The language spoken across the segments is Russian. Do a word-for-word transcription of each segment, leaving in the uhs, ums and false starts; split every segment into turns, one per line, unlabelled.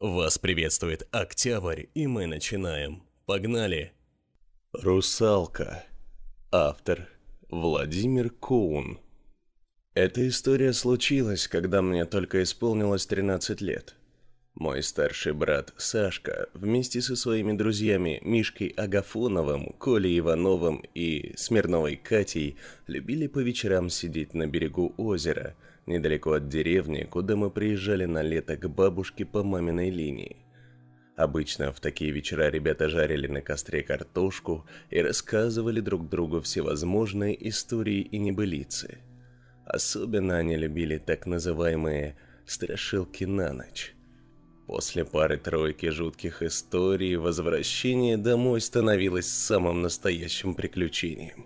Вас приветствует Октябрь, и мы начинаем. Погнали!
Русалка. Автор Владимир Коун. Эта история случилась, когда мне только исполнилось тринадцать лет. Мой старший брат Сашка вместе со своими друзьями Мишкой Агафоновым, Колей Ивановым и Смирновой Катей любили по вечерам сидеть на берегу озера, недалеко от деревни, куда мы приезжали на лето к бабушке по маминой линии. Обычно в такие вечера ребята жарили на костре картошку и рассказывали друг другу всевозможные истории и небылицы. Особенно они любили так называемые «страшилки на ночь». После пары-тройки жутких историй возвращение домой становилось самым настоящим приключением.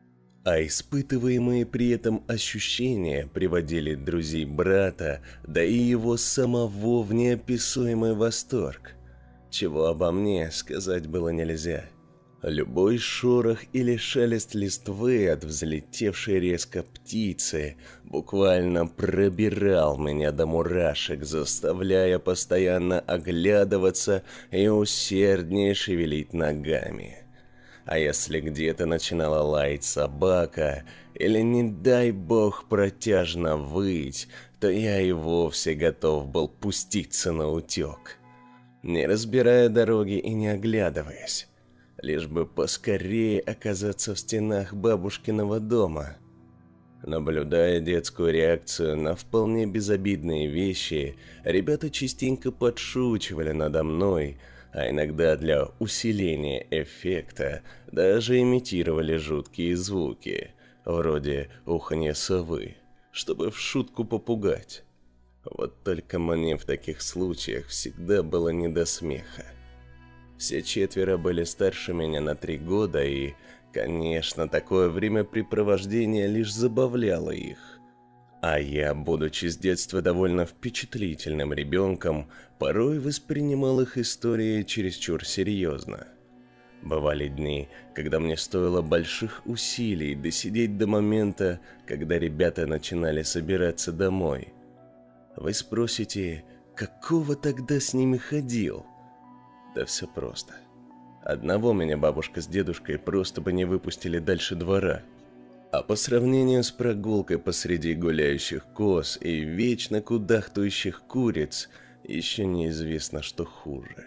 А испытываемые при этом ощущения приводили друзей брата, да и его самого в неописуемый восторг. Чего обо мне сказать было нельзя. Любой шорох или шелест листвы от взлетевшей резко птицы буквально пробирал меня до мурашек, заставляя постоянно оглядываться и усерднее шевелить ногами. А если где-то начинала лаять собака или, не дай бог, протяжно выть, то я и вовсе готов был пуститься на утек, не разбирая дороги и не оглядываясь, лишь бы поскорее оказаться в стенах бабушкиного дома. Наблюдая детскую реакцию на вполне безобидные вещи, ребята частенько подшучивали надо мной, а иногда для усиления эффекта даже имитировали жуткие звуки, вроде уханья совы, чтобы в шутку попугать. Вот только мне в таких случаях всегда было не до смеха. Все четверо были старше меня на три года, и, конечно, такое времяпрепровождение лишь забавляло их. А я, будучи с детства довольно впечатлительным ребенком, порой воспринимал их истории чересчур серьезно. Бывали дни, когда мне стоило больших усилий досидеть до момента, когда ребята начинали собираться домой. Вы спросите, какого тогда с ними ходил? Да все просто. Одного меня бабушка с дедушкой просто бы не выпустили дальше двора. А по сравнению с прогулкой посреди гуляющих коз и вечно кудахтающих куриц, еще неизвестно, что хуже.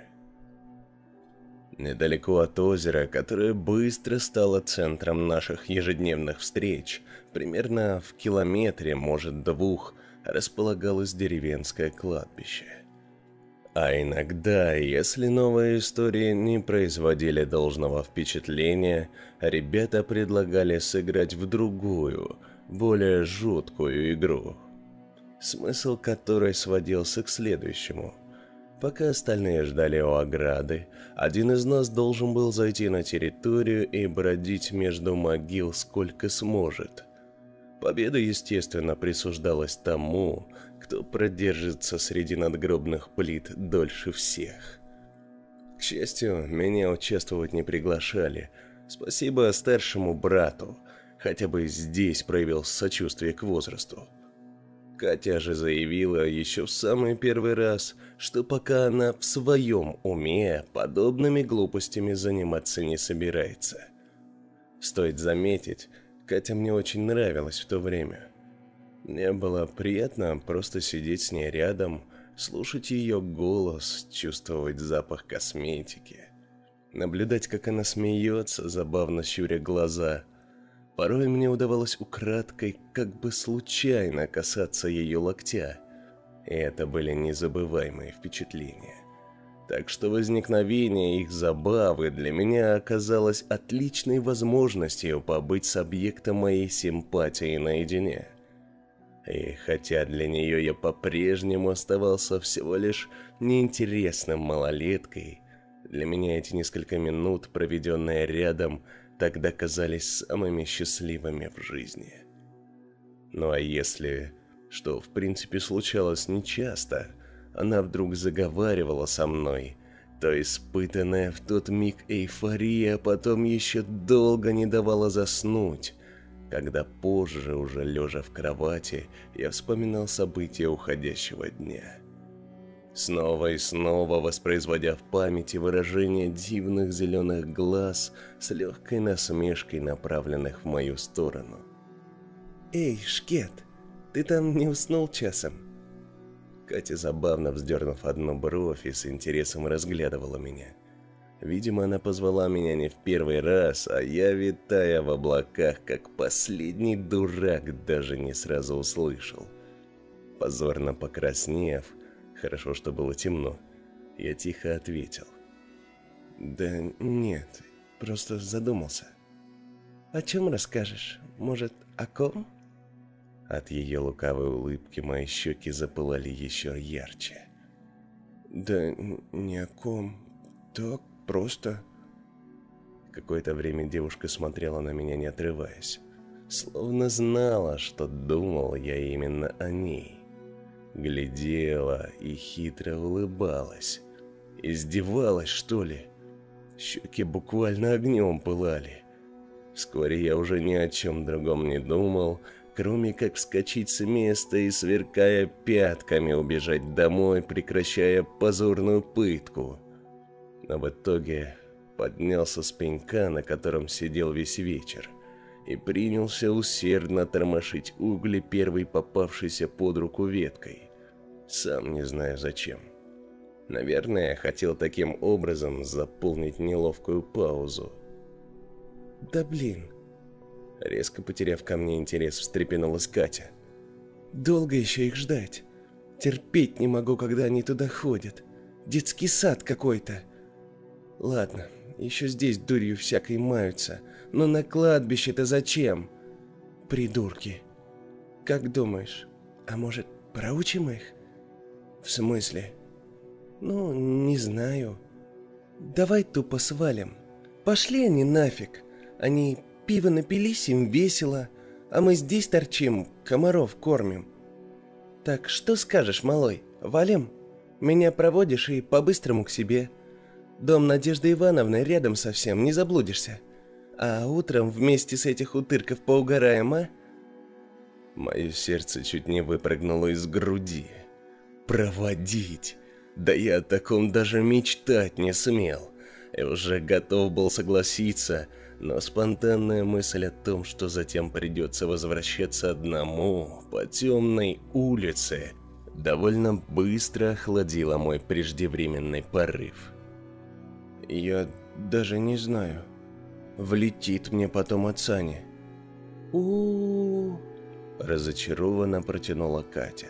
Недалеко от озера, которое быстро стало центром наших ежедневных встреч, примерно в километре, может двух, располагалось деревенское кладбище. А иногда, если новые истории не производили должного впечатления, ребята предлагали сыграть в другую, более жуткую игру, смысл которой сводился к следующему. Пока остальные ждали у ограды, один из нас должен был зайти на территорию и бродить между могил сколько сможет. Победа, естественно, присуждалась тому, кто продержится среди надгробных плит дольше всех. К счастью, меня участвовать не приглашали. Спасибо старшему брату, хотя бы здесь проявил сочувствие к возрасту. Катя же заявила еще в самый первый раз, что пока она в своем уме подобными глупостями заниматься не собирается. Стоит заметить, Катя мне очень нравилась в то время. Мне было приятно просто сидеть с ней рядом, слушать ее голос, чувствовать запах косметики, наблюдать, как она смеется, забавно щуря глаза. Порой мне удавалось украдкой, как бы случайно касаться ее локтя, и это были незабываемые впечатления. Так что возникновение их забавы для меня оказалось отличной возможностью побыть с объектом моей симпатии наедине. И хотя для нее я по-прежнему оставался всего лишь неинтересным малолеткой, для меня эти несколько минут, проведенные рядом, тогда казались самыми счастливыми в жизни. Ну а если, что в принципе случалось нечасто, она вдруг заговаривала со мной, то испытанная в тот миг эйфория потом еще долго не давала заснуть, когда позже, уже лежа в кровати, я вспоминал события уходящего дня. снова и снова воспроизводя в памяти выражение дивных зеленых глаз с легкой насмешкой, направленных в мою сторону.
«Эй, Шкет, ты там не уснул часом?»
Катя, забавно вздернув одну бровь, и с интересом разглядывала меня. Видимо, она позвала меня не в первый раз, а я, витая в облаках, как последний дурак, даже не сразу услышал. Позорно покраснев, хорошо, что было темно, я тихо ответил.
«Да нет, просто задумался». «О чем расскажешь? Может, о ком?»
От ее лукавой улыбки мои щеки запылали еще ярче.
«Да ни о ком, так просто...»
Какое-то время девушка смотрела на меня, не отрываясь, словно знала, что думал я именно о ней. Глядела и хитро улыбалась. Издевалась, что ли? Щеки буквально огнем пылали. Вскоре я уже ни о чем другом не думал, кроме как вскочить с места и, сверкая пятками, убежать домой, прекращая позорную пытку. Но в итоге поднялся с пенька, на котором сидел весь вечер, и принялся усердно тормошить угли первой попавшейся под руку веткой. Сам не знаю зачем. Наверное, хотел таким образом заполнить неловкую паузу.
«Да блин!»
Резко потеряв ко мне интерес, встрепенулась Катя.
«Долго еще их ждать? Терпеть не могу, когда они туда ходят. Детский сад какой-то. Ладно, еще здесь дурью всякой маются, но на кладбище-то зачем? Придурки. Как думаешь, а может, проучим их?» «В смысле?» «Ну, не знаю. Давай тупо свалим. Пошли они нафиг. Они пиво напились, им весело, а мы здесь торчим, комаров кормим. Так что скажешь, малой, валим? Меня проводишь и по-быстрому к себе. Дом Надежды Ивановны рядом совсем, не заблудишься. А утром вместе с этих утырков поугараем, а?»
Мое сердце чуть не выпрыгнуло из груди. Проводить? Да я о таком даже мечтать не смел. И уже готов был согласиться, но спонтанная мысль о том, что затем придется возвращаться одному по темной улице, довольно быстро охладила мой преждевременный порыв.
«Я даже не знаю. Влетит мне потом от Сани». «У-у-у!» – разочарованно протянула Катя.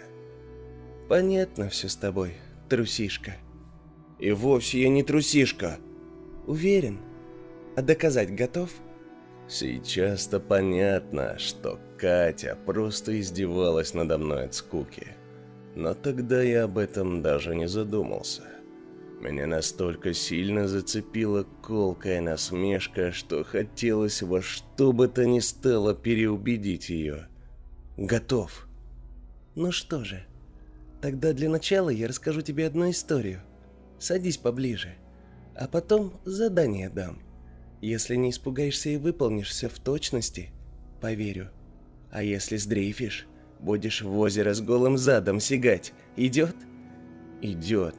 «Понятно все с тобой, трусишка». «И вовсе я не трусишка». «Уверен? А доказать готов?»
Сейчас-то понятно, что Катя просто издевалась надо мной от скуки. Но тогда я об этом даже не задумался. Меня настолько сильно зацепила колкая насмешка, что хотелось во что бы то ни стало переубедить ее.
«Готов». «Ну что же, тогда для начала я расскажу тебе одну историю. Садись поближе, а потом задание дам. Если не испугаешься и выполнишь все в точности, поверю. А если сдрейфишь, будешь в озеро с голым задом сигать. Идет?»
«Идет».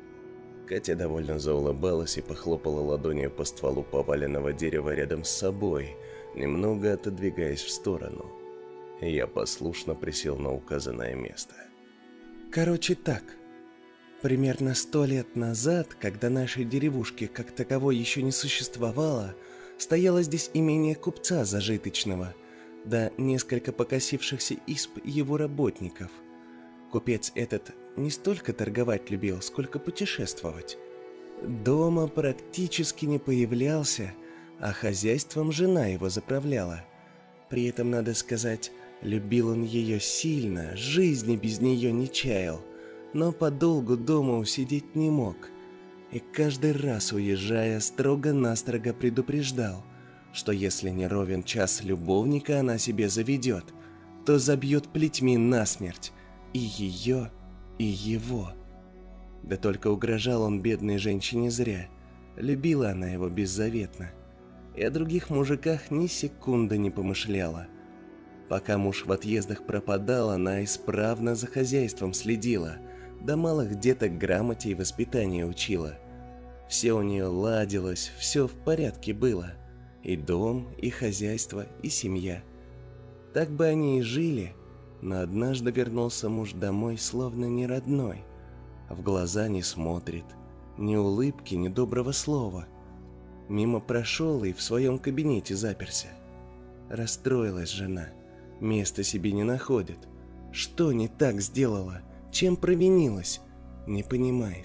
Катя довольно заулыбалась и похлопала ладонью по стволу поваленного дерева рядом с собой, немного отодвигаясь в сторону. Я послушно присел на указанное место.
«Короче так. Примерно сто лет назад, когда нашей деревушки как таковой еще не существовало, стояло здесь имение купца зажиточного, да несколько покосившихся исп его работников. Купец этот не столько торговать любил, сколько путешествовать. Дома практически не появлялся, а хозяйством жена его заправляла. При этом, надо сказать, любил он ее сильно, жизни без нее не чаял, но подолгу дома усидеть не мог. И каждый раз, уезжая, строго-настрого предупреждал, что если не ровен час любовника она себе заведет, то забьет плетьми насмерть и ее, и его. Да только угрожал он бедной женщине зря, любила она его беззаветно, и о других мужиках ни секунды не помышляла. Пока муж в отъездах пропадал, она исправно за хозяйством следила, до малых деток грамоте и воспитанию учила. Все у нее ладилось, все в порядке было. И дом, и хозяйство, и семья. Так бы они и жили, но однажды вернулся муж домой, словно не родной. В глаза не смотрит, ни улыбки, ни доброго слова. Мимо прошел и в своем кабинете заперся. Расстроилась жена, места себе не находит. Что не так сделала, чем провинилась, не понимает.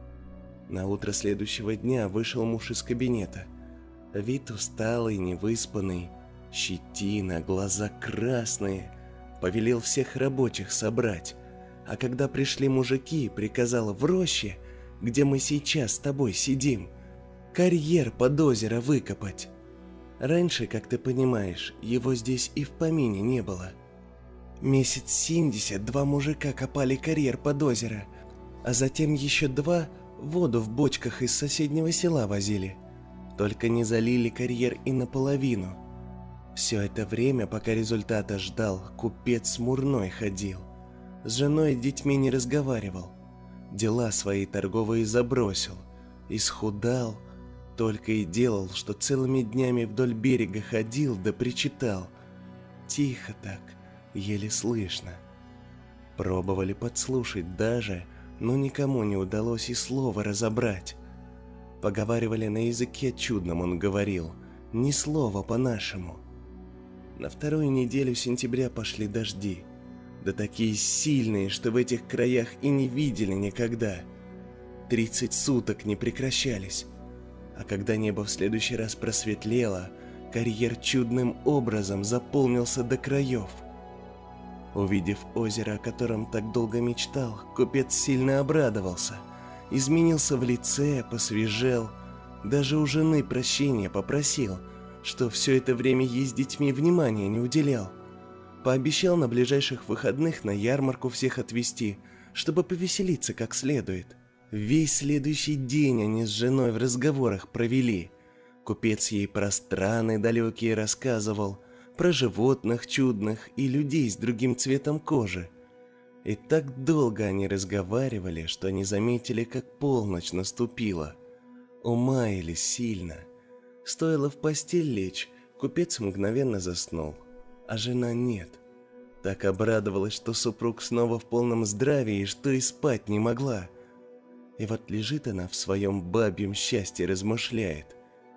На утро следующего дня вышел муж из кабинета. Вид усталый, невыспанный, щетина, глаза красные. Повелел всех рабочих собрать. А когда пришли мужики, приказал в роще, где мы сейчас с тобой сидим, карьер под озеро выкопать. Раньше, как ты понимаешь, его здесь и в помине не было. Месяц семьдесят два мужика копали карьер под озеро, а затем еще два воду в бочках из соседнего села возили. Только не залили карьер и наполовину. Все это время, пока результата ждал, купец смурной ходил. С женой и детьми не разговаривал. Дела свои торговые забросил. Исхудал. Только и делал, что целыми днями вдоль берега ходил да причитал. Тихо так, еле слышно. Пробовали подслушать даже, но никому не удалось и слова разобрать. Поговаривали на языке чудном, он говорил, ни слова по-нашему. На вторую неделю сентября пошли дожди, да такие сильные, что в этих краях и не видели никогда. Тридцать суток не прекращались, а когда небо в следующий раз просветлело, карьер чудным образом заполнился до краев. Увидев озеро, о котором так долго мечтал, купец сильно обрадовался, изменился в лице, посвежел, даже у жены прощения попросил, что все это время ей с детьми внимания не уделял. Пообещал на ближайших выходных на ярмарку всех отвезти, чтобы повеселиться как следует. Весь следующий день они с женой в разговорах провели. Купец ей про страны далекие рассказывал, про животных чудных и людей с другим цветом кожи. И так долго они разговаривали, что не заметили, как полночь наступила. Умаялись сильно. Стоило в постель лечь, купец мгновенно заснул, а жена нет. Так обрадовалась, что супруг снова в полном здравии, что и спать не могла. И вот лежит она в своем бабьем счастье размышляет,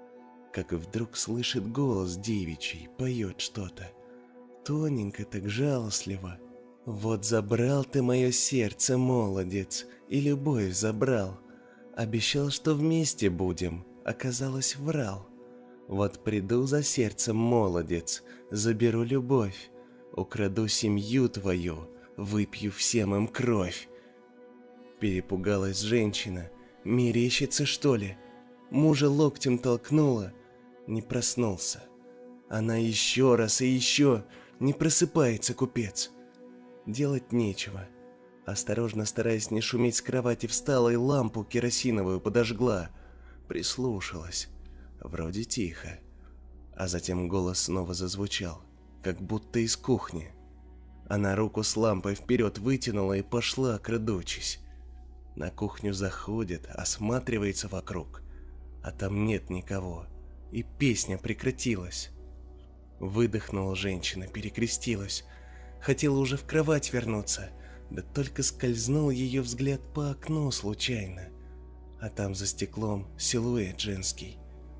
как и вдруг слышит голос девичий, поет что-то. Тоненько так жалостливо. Вот забрал ты мое сердце, молодец, и любовь забрал. Обещал, что вместе будем, оказалось, врал. Вот приду за сердцем, молодец, заберу любовь, украду семью твою, выпью всем им кровь. Перепугалась женщина, мерещится что ли? Мужа локтем толкнула, не проснулся. Она еще раз и еще, не просыпается купец. Делать нечего. Осторожно, стараясь не шуметь с кровати, встала и лампу керосиновую подожгла. Прислушалась. Вроде тихо. А затем голос снова зазвучал, как будто из кухни. Она руку с лампой вперед вытянула и пошла, крадучись. На кухню заходит, осматривается вокруг, а там нет никого, и песня прекратилась. Выдохнула женщина, перекрестилась. Хотела уже в кровать вернуться, да только скользнул ее взгляд по окну случайно. А там за стеклом силуэт женский,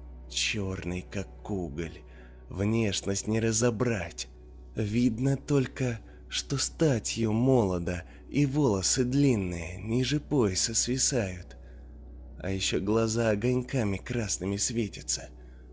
черный как уголь, внешность не разобрать. Видно только, что статью молодо, и волосы длинные, ниже пояса свисают. А еще глаза огоньками красными светятся.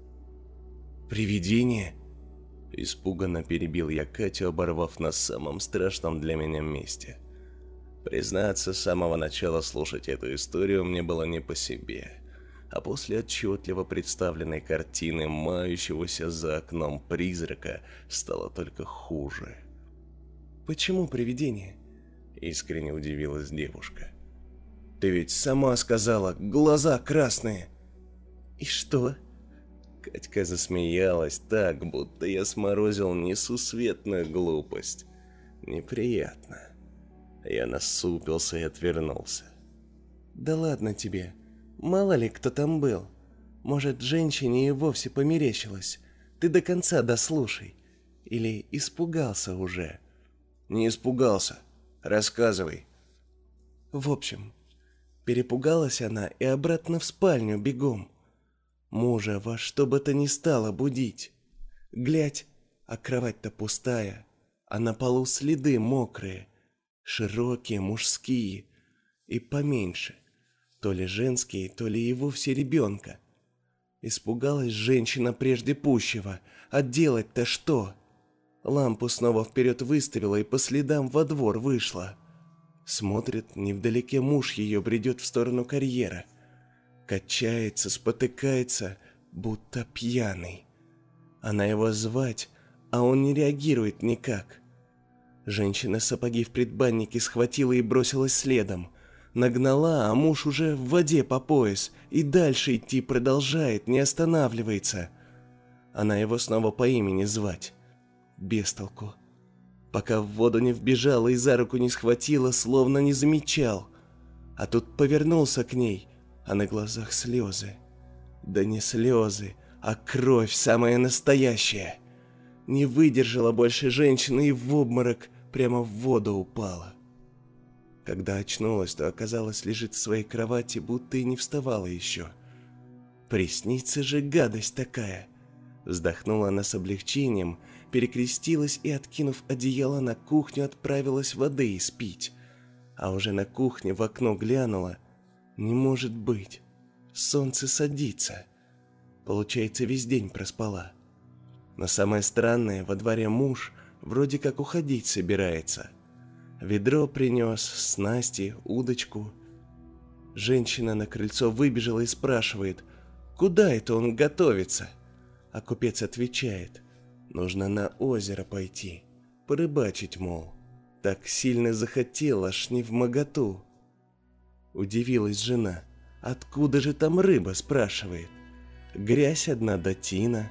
«Привидение?» Испуганно перебил я Катю, оборвав на самом страшном для меня месте. Признаться, с самого начала слушать эту историю мне было не по себе, а после отчетливо представленной картины мающегося за окном призрака стало только хуже. «Почему привидение?» — искренне удивилась девушка. «Ты ведь сама сказала, глаза красные!» «И что?» Катька засмеялась так, будто я сморозил несусветную глупость. Неприятно.
Я насупился и отвернулся.
Да ладно тебе, мало ли кто там был. Может, женщине и вовсе померещилось. Ты до конца дослушай. Или испугался уже?
Не испугался. Рассказывай.
В общем, перепугалась она и обратно в спальню бегом. Мужа во что бы то ни стало будить. Глядь, а кровать-то пустая, а на полу следы мокрые, широкие, мужские и поменьше, то ли женские, то ли и вовсе ребенка. Испугалась женщина прежде пущего, а делать-то что? Лампу снова вперед выставила и по следам во двор вышла. Смотрит, невдалеке муж ее бредет в сторону карьера. Качается, спотыкается, будто пьяный. Она его звать, а он не реагирует никак. Женщина сапоги в предбаннике схватила и бросилась следом. Нагнала, а муж уже в воде по пояс и дальше идти продолжает, не останавливается. Она его снова по имени звать. Без толку. Пока в воду не вбежала и за руку не схватила, словно не замечал. А тут повернулся к ней, а на глазах слезы. Да не слезы, а кровь самая настоящая. Не выдержала больше женщины и в обморок прямо в воду упала. Когда очнулась, то оказалось лежит в своей кровати, будто и не вставала еще. Приснится же гадость такая. Вздохнула она с облегчением, перекрестилась и, откинув одеяло на кухню, отправилась воды испить. А уже на кухне в окно глянула. Не может быть. Солнце садится. Получается, весь день проспала. Но самое странное, во дворе муж вроде как уходить собирается. Ведро принес, снасти, удочку. Женщина на крыльцо выбежала и спрашивает, куда это он готовится? А купец отвечает, нужно на озеро пойти, порыбачить, мол. Так сильно захотел, аж не вмоготу. Удивилась жена, откуда же там рыба, спрашивает. Грязь одна да тина.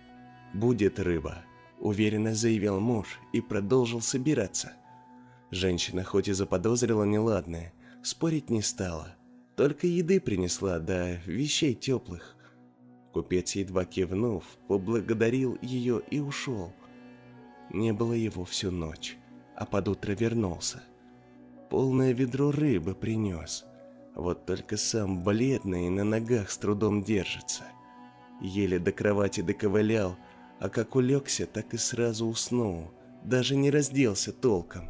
Будет рыба, уверенно заявил муж и продолжил собираться. Женщина хоть и заподозрила неладное, спорить не стала, только еды принесла, да вещей теплых. Купец, едва кивнув, поблагодарил ее и ушел. Не было его всю ночь, а под утро вернулся. Полное ведро рыбы принес, вот только сам бледный и на ногах с трудом держится. Еле до кровати доковылял, а как улегся, так и сразу уснул, даже не разделся толком.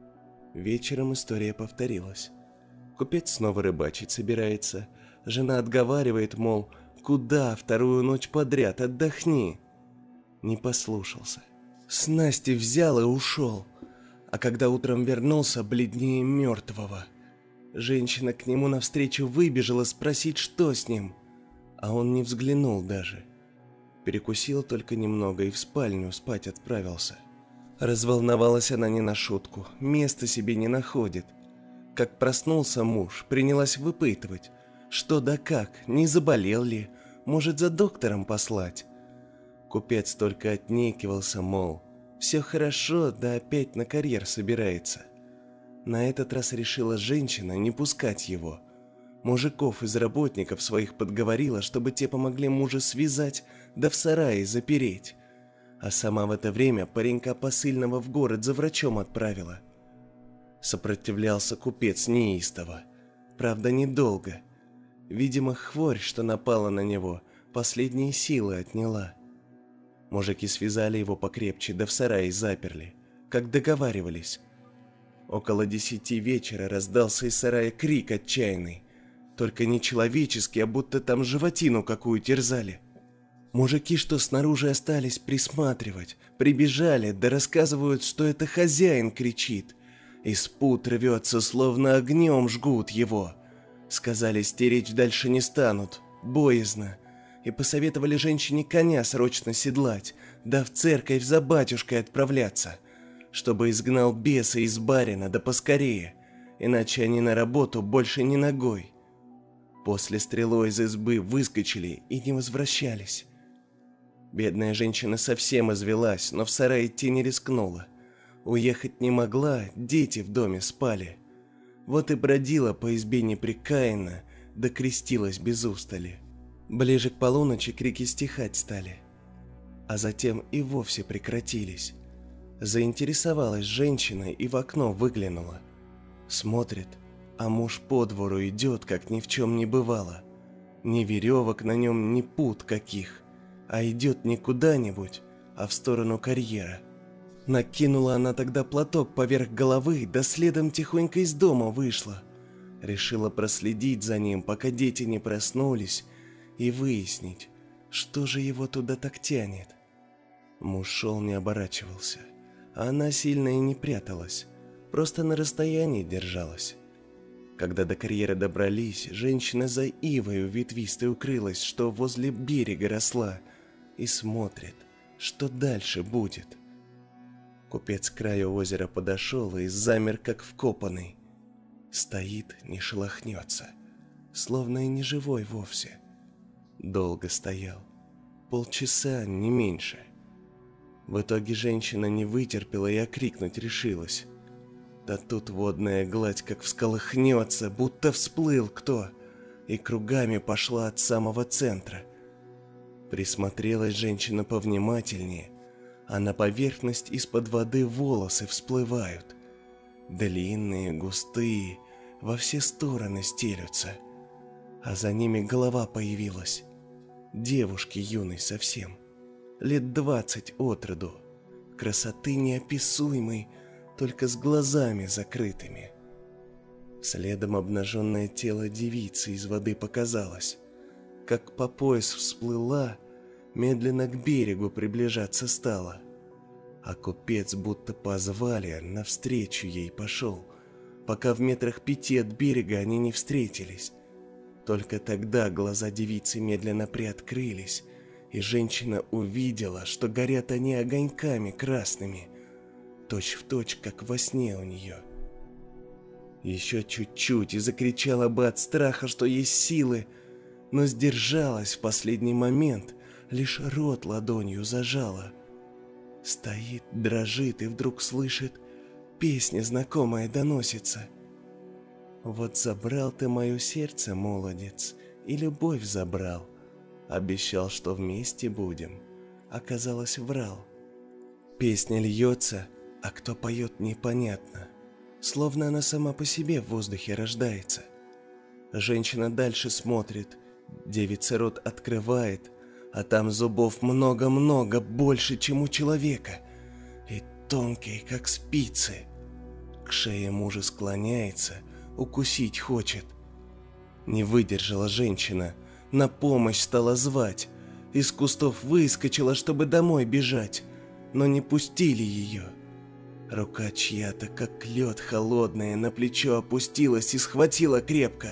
Вечером история повторилась. Купец снова рыбачить собирается. Жена отговаривает, мол, куда вторую ночь подряд, отдохни. Не послушался. Снасти взял и ушел. А когда утром вернулся, бледнее мертвого. Женщина к нему навстречу выбежала спросить, что с ним. А он не взглянул даже. Перекусил только немного и в спальню спать отправился. Разволновалась она не на шутку, места себе не находит. Как проснулся муж, принялась выпытывать, что да как, не заболел ли, может за доктором послать. Купец только отнекивался, мол, все хорошо, да опять на карьер собирается. На этот раз решила женщина не пускать его. Мужиков из работников своих подговорила, чтобы те помогли мужа связать, да в сарае запереть. А сама в это время паренька посыльного в город за врачом отправила. Сопротивлялся купец неистово. Правда, недолго. Видимо, хворь, что напала на него, последние силы отняла. Мужики связали его покрепче, да в сарае заперли, как договаривались. Около десяти вечера раздался из сарая крик отчаянный. Только не человеческий, а будто там животину какую терзали. Мужики, что снаружи остались присматривать, прибежали, да рассказывают, что это хозяин кричит. Из пут рвется, словно огнем жгут его. Сказали, стеречь дальше не станут, боязно. И посоветовали женщине коня срочно седлать, да в церковь за батюшкой отправляться, чтобы изгнал беса из барина, да поскорее, иначе они на работу больше не ногой. После стрелой из избы выскочили и не возвращались. Бедная женщина совсем извелась, но в сарай идти не рискнула. Уехать не могла, дети в доме спали. Вот и бродила по избе непрекаянно, да крестилась без устали. Ближе к полуночи крики стихать стали, а затем и вовсе прекратились. Заинтересовалась женщина и в окно выглянула. Смотрит, а муж по двору идет, как ни в чем не бывало. Ни веревок на нем, ни пут каких, а идет не куда-нибудь, а в сторону карьера. Накинула она тогда платок поверх головы, да следом тихонько из дома вышла. Решила проследить за ним, пока дети не проснулись, и выяснить, что же его туда так тянет. Муж шел, не оборачивался, а она сильно и не пряталась, просто на расстоянии держалась. Когда до карьера добрались, женщина за ивою ветвистой укрылась, что возле берега росла, и смотрит, что дальше будет. Купец к краю озера подошел и замер, как вкопанный. Стоит, не шелохнется, словно и не живой вовсе. Долго стоял, полчаса, не меньше. В итоге женщина не вытерпела и окрикнуть решилась. Да тут водная гладь как всколыхнется, будто всплыл кто, и кругами пошла от самого центра. Присмотрелась женщина повнимательнее, а на поверхность из-под воды волосы всплывают. Длинные, густые, во все стороны стелются. А за ними голова появилась. Девушки юной совсем, лет двадцать от роду, красоты неописуемой, только с глазами закрытыми. Следом обнаженное тело девицы из воды показалось. Как по пояс всплыла, медленно к берегу приближаться стала. А купец будто позвали, навстречу ей пошел, пока в метрах пяти от берега они не встретились. Только тогда глаза девицы медленно приоткрылись, и женщина увидела, что горят они огоньками красными, точь-в-точь, как во сне у нее. Еще чуть-чуть и закричала бы от страха, что есть силы, но сдержалась в последний момент, лишь рот ладонью зажала. Стоит, дрожит и вдруг слышит, песня знакомая доносится. Вот забрал ты мое сердце, молодец, и любовь забрал. Обещал, что вместе будем, оказалось, врал. Песня льется, а кто поет, непонятно, словно она сама по себе в воздухе рождается. Женщина дальше смотрит, девица рот открывает, а там зубов много-много, больше, чем у человека, и тонкие, как спицы. К шее мужа склоняется, укусить хочет. Не выдержала женщина, на помощь стала звать, из кустов выскочила, чтобы домой бежать, но не пустили ее. Рука чья-то, как лед холодная, на плечо опустилась и схватила крепко.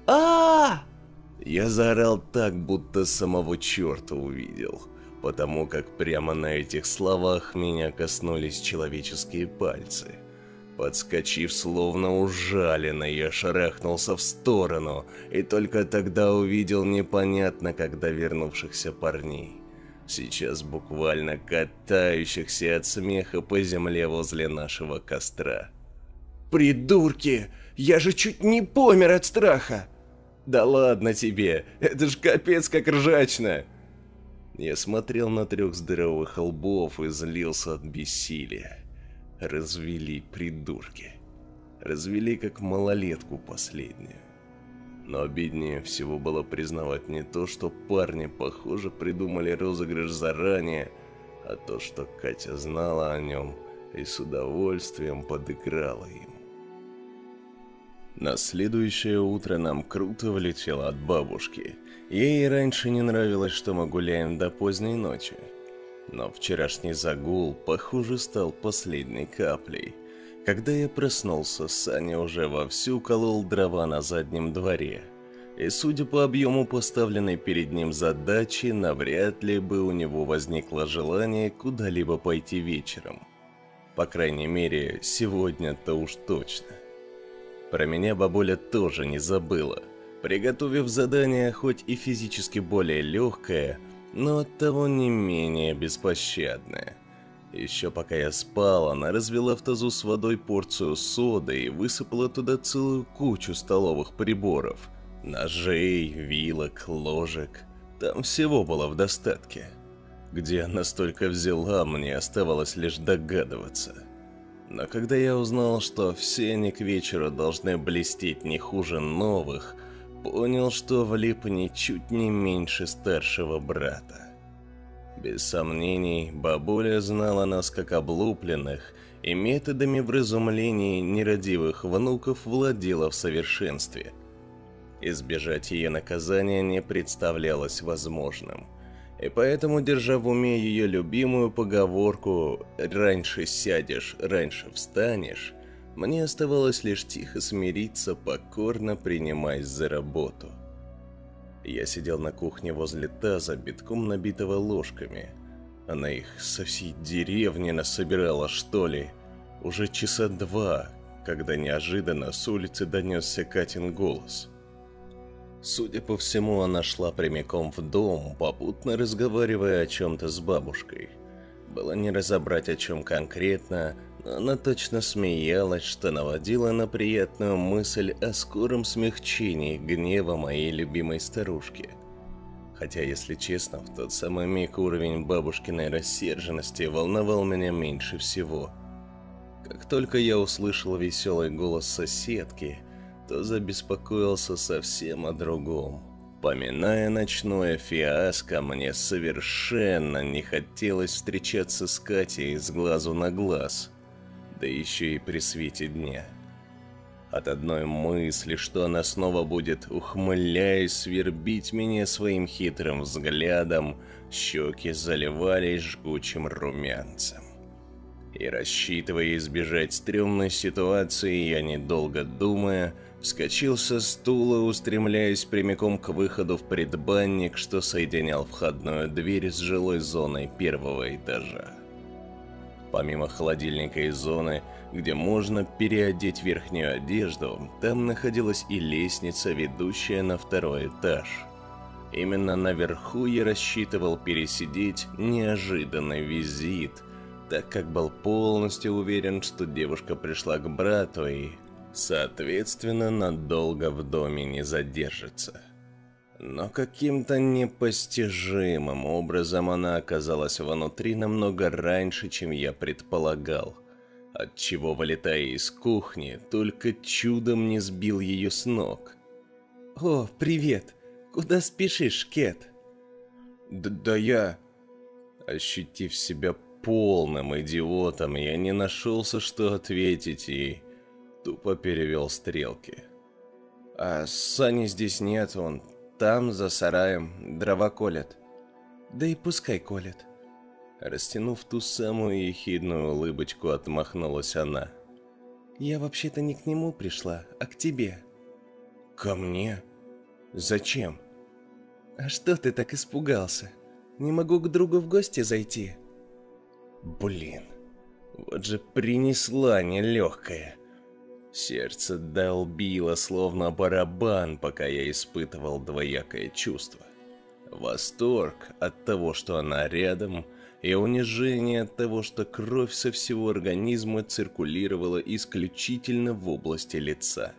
а
Я заорал так, будто самого черта увидел, потому как прямо на этих словах меня коснулись человеческие пальцы. Подскочив, словно ужаленный, я шарахнулся в сторону, и только тогда увидел непонятно когда вернувшихся парней. Сейчас буквально катающихся от смеха по земле возле нашего костра.
«Придурки! Я же чуть не помер от страха!»
«Да ладно тебе, это ж капец как ржачно!» Я смотрел на трех здоровых лбов и злился от бессилия. Развели, придурки. Развели как малолетку последнюю. Но обиднее всего было признавать не то, что парни, похоже, придумали розыгрыш заранее, а то, что Катя знала о нем и с удовольствием подыграла им. На следующее утро нам круто влетело от бабушки. Ей раньше не нравилось, что мы гуляем до поздней ночи. Но вчерашний загул, похоже, стал последней каплей. Когда я проснулся, Саня уже вовсю колол дрова на заднем дворе. И судя по объему поставленной перед ним задачи, навряд ли бы у него возникло желание куда-либо пойти вечером. По крайней мере, сегодня-то уж точно. Про меня бабуля тоже не забыла, приготовив задание хоть и физически более легкое, но оттого не менее беспощадное. Еще пока я спал, она развела в тазу с водой порцию соды и высыпала туда целую кучу столовых приборов. Ножей, вилок, ложек. Там всего было в достатке. Где она столько взяла, мне оставалось лишь догадываться. Но когда я узнал, что все они к вечеру должны блестеть не хуже новых, понял, что влип ничуть не меньше старшего брата. Без сомнений, бабуля знала нас как облупленных, и методами вразумления нерадивых внуков владела в совершенстве. Избежать ее наказания не представлялось возможным. И поэтому, держа в уме ее любимую поговорку «раньше сядешь, раньше встанешь», мне оставалось лишь тихо смириться, покорно принимаясь за работу. Я сидел на кухне возле таза, битком набитого ложками. Она их со всей деревни насобирала, что ли. Уже часа два, когда неожиданно с улицы донесся Катин голос. Судя по всему, она шла прямиком в дом, попутно разговаривая о чем-то с бабушкой. Было не разобрать, о чем конкретно, но она точно смеялась, что наводила на приятную мысль о скором смягчении гнева моей любимой старушки. Хотя, если честно, в тот самый миг уровень бабушкиной рассерженности волновал меня меньше всего. Как только я услышал веселый голос соседки, то забеспокоился совсем о другом. Поминая ночное фиаско, мне совершенно не хотелось встречаться с Катей с глазу на глаз, да еще и при свете дня. От одной мысли, что она снова будет, ухмыляясь, свербить меня своим хитрым взглядом, щеки заливались жгучим румянцем. И рассчитывая избежать стрёмной ситуации, я, недолго думая, вскочил со стула, устремляясь прямиком к выходу в предбанник, что соединял входную дверь с жилой зоной первого этажа. Помимо холодильника и зоны, где можно переодеть верхнюю одежду, там находилась и лестница, ведущая на второй этаж. Именно наверху я рассчитывал пересидеть неожиданный визит, так как был полностью уверен, что девушка пришла к брату и, соответственно, надолго в доме не задержится. Но каким-то непостижимым образом она оказалась внутри намного раньше, чем я предполагал, отчего, вылетая из кухни, только чудом не сбил ее с ног.
«О, привет! Куда спешишь, Кет?»
«Да, да я...» Ощутив себя полным идиотом, я не нашелся, что ответить, и тупо перевел стрелки.
«А Сани здесь нет, он там, за сараем, дрова колет». «Да и пускай колет».
Растянув ту самую ехидную улыбочку, отмахнулась она.
«Я вообще-то не к нему пришла, а к тебе».
«Ко мне? Зачем?»
«А что ты так испугался? Не могу к другу в гости зайти?»
Блин, вот же принесла нелегкая. Сердце долбило, словно барабан, пока я испытывал двоякое чувство. Восторг от того, что она рядом, и унижение от того, что кровь со всего организма циркулировала исключительно в области лица.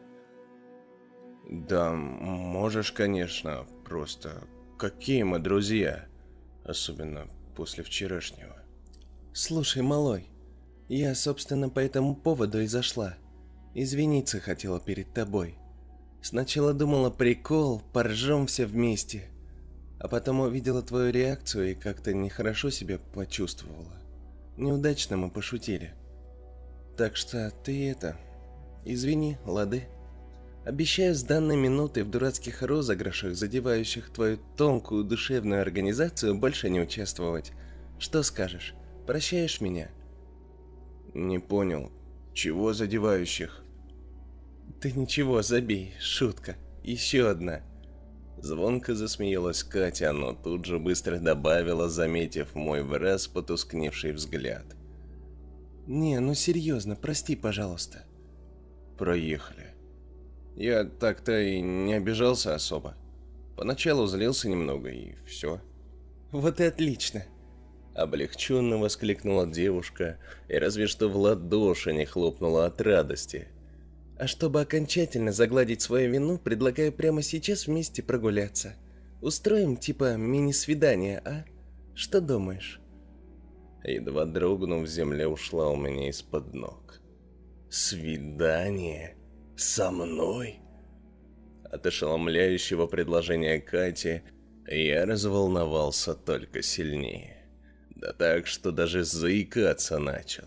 «Да, можешь, конечно, просто какие мы друзья, особенно после вчерашнего». «Слушай, малой, я, собственно, по этому поводу и зашла. Извиниться хотела перед тобой. Сначала думала, прикол, поржем все вместе. А потом увидела твою реакцию и как-то нехорошо себя почувствовала. Неудачно мы пошутили. Так что ты это... извини, лады. Обещаю с данной минуты в дурацких розыгрышах, задевающих твою тонкую душевную организацию, больше не участвовать. Что скажешь? Прощаешь меня?»
«Не понял. Чего задевающих?»
«Ты ничего, забей. Шутка. Еще одна».
Звонко засмеялась Катя, но тут же быстро добавила, заметив мой враз потускневший взгляд.
«Не, ну серьезно, прости, пожалуйста».
«Проехали. Я так-то и не обижался особо. Поначалу злился немного, и все».
«Вот и отлично».
Облегченно воскликнула девушка и разве что в ладоши не хлопнула от радости.
А чтобы окончательно загладить свою вину, предлагаю прямо сейчас вместе прогуляться. Устроим типа мини-свидание, а? Что думаешь?
Едва дрогнув, земля ушла у меня из-под ног. Свидание? Со мной? От ошеломляющего предложения Кати я разволновался только сильнее. Да так, что даже заикаться начал.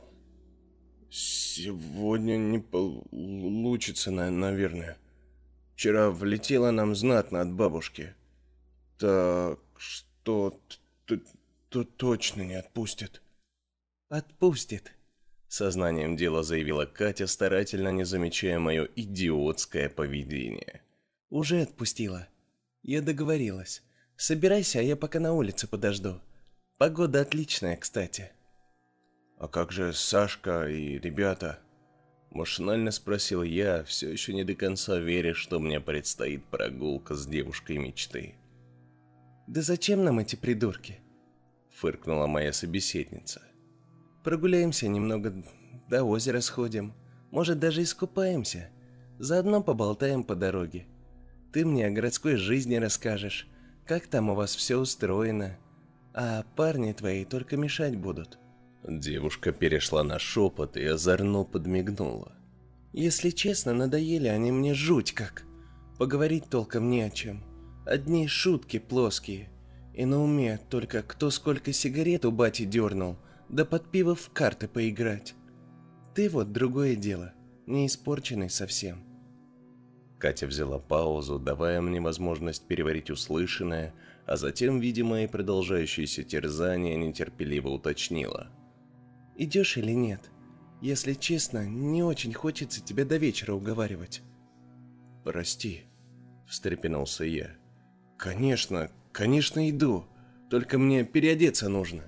Сегодня не получится, наверное. Вчера влетело нам знатно от бабушки. Так что то точно не отпустит.
Отпустит,
сознанием дела заявила Катя, старательно не замечая мое идиотское поведение.
Уже отпустила. Я договорилась. Собирайся, а я пока на улице подожду. Погода отличная, кстати.
А как же Сашка и ребята? Машинально спросил я, все еще не до конца веря, что мне предстоит прогулка с девушкой мечты.
Да зачем нам эти придурки?
Фыркнула моя собеседница.
Прогуляемся немного, до озера сходим. Может, даже искупаемся. Заодно поболтаем по дороге. Ты мне о городской жизни расскажешь, как там у вас все устроено. А парни твои только мешать будут.
Девушка перешла на шепот и озорно подмигнула.
Если честно, надоели они мне жуть как. Поговорить толком не о чем. Одни шутки плоские. И на уме только кто сколько сигарет у бати дернул, да под пиво в карты поиграть. Ты вот другое дело, не испорченный совсем.
Катя взяла паузу, давая мне возможность переварить услышанное, а затем, видимо, и продолжающееся терзание нетерпеливо уточнила.
Идешь или нет? Если честно, не очень хочется тебя до вечера уговаривать.
Прости, встрепенулся я.
Конечно, конечно иду, только мне переодеться нужно.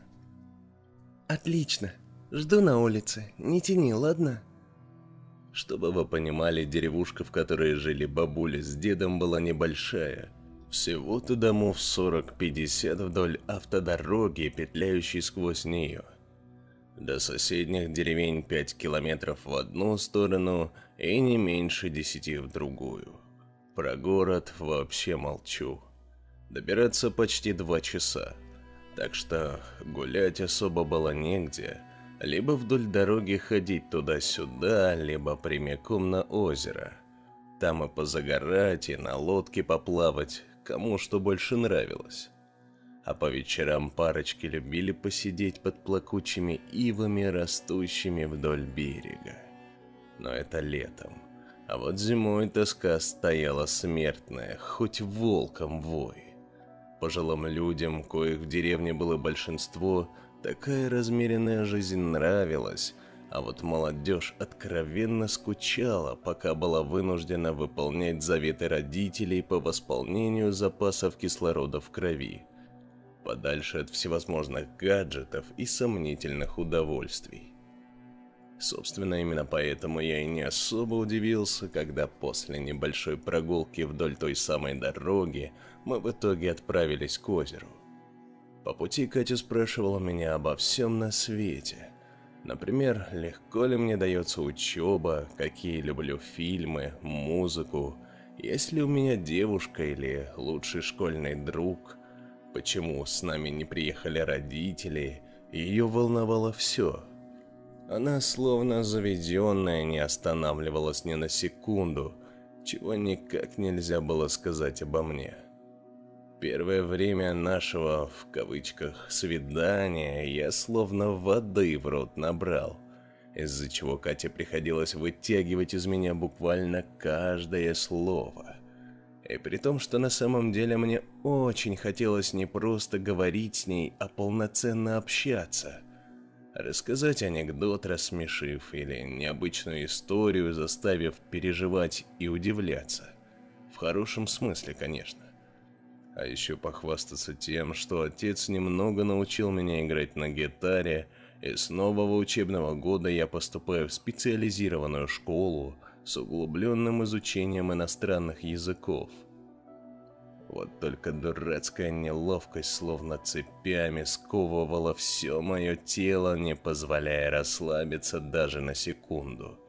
Отлично, жду на улице, не тяни, ладно?
Чтобы вы понимали, деревушка, в которой жили бабуля с дедом, была небольшая. Всего-то домов сорок-пятьдесят вдоль автодороги, петляющей сквозь нее. До соседних деревень пять километров в одну сторону и не меньше десяти в другую. Про город вообще молчу. Добираться почти два часа, так что гулять особо было негде. Либо вдоль дороги ходить туда-сюда, либо прямиком на озеро. Там и позагорать, и на лодке поплавать, кому что больше нравилось. А по вечерам парочки любили посидеть под плакучими ивами, растущими вдоль берега. Но это летом. А вот зимой тоска стояла смертная, хоть волком вой. Пожилым людям, коих в деревне было большинство, такая размеренная жизнь нравилась, а вот молодежь откровенно скучала, пока была вынуждена выполнять заветы родителей по восполнению запасов кислорода в крови, подальше от всевозможных гаджетов и сомнительных удовольствий. Собственно, именно поэтому я и не особо удивился, когда после небольшой прогулки вдоль той самой дороги мы в итоге отправились к озеру. По пути Катя спрашивала меня обо всем на свете. Например, легко ли мне дается учеба, какие люблю фильмы, музыку, есть ли у меня девушка или лучший школьный друг, почему с нами не приехали родители, ее волновало все. Она, словно заведенная, не останавливалась ни на секунду, чего никак нельзя было сказать обо мне. Первое время нашего, в кавычках, свидания я словно воды в рот набрал, из-за чего Кате приходилось вытягивать из меня буквально каждое слово. И при том, что на самом деле мне очень хотелось не просто говорить с ней, а полноценно общаться. Рассказать анекдот, рассмешив, или необычную историю, заставив переживать и удивляться. В хорошем смысле, конечно. А еще похвастаться тем, что отец немного научил меня играть на гитаре, и с нового учебного года я поступаю в специализированную школу с углубленным изучением иностранных языков. Вот только дурацкая неловкость словно цепями сковывала все мое тело, не позволяя расслабиться даже на секунду.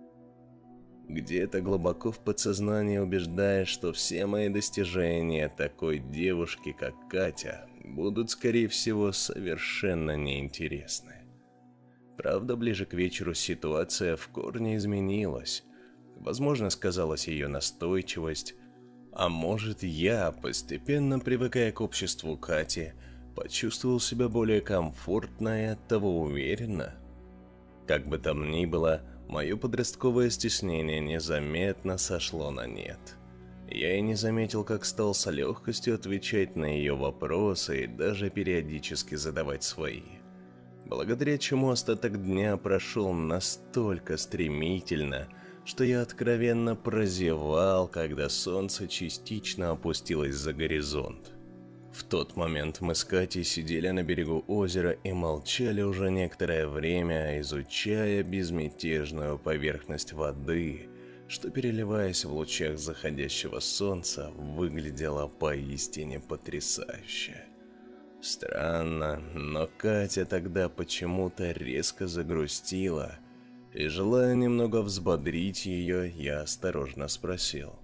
Где-то глубоко в подсознании убеждая, что все мои достижения такой девушки, как Катя, будут, скорее всего, совершенно неинтересны. Правда, ближе к вечеру ситуация в корне изменилась. Возможно, сказалась ее настойчивость, а может, я, постепенно привыкая к обществу Кати, почувствовал себя более комфортно и оттого уверенно. Как бы там ни было, мое подростковое стеснение незаметно сошло на нет. Я и не заметил, как стал с легкостью отвечать на ее вопросы и даже периодически задавать свои. Благодаря чему остаток дня прошел настолько стремительно, что я откровенно прозевал, когда солнце частично опустилось за горизонт. В тот момент мы с Катей сидели на берегу озера и молчали уже некоторое время, изучая безмятежную поверхность воды, что, переливаясь в лучах заходящего солнца, выглядело поистине потрясающе. Странно, но Катя тогда почему-то резко загрустила, и, желая немного взбодрить ее, я осторожно спросил.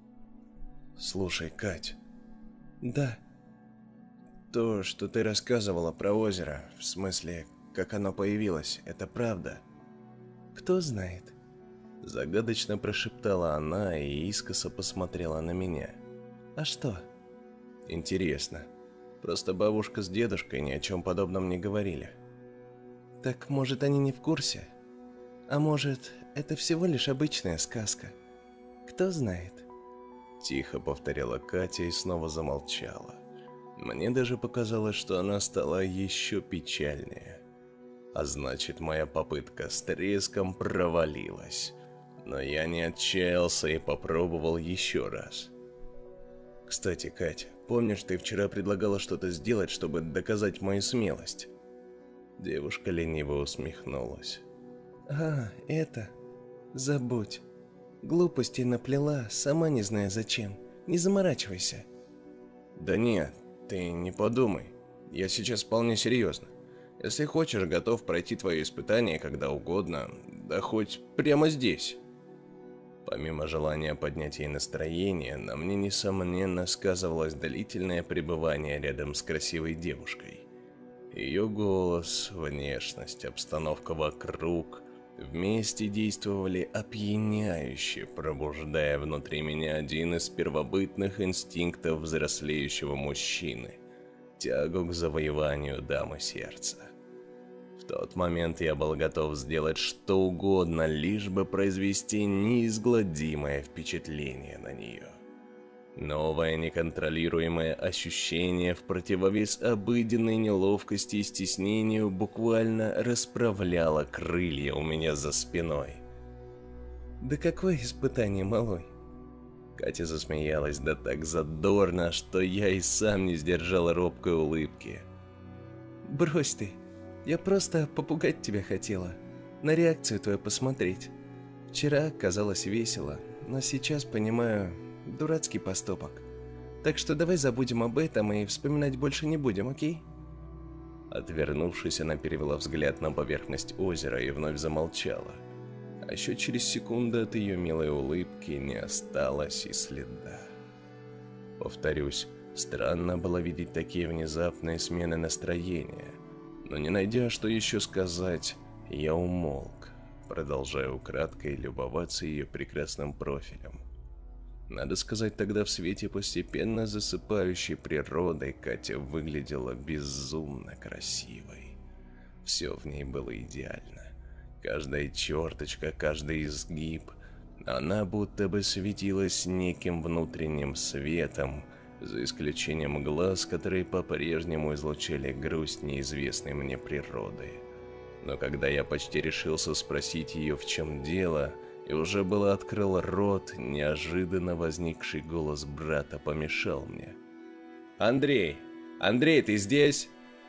«Слушай, Кать».
«Да».
«То, что ты рассказывала про озеро, в смысле, как оно появилось, это правда?»
«Кто знает?»
Загадочно прошептала она и искоса посмотрела на меня.
«А что?»
«Интересно. Просто бабушка с дедушкой ни о чем подобном не говорили».
«Так, может, они не в курсе? А может, это всего лишь обычная сказка? Кто знает?»
Тихо повторила Катя и снова замолчала. Мне даже показалось, что она стала еще печальнее. А значит, моя попытка с треском провалилась. Но я не отчаялся и попробовал еще раз. «Кстати, Кать, помнишь, ты вчера предлагала что-то сделать, чтобы доказать мою смелость?» Девушка лениво усмехнулась.
«А, это... Забудь. Глупости наплела, сама не зная зачем. Не заморачивайся».
«Да нет, ты не подумай. Я сейчас вполне серьезно. Если хочешь, готов пройти твое испытание когда угодно, да хоть прямо здесь». Помимо желания поднять ей настроение, на мне, несомненно, сказывалось длительное пребывание рядом с красивой девушкой. Ее голос, внешность, обстановка вокруг вместе действовали опьяняюще, пробуждая внутри меня один из первобытных инстинктов взрослеющего мужчины – тягу к завоеванию дамы сердца. В тот момент я был готов сделать что угодно, лишь бы произвести неизгладимое впечатление на нее. Новое неконтролируемое ощущение в противовес обыденной неловкости и стеснению буквально расправляло крылья у меня за спиной.
«Да какое испытание, малой?»
Катя засмеялась да так задорно, что я и сам не сдержал робкой улыбки.
«Брось ты, я просто попугать тебя хотела, на реакцию твою посмотреть. Вчера казалось весело, но сейчас понимаю, дурацкий поступок. Так что давай забудем об этом и вспоминать больше не будем, окей?»
Отвернувшись, она перевела взгляд на поверхность озера и вновь замолчала. А еще через секунду от ее милой улыбки не осталось и следа. Повторюсь, странно было видеть такие внезапные смены настроения. Но не найдя, что еще сказать, я умолк, продолжая украдкой любоваться ее прекрасным профилем. Надо сказать, тогда в свете постепенно засыпающей природы Катя выглядела безумно красивой. Все в ней было идеально. Каждая черточка, каждый изгиб. Она будто бы светилась неким внутренним светом, за исключением глаз, которые по-прежнему излучали грусть неизвестной мне природы. Но когда я почти решился спросить ее, в чем дело, и уже было открыл рот, неожиданно возникший голос брата помешал мне. «Андрей! Андрей, ты здесь?»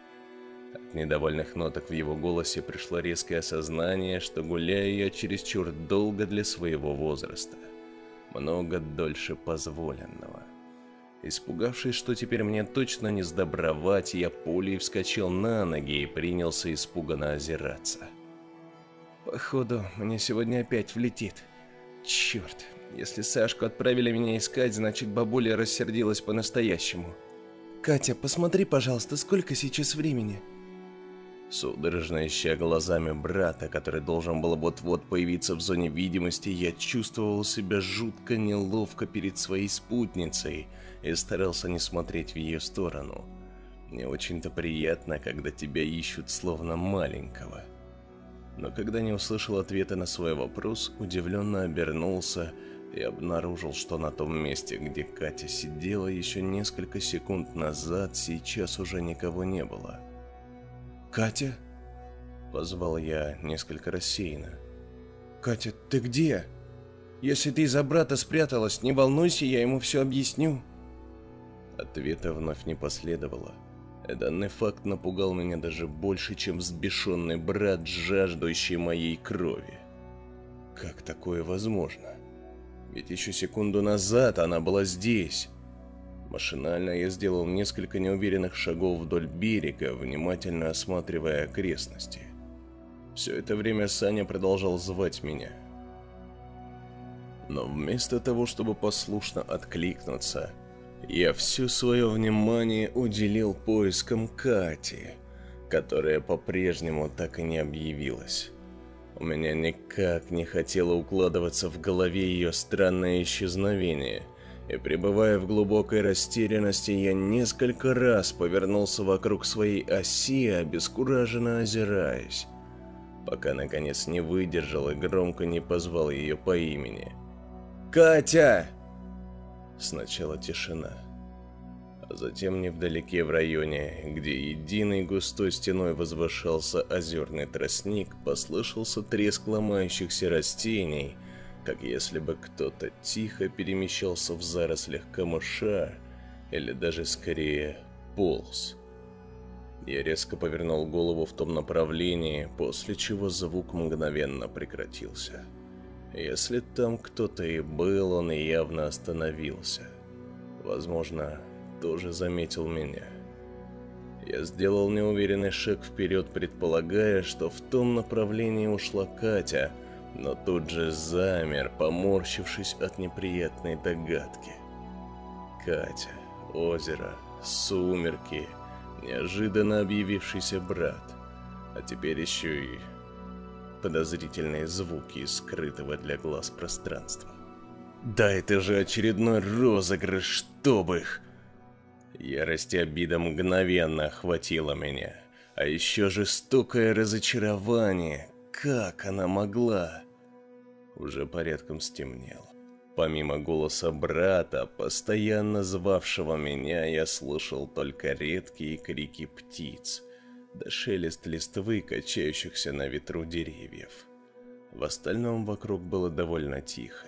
От недовольных ноток в его голосе пришло резкое осознание, что гуляю я чересчур долго для своего возраста. Много дольше позволенного. Испугавшись, что теперь мне точно не сдобровать, я пулей вскочил на ноги и принялся испуганно озираться.
Походу, мне сегодня опять влетит. Черт, если Сашку отправили меня искать, значит бабуля рассердилась по-настоящему. Катя, посмотри, пожалуйста, сколько сейчас времени?
Судорожно ища глазами брата, который должен был вот-вот появиться в зоне видимости, я чувствовал себя жутко неловко перед своей спутницей и старался не смотреть в ее сторону. Не очень-то приятно, когда тебя ищут словно маленького. Но когда не услышал ответа на свой вопрос, удивленно обернулся и обнаружил, что на том месте, где Катя сидела еще несколько секунд назад, сейчас уже никого не было.
«Катя?» – позвал я несколько рассеянно. «Катя, ты где? Если ты из-за брата спряталась, не волнуйся, я ему все объясню».
Ответа вновь не последовало. Данный факт напугал меня даже больше, чем взбешенный брат, жаждущий моей крови. Как такое возможно? Ведь еще секунду назад она была здесь. Машинально я сделал несколько неуверенных шагов вдоль берега, внимательно осматривая окрестности. Все это время Саня продолжал звать меня. Но вместо того, чтобы послушно откликнуться, я все свое внимание уделил поискам Кати, которая по-прежнему так и не объявилась. У меня никак не хотело укладываться в голове ее странное исчезновение, и, пребывая в глубокой растерянности, я несколько раз повернулся вокруг своей оси, обескураженно озираясь, пока наконец не выдержал и громко не позвал ее по имени. «Катя!» Сначала тишина, а затем невдалеке в районе, где единой густой стеной возвышался озерный тростник, послышался треск ломающихся растений, как если бы кто-то тихо перемещался в зарослях камыша, или даже скорее полз. Я резко повернул голову в том направлении, после чего звук мгновенно прекратился. Если там кто-то и был, он явно остановился. Возможно, тоже заметил меня. Я сделал неуверенный шаг вперед, предполагая, что в том направлении ушла Катя, но тут же замер, поморщившись от неприятной догадки. Катя, озеро, сумерки, неожиданно объявившийся брат, а теперь еще и подозрительные звуки из скрытого для глаз пространства. Да это же очередной розыгрыш, чтоб их! Ярость и обида мгновенно охватила меня, а еще жестокое разочарование. Как она могла? Уже порядком стемнело. Помимо голоса брата, постоянно звавшего меня, я слышал только редкие крики птиц, да шелест листвы, качающихся на ветру деревьев. В остальном вокруг было довольно тихо.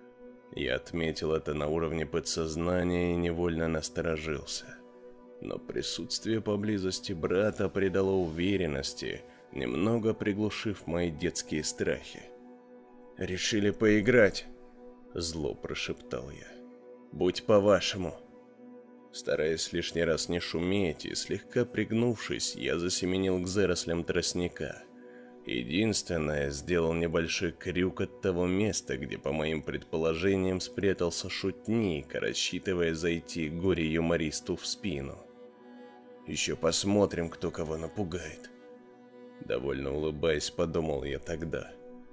Я отметил это на уровне подсознания и невольно насторожился. Но присутствие поблизости брата придало уверенности, немного приглушив мои детские страхи. «Решили поиграть?» – зло прошептал я. «Будь по-вашему». Стараясь лишний раз не шуметь и слегка пригнувшись, я засеменил к зарослям тростника. Единственное, сделал небольшой крюк от того места, где, по моим предположениям, спрятался шутник, рассчитывая зайти горе-юмористу в спину. «Еще посмотрим, кто кого напугает». Довольно улыбаясь, подумал я тогда.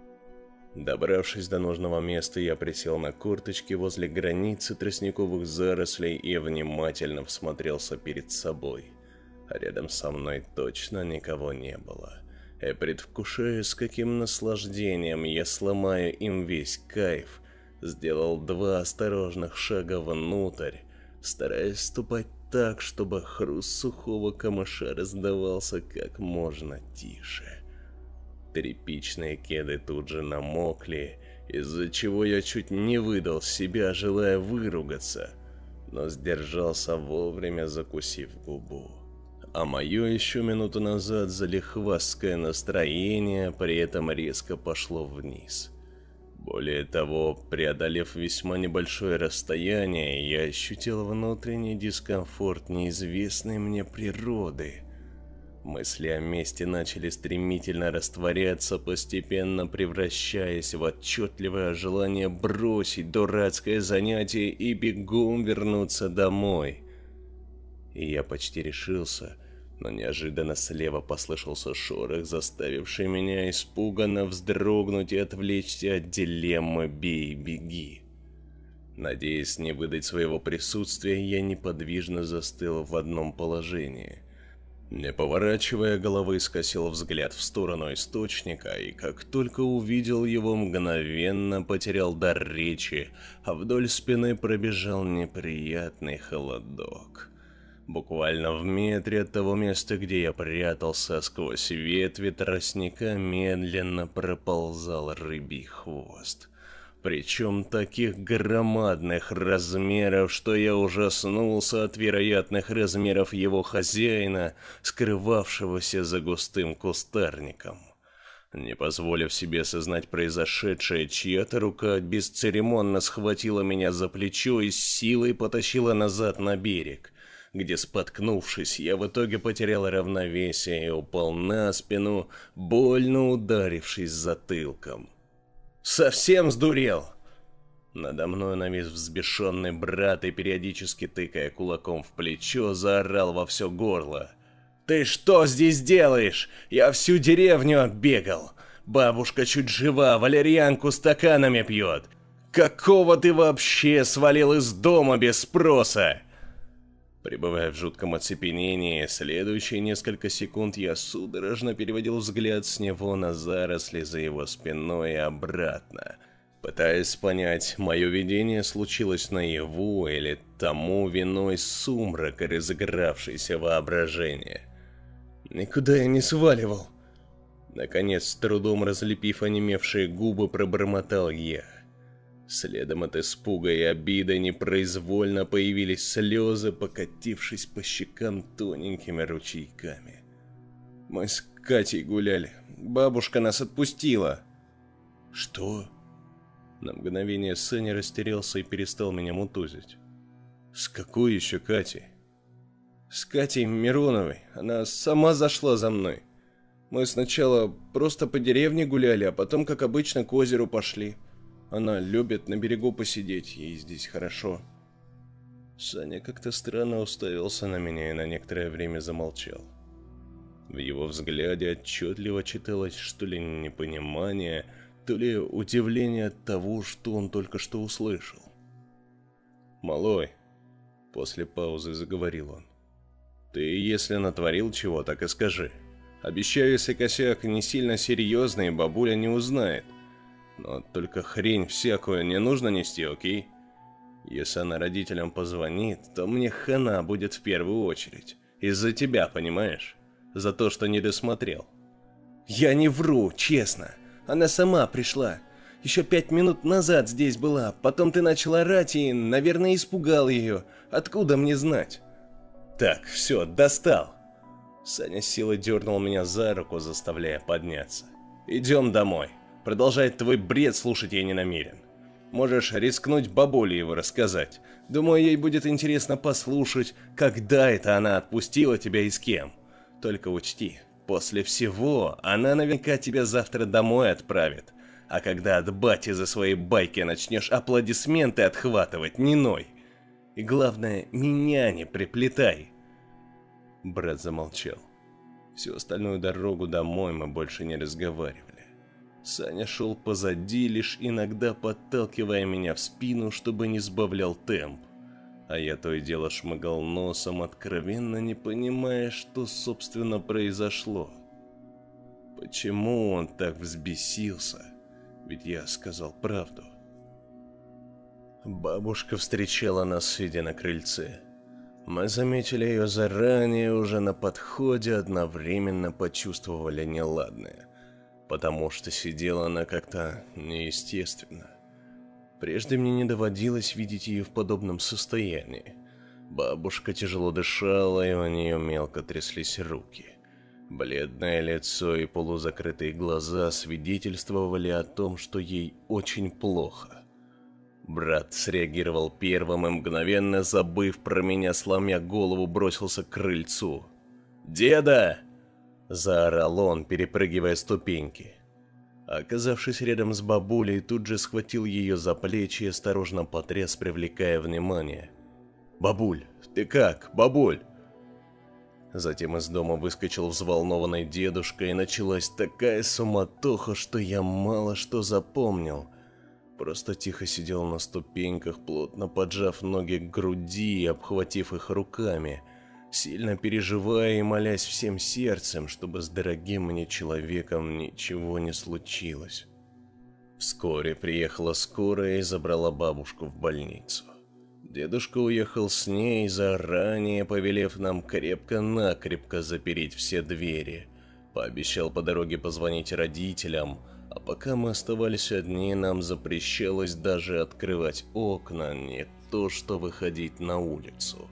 Добравшись до нужного места, я присел на корточки возле границы тростниковых зарослей и внимательно всмотрелся перед собой. А рядом со мной точно никого не было. И предвкушая, с каким наслаждением я сломаю им весь кайф, сделал два осторожных шага внутрь, стараясь ступать так, чтобы хруст сухого камыша раздавался как можно тише. Тряпичные кеды тут же намокли, из-за чего я чуть не выдал себя, желая выругаться, но сдержался вовремя, закусив губу. А мое еще минуту назад залихвастское настроение при этом резко пошло вниз. Более того, преодолев весьма небольшое расстояние, я ощутил внутренний дискомфорт неизвестной мне природы. Мысли о мести начали стремительно растворяться, постепенно превращаясь в отчетливое желание бросить дурацкое занятие и бегом вернуться домой. И я почти решился, но неожиданно слева послышался шорох, заставивший меня испуганно вздрогнуть и отвлечься от дилеммы «бей, беги». Надеясь не выдать своего присутствия, я неподвижно застыл в одном положении. Не поворачивая головы, скосил взгляд в сторону источника, и как только увидел его, мгновенно потерял дар речи, а вдоль спины пробежал неприятный холодок. Буквально в метре от того места, где я прятался, сквозь ветви тростника медленно проползал рыбий хвост. Причем таких громадных размеров, что я ужаснулся от вероятных размеров его хозяина, скрывавшегося за густым кустарником. Не позволив себе осознать произошедшее, чья-то рука бесцеремонно схватила меня за плечо и с силой потащила назад на берег, где, споткнувшись, я в итоге потерял равновесие и упал на спину, больно ударившись затылком. «Совсем сдурел?» Надо мной навис взбешенный брат и, периодически тыкая кулаком в плечо, заорал во все горло. «Ты что здесь делаешь? Я всю деревню оббегал. Бабушка чуть жива, валерьянку стаканами пьет. Какого ты вообще свалил из дома без спроса?» Пребывая в жутком оцепенении, следующие несколько секунд я судорожно переводил взгляд с него на заросли за его спиной и обратно, пытаясь понять, мое видение случилось наяву или тому виной сумрак и разыгравшееся воображение. «Никуда я не сваливал!» Наконец, с трудом разлепив онемевшие губы, пробормотал я. Следом от испуга и обиды непроизвольно появились слезы, покатившись по щекам тоненькими ручейками. «Мы с Катей гуляли. Бабушка нас отпустила». «Что?» На мгновение Саня растерялся и перестал меня мутузить. «С какой еще Катей?» «С Катей Мироновой. Она сама зашла за мной. Мы сначала просто по деревне гуляли, а потом, как обычно, к озеру пошли. Она любит на берегу посидеть, ей здесь хорошо». Саня как-то странно уставился на меня и на некоторое время замолчал. В его взгляде отчетливо читалось что ли непонимание, то ли удивление от того, что он только что услышал. «Малой», — после паузы заговорил он, — «ты, если натворил чего, так и скажи. Обещаю, если косяк не сильно серьезный, бабуля не узнает. Но только хрень всякую не нужно нести, окей? Если она родителям позвонит, то мне хана будет в первую очередь. Из-за тебя, понимаешь? За то, что не досмотрел». «Я не вру, честно. Она сама пришла. Еще пять минут назад здесь была. Потом ты начал орать и, наверное, испугал ее. Откуда мне знать?» «Так, все, достал». Саня с силой дернул меня за руку, заставляя подняться. «Идем домой. Продолжать твой бред слушать я не намерен. Можешь рискнуть бабуле его рассказать. Думаю, ей будет интересно послушать, когда это она отпустила тебя и с кем. Только учти, после всего она наверняка тебя завтра домой отправит. А когда от бати за свои байки начнешь аплодисменты отхватывать, не ной. И главное, меня не приплетай». Брат замолчал. Всю остальную дорогу домой мы больше не разговаривали. Саня шел позади, лишь иногда подталкивая меня в спину, чтобы не сбавлял темп. А я то и дело шмыгал носом, откровенно не понимая, что собственно произошло. Почему он так взбесился? Ведь я сказал правду. Бабушка встречала нас, сидя на крыльце. Мы заметили ее заранее, уже на подходе, одновременно почувствовали неладное. Потому что сидела она как-то неестественно. Прежде мне не доводилось видеть ее в подобном состоянии. Бабушка тяжело дышала, и у нее мелко тряслись руки. Бледное лицо и полузакрытые глаза свидетельствовали о том, что ей очень плохо. Брат среагировал первым и, мгновенно забыв про меня, сломя голову, бросился к крыльцу. «Деда!» – заорал он, перепрыгивая ступеньки. Оказавшись рядом с бабулей, тут же схватил ее за плечи и осторожно потряс, привлекая внимание. «Бабуль, ты как, бабуль?» Затем из дома выскочил взволнованный дедушка, и началась такая суматоха, что я мало что запомнил. Просто тихо сидел на ступеньках, плотно поджав ноги к груди и обхватив их руками, сильно переживая и молясь всем сердцем, чтобы с дорогим мне человеком ничего не случилось. Вскоре приехала скорая и забрала бабушку в больницу. Дедушка уехал с ней, заранее повелев нам крепко-накрепко запереть все двери. Пообещал по дороге позвонить родителям, а пока мы оставались одни, нам запрещалось даже открывать окна, не то что выходить на улицу.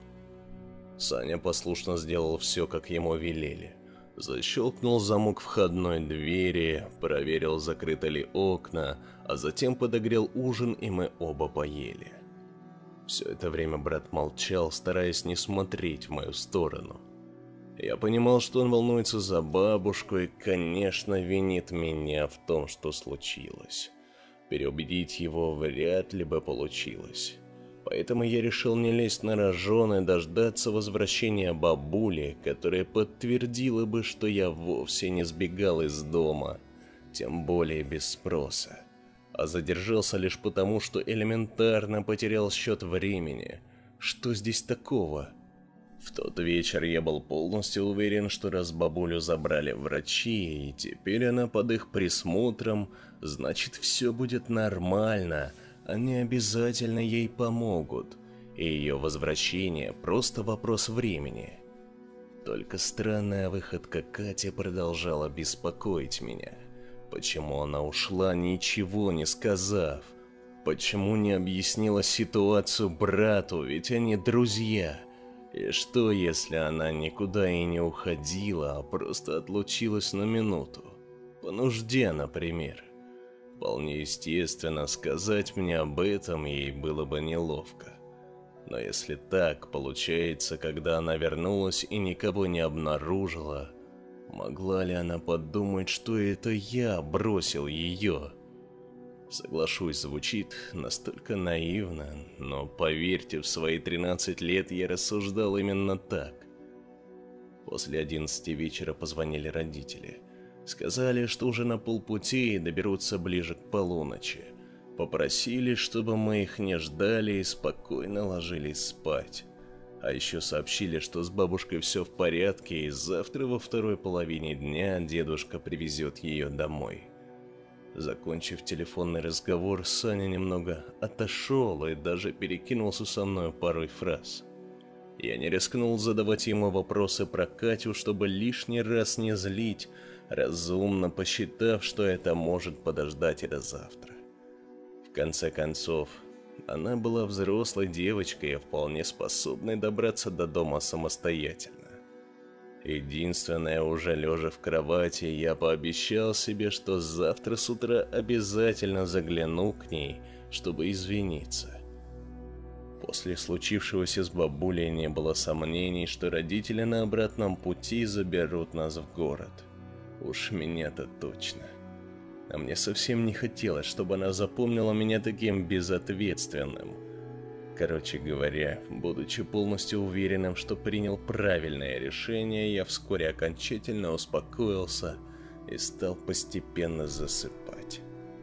Саня послушно сделал все, как ему велели. Защелкнул замок входной двери, проверил, закрыты ли окна, а затем подогрел ужин, и мы оба поели. Все это время брат молчал, стараясь не смотреть в мою сторону. Я понимал, что он волнуется за бабушку и, конечно, винит меня в том, что случилось. Переубедить его вряд ли бы получилось. Поэтому я решил не лезть на рожон и дождаться возвращения бабули, которая подтвердила бы, что я вовсе не сбегал из дома, тем более без спроса, а задержался лишь потому, что элементарно потерял счет времени. Что здесь такого? В тот вечер я был полностью уверен, что раз бабулю забрали врачи, и теперь она под их присмотром, значит, все будет нормально. Они обязательно ей помогут, и ее возвращение просто вопрос времени. Только странная выходка Кати продолжала беспокоить меня. Почему она ушла, ничего не сказав? Почему не объяснила ситуацию брату, ведь они друзья? И что, если она никуда и не уходила, а просто отлучилась на минуту? По нужде, например. Вполне естественно, сказать мне об этом ей было бы неловко. Но если так получается, когда она вернулась и никого не обнаружила, могла ли она подумать, что это я бросил ее? Соглашусь, звучит настолько наивно, но поверьте, в свои тринадцать лет я рассуждал именно так. После одиннадцати вечера позвонили родители. Сказали, что уже на полпути и доберутся ближе к полуночи. Попросили, чтобы мы их не ждали и спокойно ложились спать. А еще сообщили, что с бабушкой все в порядке, и завтра во второй половине дня дедушка привезет ее домой. Закончив телефонный разговор, Саня немного отошел и даже перекинулся со мной парой фраз. Я не рискнул задавать ему вопросы про Катю, чтобы лишний раз не злить, разумно посчитав, что это может подождать и до завтра. В конце концов, она была взрослой девочкой и вполне способной добраться до дома самостоятельно. Единственное, уже лежа в кровати, я пообещал себе, что завтра с утра обязательно загляну к ней, чтобы извиниться. После случившегося с бабулей не было сомнений, что родители на обратном пути заберут нас в город. Уж меня-то точно. А мне совсем не хотелось, чтобы она запомнила меня таким безответственным. Короче говоря, будучи полностью уверенным, что принял правильное решение, я вскоре окончательно успокоился и стал постепенно засыпать.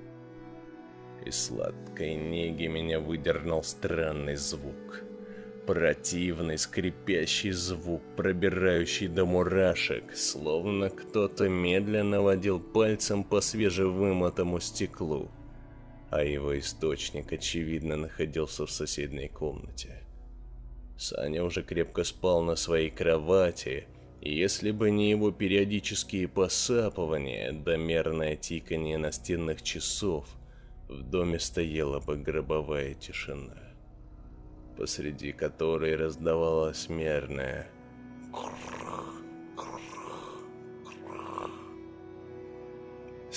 Из сладкой неги меня выдернул странный звук. Противный скрипящий звук, пробирающий до мурашек, словно кто-то медленно водил пальцем по свежевымытому стеклу. А его источник, очевидно, находился в соседней комнате. Саня уже крепко спал на своей кровати, и если бы не его периодические посапывания да мерное тиканье настенных часов, в доме стояла бы гробовая тишина, посреди которой раздавалось мерное «крррр, крррр,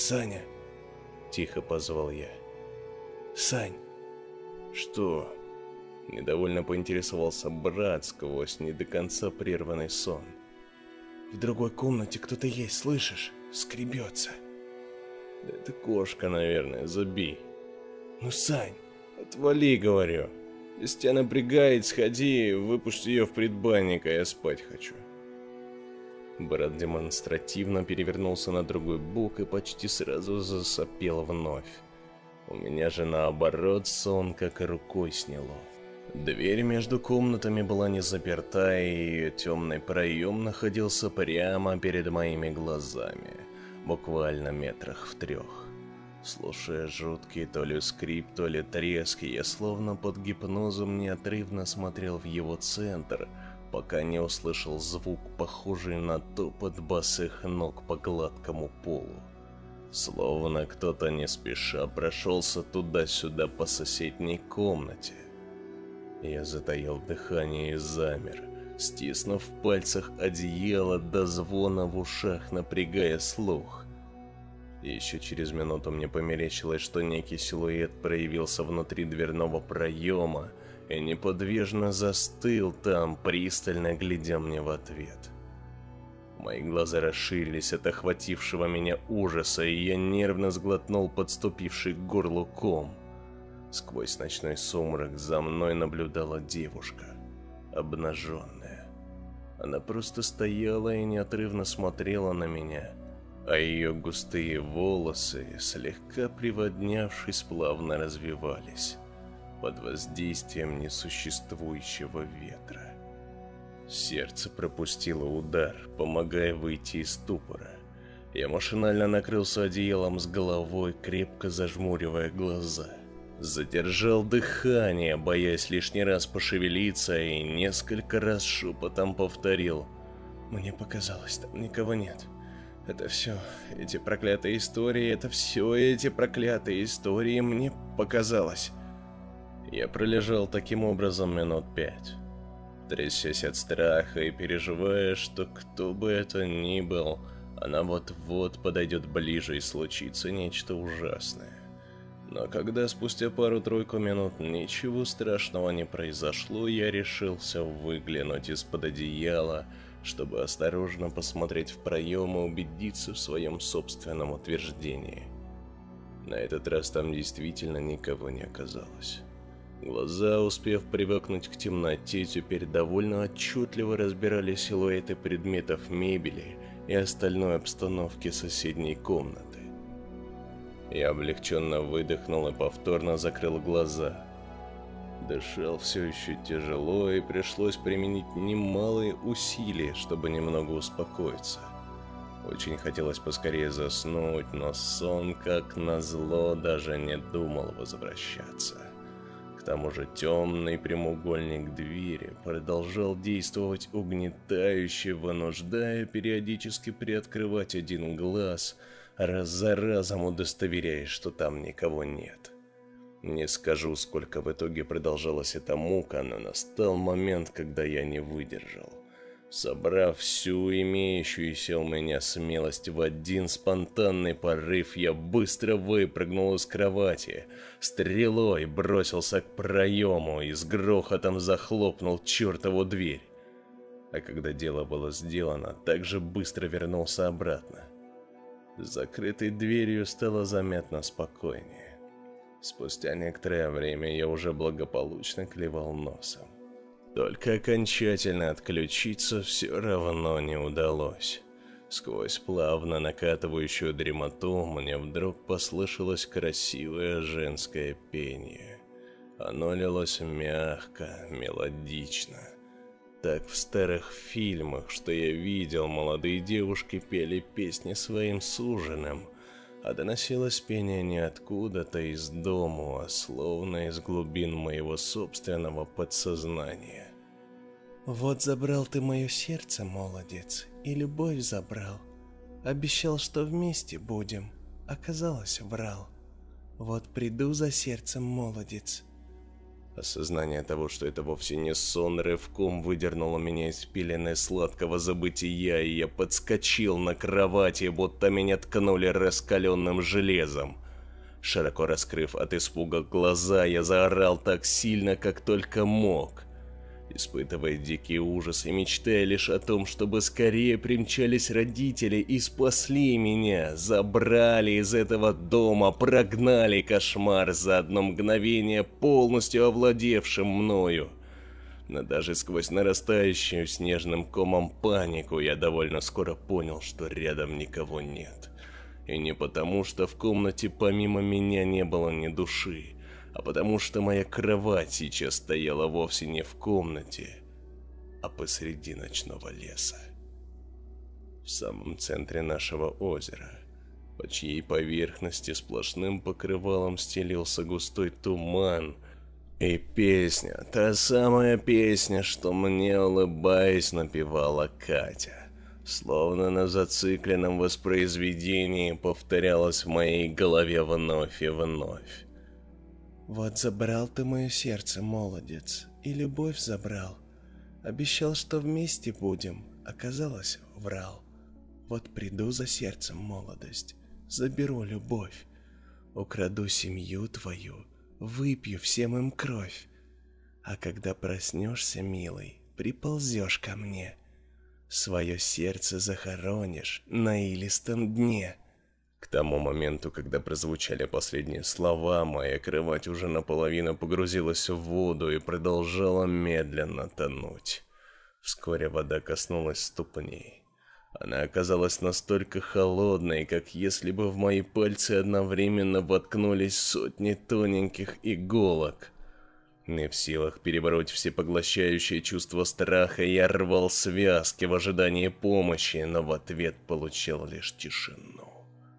Саня!»
Тихо позвал я.
«Сань!»
«Что?» Недовольно поинтересовался брат сквозь не до конца прерванный сон.
«В другой комнате кто-то есть, слышишь? Скребется!»
«Это кошка, наверное, забей!»
«Ну, Сань!»
«Отвали, говорю! Если тебя напрягает, сходи, выпусти ее в предбанник, а я спать хочу!» Брат демонстративно перевернулся на другой бок и почти сразу засопел вновь. У меня же наоборот сон как рукой сняло. Дверь между комнатами была не заперта, и ее темный проем находился прямо перед моими глазами, буквально метрах в трех. Слушая жуткий то ли скрип, то ли треск, я словно под гипнозом неотрывно смотрел в его центр, пока не услышал звук, похожий на топот босых ног по гладкому полу. Словно кто-то не спеша прошелся туда-сюда по соседней комнате. Я затаил дыхание и замер, стиснув в пальцах одеяло до звона в ушах, напрягая слух. Еще через минуту мне померещилось, что некий силуэт проявился внутри дверного проема и неподвижно застыл там, пристально глядя мне в ответ. Мои глаза расширились от охватившего меня ужаса, и я нервно сглотнул подступивший к горлу ком. Сквозь ночной сумрак за мной наблюдала девушка, обнаженная. Она просто стояла и неотрывно смотрела на меня, а ее густые волосы, слегка приводнявшись, плавно развивались под воздействием несуществующего ветра. Сердце пропустило удар, помогая выйти из ступора. Я машинально накрылся одеялом с головой, крепко зажмуривая глаза. Задержал дыхание, боясь лишний раз пошевелиться, и несколько раз шепотом повторил:
«Мне показалось, там никого нет. Это все, эти проклятые истории, это все эти проклятые истории, мне показалось».
Я пролежал таким образом минут пять, трясясь от страха и переживая, что кто бы это ни был, она вот-вот подойдет ближе и случится нечто ужасное. Но когда спустя пару-тройку минут ничего страшного не произошло, я решился выглянуть из-под одеяла, чтобы осторожно посмотреть в проем и убедиться в своем собственном утверждении. На этот раз там действительно никого не оказалось. Глаза, успев привыкнуть к темноте, теперь довольно отчетливо разбирали силуэты предметов мебели и остальной обстановки соседней комнаты. Я облегченно выдохнул и повторно закрыл глаза. Дышал все еще тяжело, и пришлось применить немалые усилия, чтобы немного успокоиться. Очень хотелось поскорее заснуть, но сон, как назло, даже не думал возвращаться. К тому же темный прямоугольник двери продолжал действовать угнетающе, вынуждая периодически приоткрывать один глаз, раз за разом удостоверяясь, что там никого нет. Не скажу, сколько в итоге продолжалась эта мука, но настал момент, когда я не выдержал. Собрав всю имеющуюся у меня смелость в один спонтанный порыв, я быстро выпрыгнул из кровати, стрелой бросился к проему и с грохотом захлопнул чертову дверь. А когда дело было сделано, также быстро вернулся обратно. С закрытой дверью стало заметно спокойнее. Спустя некоторое время я уже благополучно клевал носом. Только окончательно отключиться все равно не удалось. Сквозь плавно накатывающую дремоту мне вдруг послышалось красивое женское пение. Оно лилось мягко, мелодично. Так в старых фильмах, что я видел, молодые девушки пели песни своим суженым, а доносилось пение не откуда-то из дому, а словно из глубин моего собственного подсознания.
«Вот забрал ты мое сердце, молодец, и любовь забрал. Обещал, что вместе будем, оказалось, врал. Вот приду за сердцем, молодец».
Осознание того, что это вовсе не сон, рывком выдернуло меня из пелены сладкого забытия, и я подскочил на кровати, будто меня ткнули раскаленным железом. Широко раскрыв от испуга глаза, я заорал так сильно, как только мог, испытывая дикий ужас и мечтая лишь о том, чтобы скорее примчались родители и спасли меня, забрали из этого дома, прогнали кошмар за одно мгновение, полностью овладевшим мною. Но даже сквозь нарастающую снежным комом панику я довольно скоро понял, что рядом никого нет. И не потому, что в комнате помимо меня не было ни души, а потому что моя кровать сейчас стояла вовсе не в комнате, а посреди ночного леса. В самом центре нашего озера, по чьей поверхности сплошным покрывалом стелился густой туман, и песня, та самая песня, что мне, улыбаясь, напевала Катя, словно на зацикленном воспроизведении повторялась в моей голове вновь и вновь.
Вот забрал ты мое сердце, молодец, и любовь забрал. Обещал, что вместе будем, оказалось, врал. Вот приду за сердцем, молодость, заберу любовь, украду семью твою, выпью всем им кровь. А когда проснешься, милый, приползешь ко мне, свое сердце захоронишь на илистом дне.
К тому моменту, когда прозвучали последние слова, моя кровать уже наполовину погрузилась в воду и продолжала медленно тонуть. Вскоре вода коснулась ступней. Она оказалась настолько холодной, как если бы в мои пальцы одновременно воткнулись сотни тоненьких иголок. Не в силах перебороть всепоглощающее чувство страха, я рвал связки в ожидании помощи, но в ответ получил лишь тишину.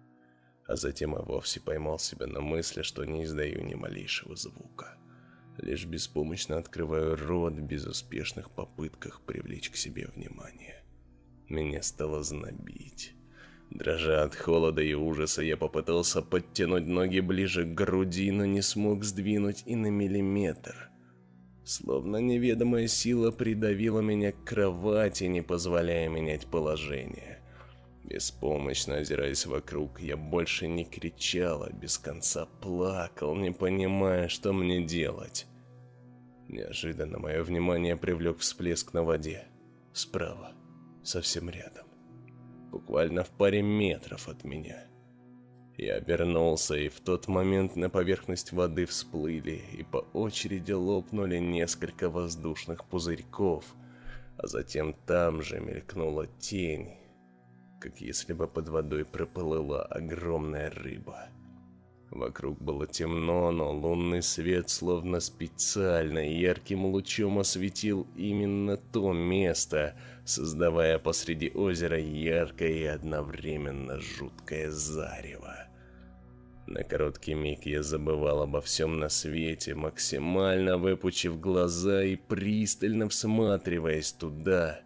А затем и вовсе поймал себя на мысли, что не издаю ни малейшего звука. Лишь беспомощно открываю рот в безуспешных попытках привлечь к себе внимание. Меня стало знобить. Дрожа от холода и ужаса, я попытался подтянуть ноги ближе к груди, но не смог сдвинуть и на миллиметр. Словно неведомая сила придавила меня к кровати, не позволяя менять положение. Беспомощно озираясь вокруг, я больше не кричал, а без конца плакал, не понимая, что мне делать. Неожиданно мое внимание привлек всплеск на воде. Справа, совсем рядом, буквально в паре метров от меня. Я обернулся, и в тот момент на поверхность воды всплыли и по очереди лопнули несколько воздушных пузырьков, а затем там же мелькнула тень, как если бы под водой проплыла огромная рыба. Вокруг было темно, но лунный свет словно специально ярким лучом осветил именно то место, создавая посреди озера яркое и одновременно жуткое зарево. На короткий миг я забывал обо всем на свете, максимально выпучив глаза и пристально всматриваясь туда,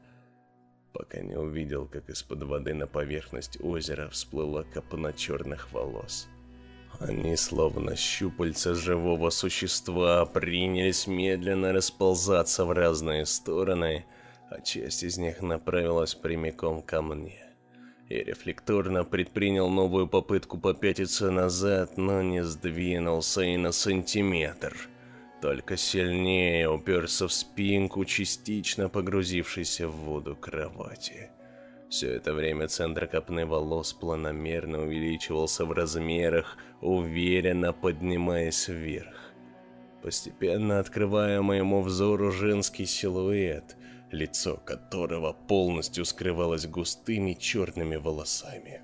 пока не увидел, как из-под воды на поверхность озера всплыла копна черных волос. Они, словно щупальца живого существа, принялись медленно расползаться в разные стороны, а часть из них направилась прямиком ко мне. Я рефлекторно предпринял новую попытку попятиться назад, но не сдвинулся и на сантиметр. Только сильнее уперся в спинку, частично погрузившейся в воду кровати. Все это время центр копны волос планомерно увеличивался в размерах, уверенно поднимаясь вверх. Постепенно открывая моему взору женский силуэт, лицо которого полностью скрывалось густыми черными волосами.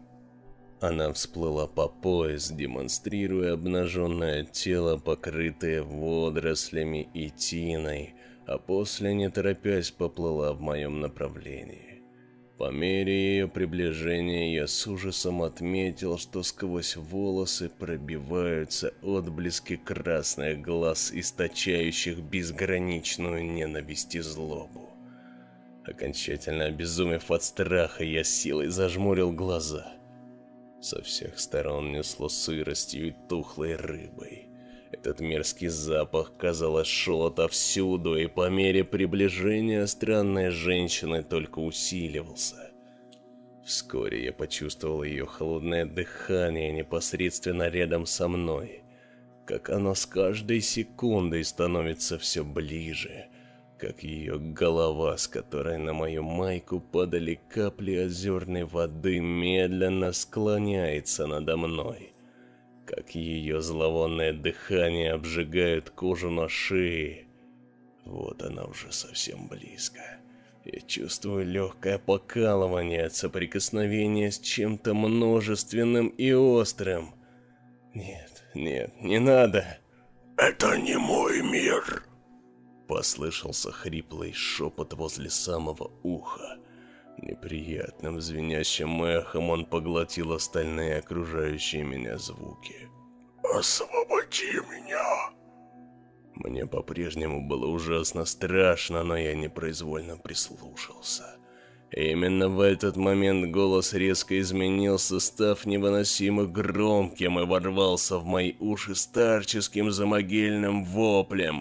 Она всплыла по пояс, демонстрируя обнаженное тело, покрытое водорослями и тиной, а после, не торопясь, поплыла в моем направлении. По мере ее приближения я с ужасом отметил, что сквозь волосы пробиваются отблески красных глаз, источающих безграничную ненависть и злобу. Окончательно обезумев от страха, я силой зажмурил глаза. Со всех сторон несло сыростью и тухлой рыбой. Этот мерзкий запах, казалось, шел отовсюду, и по мере приближения странной женщины только усиливался. Вскоре я почувствовал ее холодное дыхание непосредственно рядом со мной, как оно с каждой секундой становится все ближе, как ее голова, с которой на мою майку падали капли озерной воды, медленно склоняется надо мной, как ее зловонное дыхание обжигает кожу на шее. Вот она уже совсем близко. Я чувствую легкое покалывание от соприкосновения с чем-то множественным и острым. Нет, нет, не надо.
«Это не мой мир!»
Послышался хриплый шепот возле самого уха. Неприятным звенящим эхом он поглотил остальные окружающие меня звуки.
«Освободи меня!»
Мне по-прежнему было ужасно страшно, но я непроизвольно прислушался. Именно в этот момент голос резко изменился, став невыносимо громким, и ворвался в мои уши старческим замогильным воплем.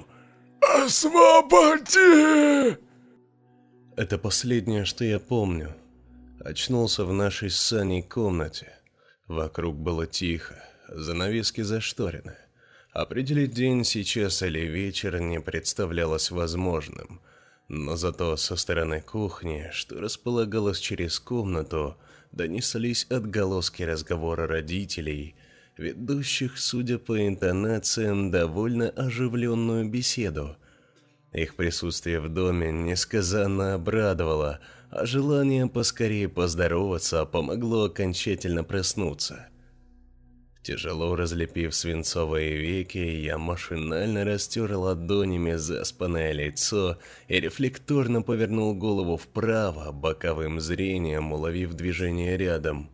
«Освободи!»
Это последнее, что я помню. Очнулся в нашей с Саней комнате. Вокруг было тихо, занавески зашторены. Определить день сейчас или вечер не представлялось возможным, но зато со стороны кухни, что располагалось через комнату, донеслись отголоски разговора родителей, ведущих, судя по интонациям, довольно оживленную беседу. Их присутствие в доме несказанно обрадовало, а желание поскорее поздороваться помогло окончательно проснуться. Тяжело разлепив свинцовые веки, я машинально растер ладонями заспанное лицо и рефлекторно повернул голову вправо, боковым зрением уловив движение рядом.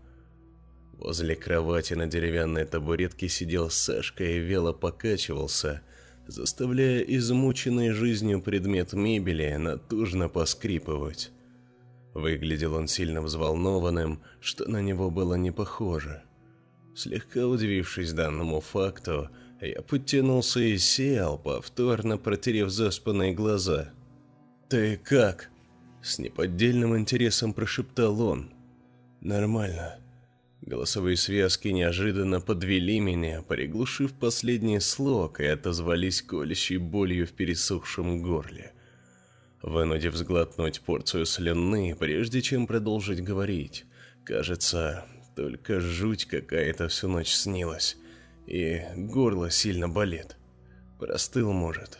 Возле кровати на деревянной табуретке сидел Сашка и вяло покачивался, заставляя измученный жизнью предмет мебели натужно поскрипывать. Выглядел он сильно взволнованным, что на него было не похоже. Слегка удивившись данному факту, я подтянулся и сел, повторно протерев заспанные глаза. «Ты как?» — с неподдельным интересом прошептал он. «Нормально». Голосовые связки неожиданно подвели меня, приглушив последний слог, и отозвались колющей болью в пересохшем горле. Вынудив сглотнуть порцию слюны, прежде чем продолжить говорить, кажется... Только жуть какая-то всю ночь снилась, и горло сильно болит. Простыл, может.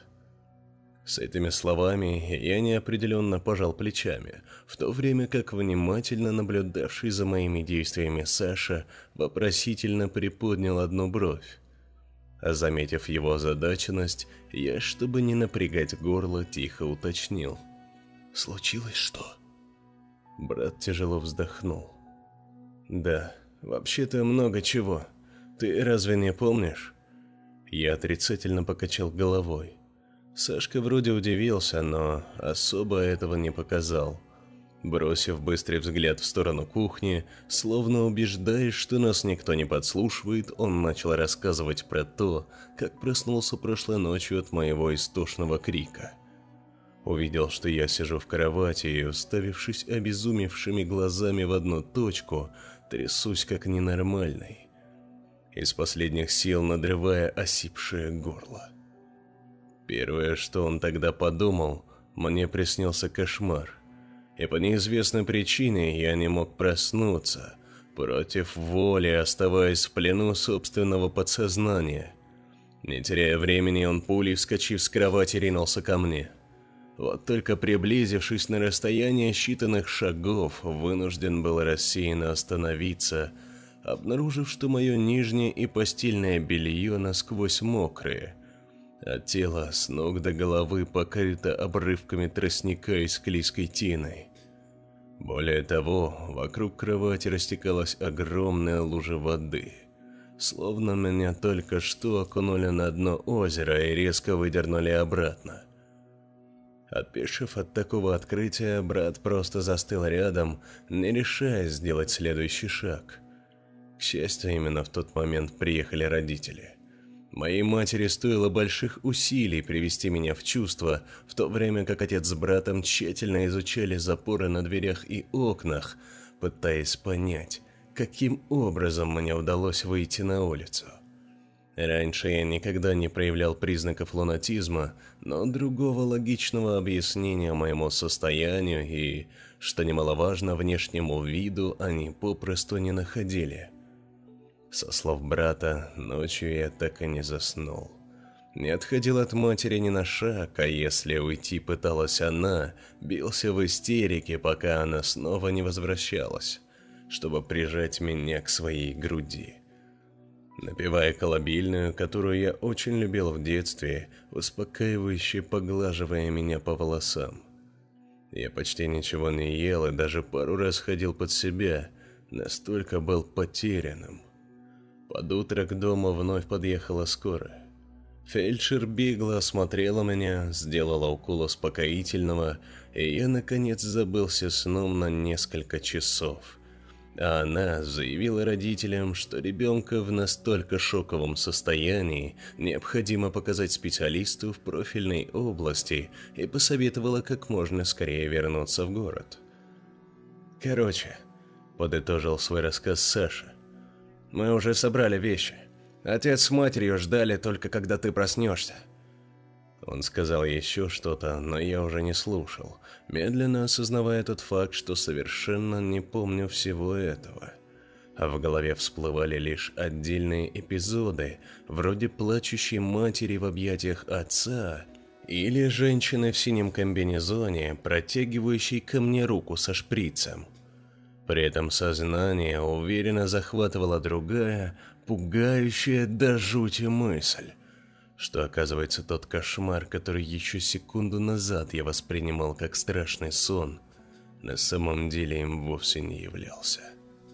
С этими словами я неопределенно пожал плечами, в то время как внимательно наблюдавший за моими действиями Саша вопросительно приподнял одну бровь. А заметив его озадаченность, я, чтобы не напрягать горло, тихо уточнил. «Случилось что?» Брат тяжело вздохнул. «Да, вообще-то много чего. Ты разве не помнишь?» Я отрицательно покачал головой. Сашка вроде удивился, но особо этого не показал. Бросив быстрый взгляд в сторону кухни, словно убеждаясь, что нас никто не подслушивает, он начал рассказывать про то, как проснулся прошлой ночью от моего истошного крика. Увидел, что я сижу в кровати и, уставившись обезумевшими глазами в одну точку, трясусь как ненормальный, из последних сил надрывая осипшее горло. Первое, что он тогда подумал, мне приснился кошмар, и по неизвестной причине я не мог проснуться, против воли оставаясь в плену собственного подсознания. Не теряя времени, он пулей, вскочив с кровати, ринулся ко мне. Вот только приблизившись на расстояние считанных шагов, вынужден был рассеянно остановиться, обнаружив, что мое нижнее и постельное белье насквозь мокрые, а тело с ног до головы покрыто обрывками тростника и склизкой тиной. Более того, вокруг кровати растекалась огромная лужа воды, словно меня только что окунули на дно озера и резко выдернули обратно. Опешив от такого открытия, брат просто застыл рядом, не решаясь сделать следующий шаг. К счастью, именно в тот момент приехали родители.
Моей матери стоило больших усилий привести меня в чувство, в то время как отец с братом тщательно изучали запоры на дверях и окнах, пытаясь понять, каким образом мне удалось выйти на улицу. Раньше я никогда не проявлял признаков лунатизма, но другого логичного объяснения моему состоянию и, что немаловажно, внешнему виду они попросту не находили. Со слов брата, ночью я так и не заснул. Не отходил от матери ни на шаг, а если уйти пыталась она, бился в истерике, пока она снова не возвращалась, чтобы прижать меня к своей груди. Напевая колыбельную, которую я очень любил в детстве, успокаивающе поглаживая меня по волосам. Я почти ничего не ел и даже пару раз ходил под себя, настолько был потерянным. Под утро к дому вновь подъехала скорая. Фельдшер бегло осмотрела меня, сделала укол успокоительного, и я наконец забылся сном на несколько часов. А она заявила родителям, что ребенка в настолько шоковом состоянии необходимо показать специалисту в профильной области и посоветовала как можно скорее вернуться в город. «Короче», — подытожил свой рассказ Саша, — «мы уже собрали вещи. Отец с матерью ждали только когда ты проснешься». Он сказал еще что-то, но я уже не слушал, медленно осознавая тот факт, что совершенно не помню всего этого. А в голове всплывали лишь отдельные эпизоды, вроде плачущей матери в объятиях отца или женщины в синем комбинезоне, протягивающей ко мне руку со шприцем. При этом сознание уверенно захватывала другая, пугающая до жути мысль, что, оказывается, тот кошмар, который еще секунду назад я воспринимал как страшный сон, на самом деле им вовсе не являлся.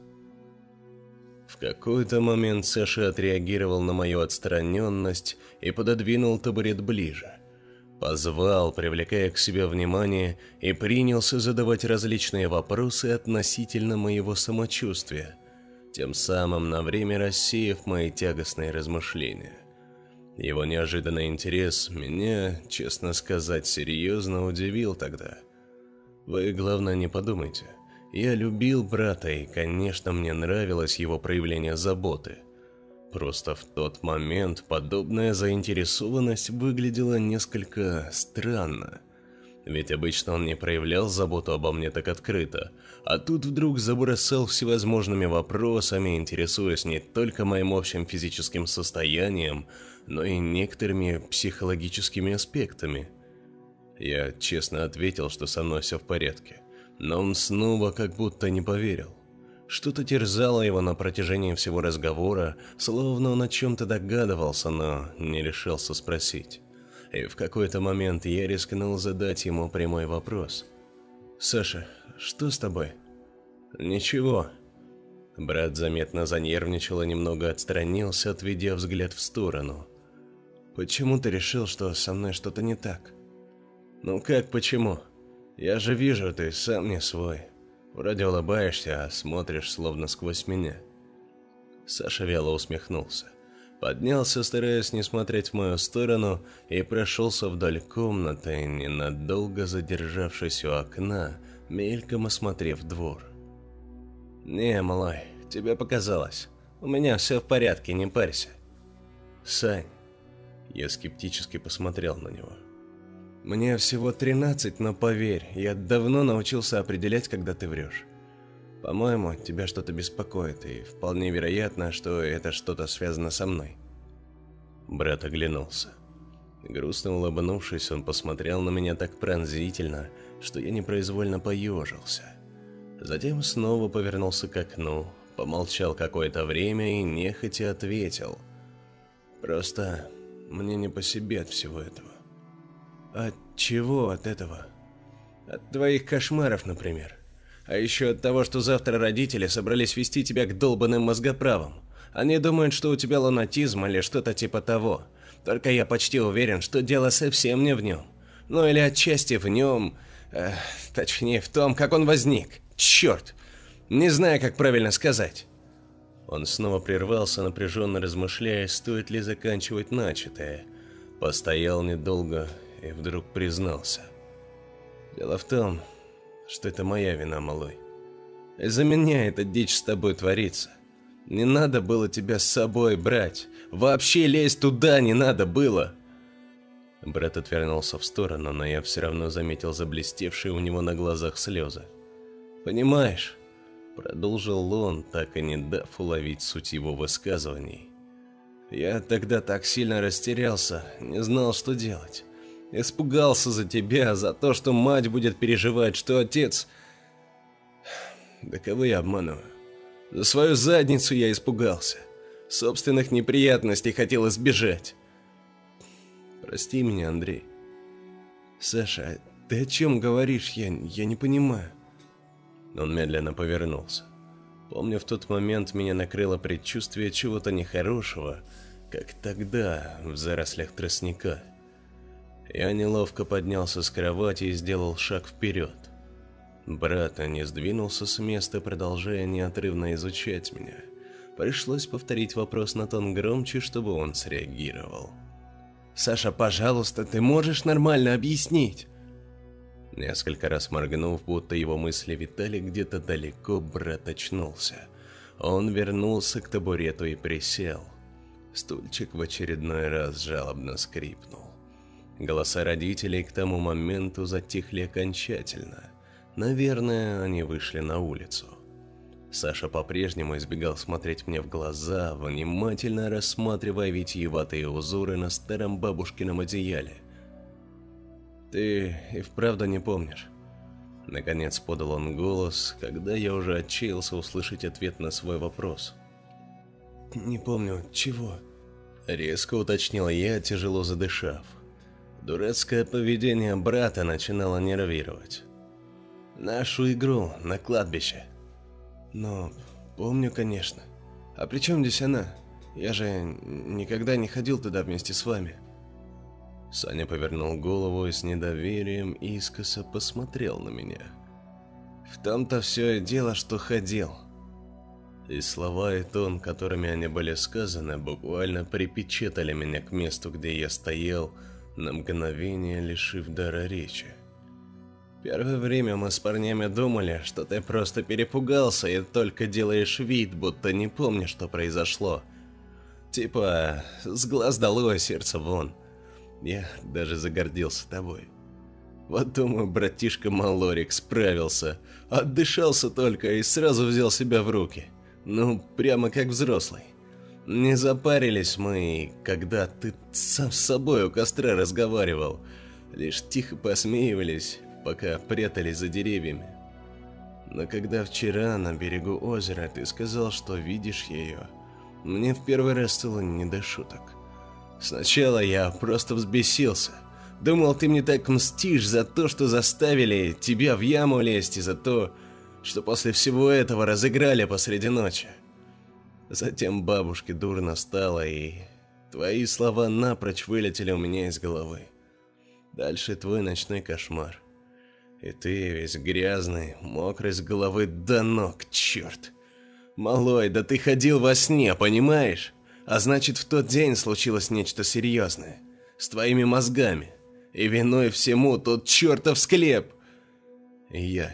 В какой-то момент Саша отреагировал на мою отстраненность и пододвинул табурет ближе. Позвал, привлекая к себе внимание, и принялся задавать различные вопросы относительно моего самочувствия, тем самым на время рассеяв мои тягостные размышления. Его неожиданный интерес меня, честно сказать, серьезно удивил тогда. Вы, главное, не подумайте. Я любил брата, и, конечно, мне нравилось его проявление заботы. Просто в тот момент подобная заинтересованность выглядела несколько странно. Ведь обычно он не проявлял заботу обо мне так открыто, а тут вдруг забросал всевозможными вопросами, интересуясь не только моим общим физическим состоянием, но и некоторыми психологическими аспектами. Я честно ответил, что со мной все в порядке, но он снова как будто не поверил. Что-то терзало его на протяжении всего разговора, словно он о чем-то догадывался, но не решился спросить. И в какой-то момент я рискнул задать ему прямой вопрос. «Саша, что с тобой?» «Ничего». Брат заметно занервничал и немного отстранился, отведя взгляд в сторону. «Почему ты решил, что со мной что-то не так?» «Ну как почему? Я же вижу, ты сам не свой. Вроде улыбаешься, а смотришь словно сквозь меня». Саша вяло усмехнулся. Поднялся, стараясь не смотреть в мою сторону, и прошелся вдоль комнаты, ненадолго задержавшись у окна, мельком осмотрев двор. «Не, малой, тебе показалось. У меня все в порядке, не парься». «Сань», я скептически посмотрел на него. «Мне всего тринадцать, но поверь, я давно научился определять, когда ты врешь. По-моему, тебя что-то беспокоит, и вполне вероятно, что это что-то связано со мной». Брат оглянулся. Грустно улыбнувшись, он посмотрел на меня так пронзительно, что я непроизвольно поежился. Затем снова повернулся к окну, помолчал какое-то время и нехотя ответил. «Просто мне не по себе от всего этого». «От чего от этого?» «От твоих кошмаров, например. А еще от того, что завтра родители собрались вести тебя к долбанным мозгоправам. Они думают, что у тебя лунатизм или что-то типа того. Только я почти уверен, что дело совсем не в нем. Ну или отчасти в нем, э, точнее в том, как он возник. Черт! Не знаю, как правильно сказать». Он снова прервался, напряженно размышляя, стоит ли заканчивать начатое. Постоял недолго и вдруг признался. «Дело в том, что это моя вина, малой. Из-за меня эта дичь с тобой творится. Не надо было тебя с собой брать. Вообще лезть туда не надо было». Брат отвернулся в сторону, но я все равно заметил заблестевшие у него на глазах слезы. «Понимаешь?» — продолжил он, так и не дав уловить суть его высказываний. «Я тогда так сильно растерялся, не знал, что делать. Испугался за тебя, за то, что мать будет переживать, что отец... Да кого я обманываю? За свою задницу я испугался. Собственных неприятностей хотел избежать. Прости меня, Андрей». «Саша, ты о чем говоришь? Я, я не понимаю». Он медленно повернулся. Помню, в тот момент меня накрыло предчувствие чего-то нехорошего, как тогда, в зарослях тростника. Я неловко поднялся с кровати и сделал шаг вперед. Брат не сдвинулся с места, продолжая неотрывно изучать меня. Пришлось повторить вопрос на тон громче, чтобы он среагировал. «Саша, пожалуйста, ты можешь нормально объяснить?» Несколько раз моргнув, будто его мысли витали где-то далеко, брат очнулся. Он вернулся к табурету и присел. Стульчик в очередной раз жалобно скрипнул. Голоса родителей к тому моменту затихли окончательно. Наверное, они вышли на улицу. Саша по-прежнему избегал смотреть мне в глаза, внимательно рассматривая витиеватые узоры на старом бабушкином одеяле. «Ты и вправду не помнишь?» Наконец подал он голос, когда я уже отчаялся услышать ответ на свой вопрос. «Не помню, чего?» Резко уточнил я, тяжело задышав. Дурацкое поведение брата начинало нервировать. «Нашу игру на кладбище». «Но помню, конечно. А при чем здесь она? Я же никогда не ходил туда вместе с вами». Саня повернул голову и с недоверием искоса посмотрел на меня. «В том-то все и дело, что ходил». И слова и тон, которыми они были сказаны, буквально припечатали меня к месту, где я стоял, на мгновение лишив дара речи. Первое время мы с парнями думали, что ты просто перепугался и только делаешь вид, будто не помнишь, что произошло. Типа, с глаз долой, сердце вон. Я даже загордился тобой. Вот думаю, братишка Малорик справился, отдышался только и сразу взял себя в руки. Ну, прямо как взрослый. Не запарились мы, когда ты сам с собой у костра разговаривал. Лишь тихо посмеивались, пока прятались за деревьями. Но когда вчера на берегу озера ты сказал, что видишь ее, мне в первый раз стало не до шуток. Сначала я просто взбесился. Думал, ты мне так мстишь за то, что заставили тебя в яму лезть, и за то, что после всего этого разыграли посреди ночи. Затем бабушке дурно стало, и твои слова напрочь вылетели у меня из головы. Дальше твой ночной кошмар. И ты весь грязный, мокрый с головы до ног, черт. Малой, да ты ходил во сне, понимаешь? А значит, в тот день случилось нечто серьезное. С твоими мозгами. И виной всему тот чертов склеп. И я.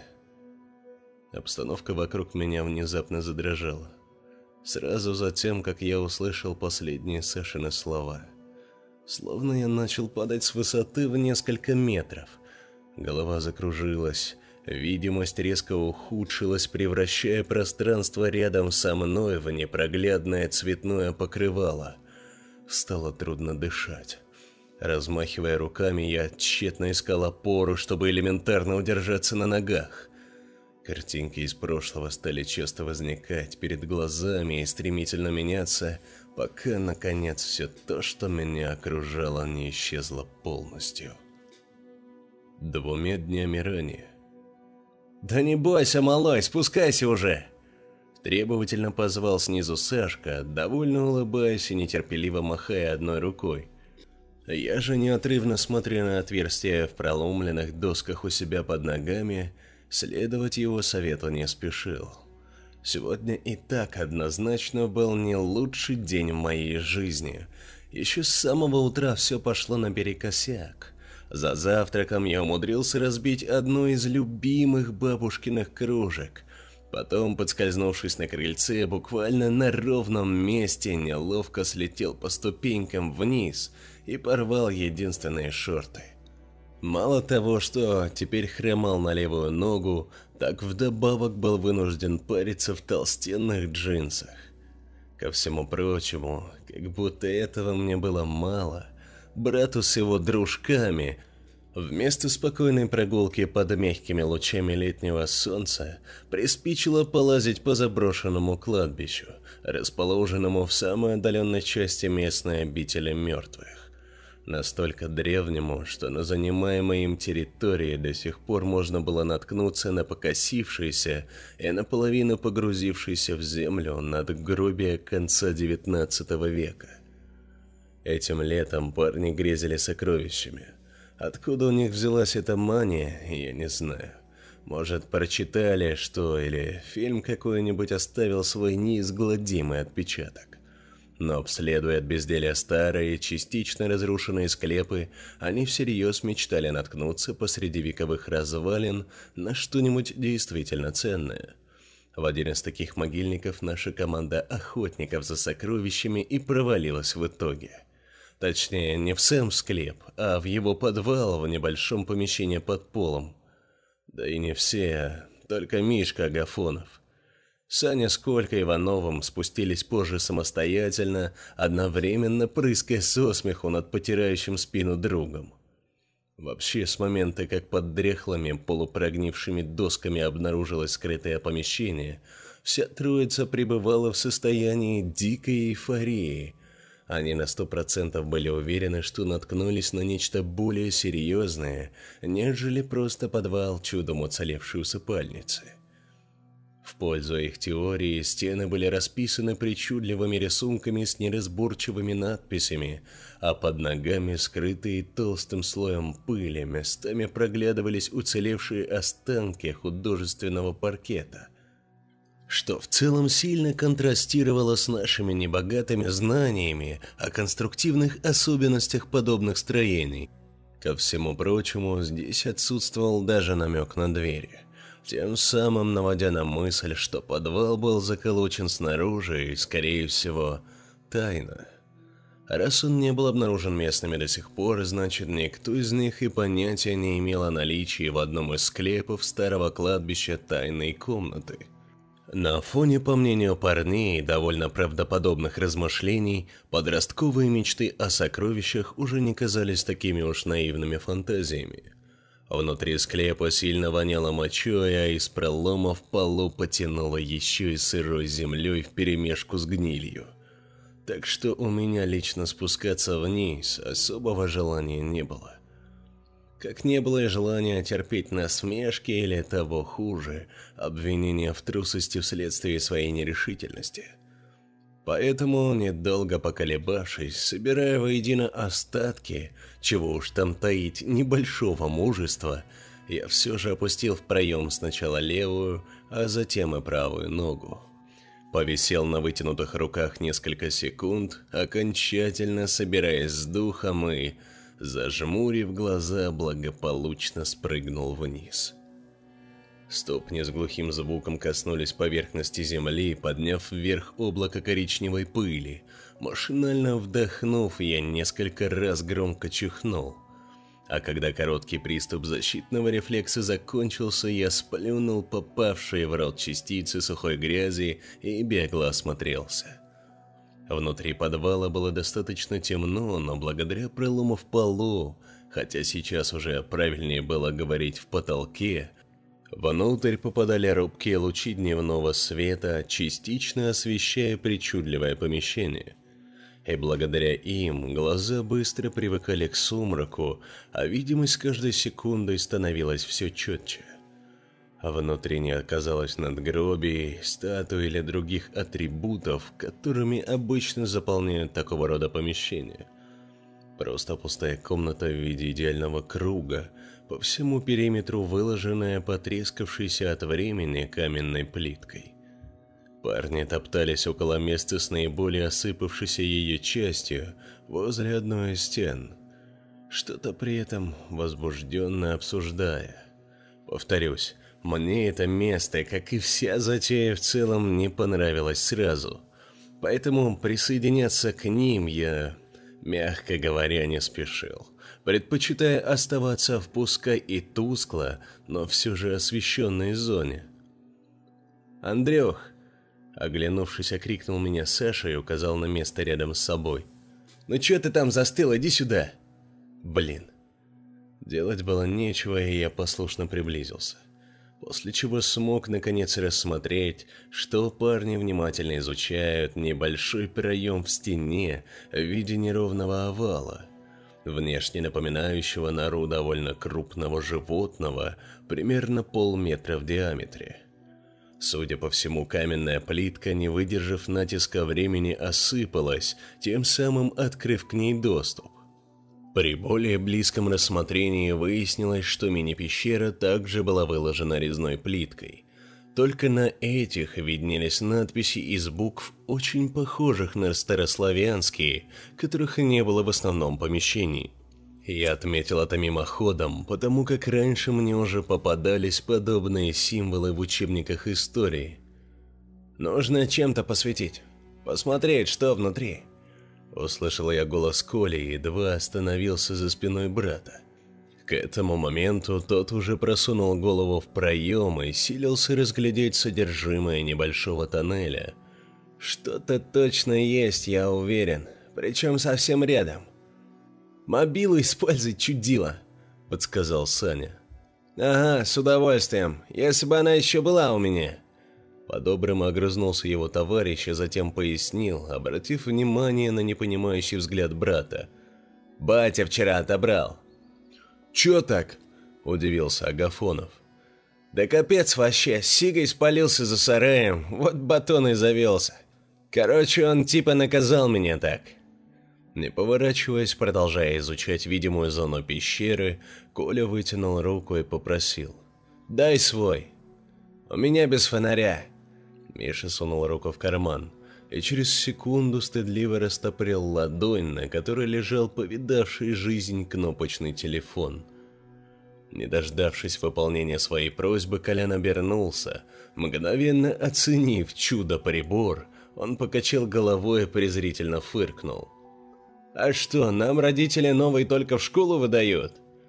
Обстановка вокруг меня внезапно задрожала. Сразу за тем, как я услышал последние Сашины слова. Словно я начал падать с высоты в несколько метров. Голова закружилась. Видимость резко ухудшилась, превращая пространство рядом со мной в непроглядное цветное покрывало. Стало трудно дышать. Размахивая руками, я тщетно искал опору, чтобы элементарно удержаться на ногах. Картинки из прошлого стали часто возникать перед глазами и стремительно меняться, пока, наконец, все то, что меня окружало, не исчезло полностью. Двумя днями ранее. «Да не бойся, малой, спускайся уже!» Требовательно позвал снизу Сашка, довольно улыбаясь и нетерпеливо махая одной рукой. Я же, неотрывно смотря на отверстия в проломленных досках у себя под ногами, следовать его совету не спешил. Сегодня и так однозначно был не лучший день в моей жизни. Еще с самого утра все пошло наперекосяк. За завтраком я умудрился разбить одну из любимых бабушкиных кружек. Потом, подскользнувшись на крыльце, буквально на ровном месте неловко слетел по ступенькам вниз и порвал единственные шорты. Мало того, что теперь хромал на левую ногу, так вдобавок был вынужден париться в толстенных джинсах. Ко всему прочему, как будто этого мне было мало, брату с его дружками вместо спокойной прогулки под мягкими лучами летнего солнца приспичило полазить по заброшенному кладбищу, расположенному в самой отдаленной части местной обители мертвых. Настолько древнему, что на занимаемой им территории до сих пор можно было наткнуться на покосившееся и наполовину погрузившееся в землю надгробие конца девятнадцатого века. Этим летом парни грезили сокровищами. Откуда у них взялась эта мания, я не знаю. Может, прочитали что, или фильм какой-нибудь оставил свой неизгладимый отпечаток. Но обследуя от безделия старые, частично разрушенные склепы, они всерьез мечтали наткнуться посреди вековых развалин на что-нибудь действительно ценное. В один из таких могильников наша команда охотников за сокровищами и провалилась в итоге. Точнее, не в сам склеп, а в его подвал в небольшом помещении под полом. Да и не все, только Мишка Агафонов. Саня с Колькой Ивановым спустились позже самостоятельно, одновременно прыская со смеху над потирающим спину другом. Вообще, с момента, как под дряхлыми полупрогнившими досками обнаружилось скрытое помещение, вся троица пребывала в состоянии дикой эйфории. Они на сто процентов были уверены, что наткнулись на нечто более серьезное, нежели просто подвал чудом уцелевшей усыпальницы. В пользу их теории стены были расписаны причудливыми рисунками с неразборчивыми надписями, а под ногами, скрытые толстым слоем пыли, местами проглядывались уцелевшие останки художественного паркета, что в целом сильно контрастировало с нашими небогатыми знаниями о конструктивных особенностях подобных строений. Ко всему прочему, здесь отсутствовал даже намек на двери, тем самым наводя на мысль, что подвал был заколочен снаружи и, скорее всего, тайно. Раз он не был обнаружен местными до сих пор, значит, никто из них и понятия не имел о наличии в одном из склепов старого кладбища тайной комнаты. На фоне, по мнению парней, довольно правдоподобных размышлений, подростковые мечты о сокровищах уже не казались такими уж наивными фантазиями. Внутри склепа сильно воняло мочой, а из пролома в полу потянуло еще и сырой землей вперемешку с гнилью. Так что у меня лично спускаться вниз особого желания не было. Как не было и желания терпеть насмешки или того хуже, обвинения в трусости вследствие своей нерешительности. Поэтому, недолго поколебавшись, собирая воедино остатки, чего уж там таить, небольшого мужества, я все же опустил в проем сначала левую, а затем и правую ногу. Повисел на вытянутых руках несколько секунд, окончательно собираясь с духом и, зажмурив глаза, благополучно спрыгнул вниз. Ступни с глухим звуком коснулись поверхности земли, подняв вверх облако коричневой пыли. Машинально вдохнув, я несколько раз громко чихнул. А когда короткий приступ защитного рефлекса закончился, я сплюнул попавшие в рот частицы сухой грязи и бегло осмотрелся. Внутри подвала было достаточно темно, но благодаря пролому в полу, хотя сейчас уже правильнее было говорить в потолке, внутрь попадали робкие лучи дневного света, частично освещая причудливое помещение. И благодаря им глаза быстро привыкали к сумраку, а видимость с каждой секундой становилась все четче. Внутри не оказалось надгробий, статуй или других атрибутов, которыми обычно заполняют такого рода помещения. Просто пустая комната в виде идеального круга, по всему периметру выложенная потрескавшейся от времени каменной плиткой. Парни топтались около места с наиболее осыпавшейся ее частью возле одной из стен, что-то при этом возбужденно обсуждая. Повторюсь, мне это место, как и вся затея в целом, не понравилось сразу, поэтому присоединяться к ним я, мягко говоря, не спешил, предпочитая оставаться в пускай и тускло, но все же освещенной зоне. «Андрюх!» Оглянувшись, окрикнул меня Саша и указал на место рядом с собой. «Ну чё ты там застыл? Иди сюда!» Блин. Делать было нечего, и я послушно приблизился. После чего смог наконец рассмотреть, что парни внимательно изучают небольшой проем в стене в виде неровного овала, внешне напоминающего нору довольно крупного животного, примерно полметра в диаметре. Судя по всему, каменная плитка, не выдержав натиска времени, осыпалась, тем самым открыв к ней доступ. При более близком рассмотрении выяснилось, что мини-пещера также была выложена резной плиткой. Только на этих виднелись надписи из букв, очень похожих на старославянские, которых не было в основном помещении. Я отметил это мимоходом, потому как раньше мне уже попадались подобные символы в учебниках истории. «Нужно чем-то посветить, посмотреть, что внутри». Услышал я голос Коли и едва остановился за спиной брата. К этому моменту тот уже просунул голову в проем и силился разглядеть содержимое небольшого тоннеля. «Что-то точно есть, я уверен, причем совсем рядом». «Мобилу используй, чудило», — подсказал Саня. «Ага, с удовольствием, если бы она еще была у меня». По-доброму огрызнулся его товарищ, а затем пояснил, обратив внимание на непонимающий взгляд брата. «Батя вчера отобрал». «Чё так?» – удивился Агафонов. «Да капец вообще, Сигой спалился за сараем, вот батон и завелся. Короче, он типа наказал меня так». Не поворачиваясь, продолжая изучать видимую зону пещеры, Коля вытянул руку и попросил. «Дай свой». «У меня без фонаря». Миша сунул руку в карман и через секунду стыдливо растопырил ладонь, на которой лежал повидавший жизнь кнопочный телефон. Не дождавшись выполнения своей просьбы, Колян обернулся. Мгновенно оценив чудо-прибор, он покачал головой и презрительно фыркнул. «А что, нам родители новый только в школу выдают?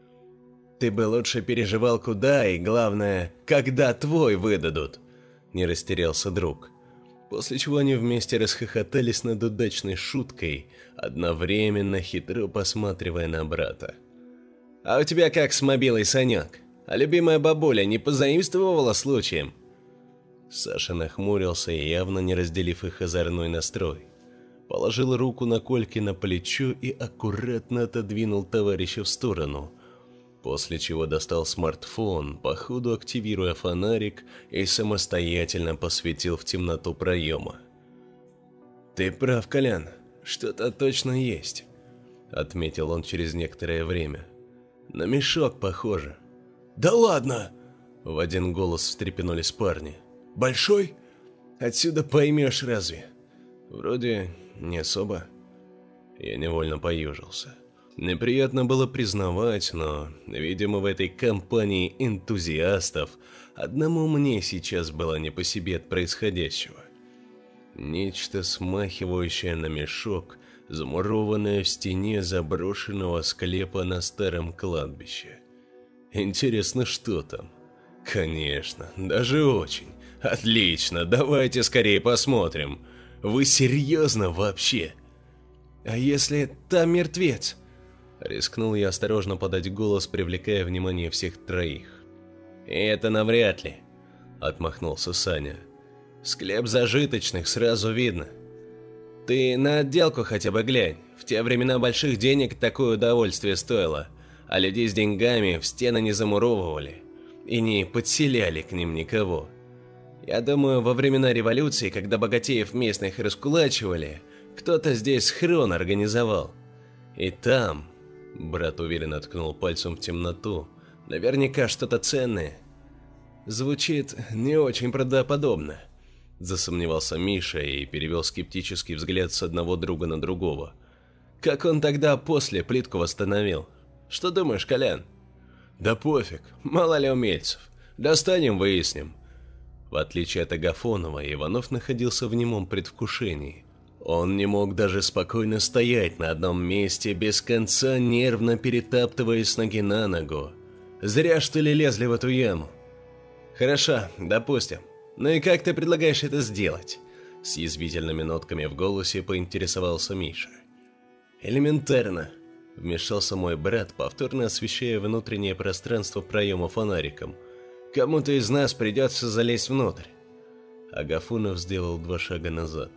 Ты бы лучше переживал, куда и, главное, когда твой выдадут», — не растерялся друг. После чего они вместе расхохотались над удачной шуткой, одновременно хитро посматривая на брата. «А у тебя как с мобилой, Санек? А любимая бабуля не позаимствовала случаем?» Саша нахмурился и, явно не разделив их озорной настрой, положил руку на Кольке на плечо и аккуратно отодвинул товарища в сторону, после чего достал смартфон, по ходу активируя фонарик и самостоятельно посветил в темноту проема. «Ты прав, Колян, что-то точно есть», — отметил он через некоторое время. «На мешок похоже». «Да ладно!» — в один голос встрепенулись парни. «Большой? Отсюда поймешь разве?» «Вроде не особо». Я невольно поежился. Неприятно было признавать, но, видимо, в этой компании энтузиастов одному мне сейчас было не по себе от происходящего. Нечто смахивающее на мешок, замурованное в стене заброшенного склепа на старом кладбище. Интересно, что там? Конечно, даже очень. Отлично, давайте скорее посмотрим. Вы серьезно вообще? А если там мертвец? Рискнул я осторожно подать голос, привлекая внимание всех троих. Это навряд ли, отмахнулся Саня. Склеп зажиточных сразу видно. Ты на отделку хотя бы глянь. В те времена больших денег такое удовольствие стоило, а людей с деньгами в стены не замуровывали и не подселяли к ним никого. Я думаю, во времена революции, когда богатеев местных раскулачивали, кто-то здесь схрон организовал. И там, брат уверенно ткнул пальцем в темноту, наверняка что-то ценное. Звучит не очень правдоподобно. Засомневался Миша и перевел скептический взгляд с одного друга на другого. Как он тогда после плитку восстановил? Что думаешь, Колян? Да пофиг, мало ли умельцев. Достанем, выясним. В отличие от Агафонова, Иванов находился в немом предвкушении. Он не мог даже спокойно стоять на одном месте, без конца нервно перетаптываясь с ноги на ногу. Зря, что ли, лезли в эту яму. Хорошо, допустим. Ну и как ты предлагаешь это сделать? С язвительными нотками в голосе поинтересовался Миша. Элементарно. Вмешался мой брат, повторно освещая внутреннее пространство проема фонариком. Кому-то из нас придется залезть внутрь. Агафонов сделал два шага назад.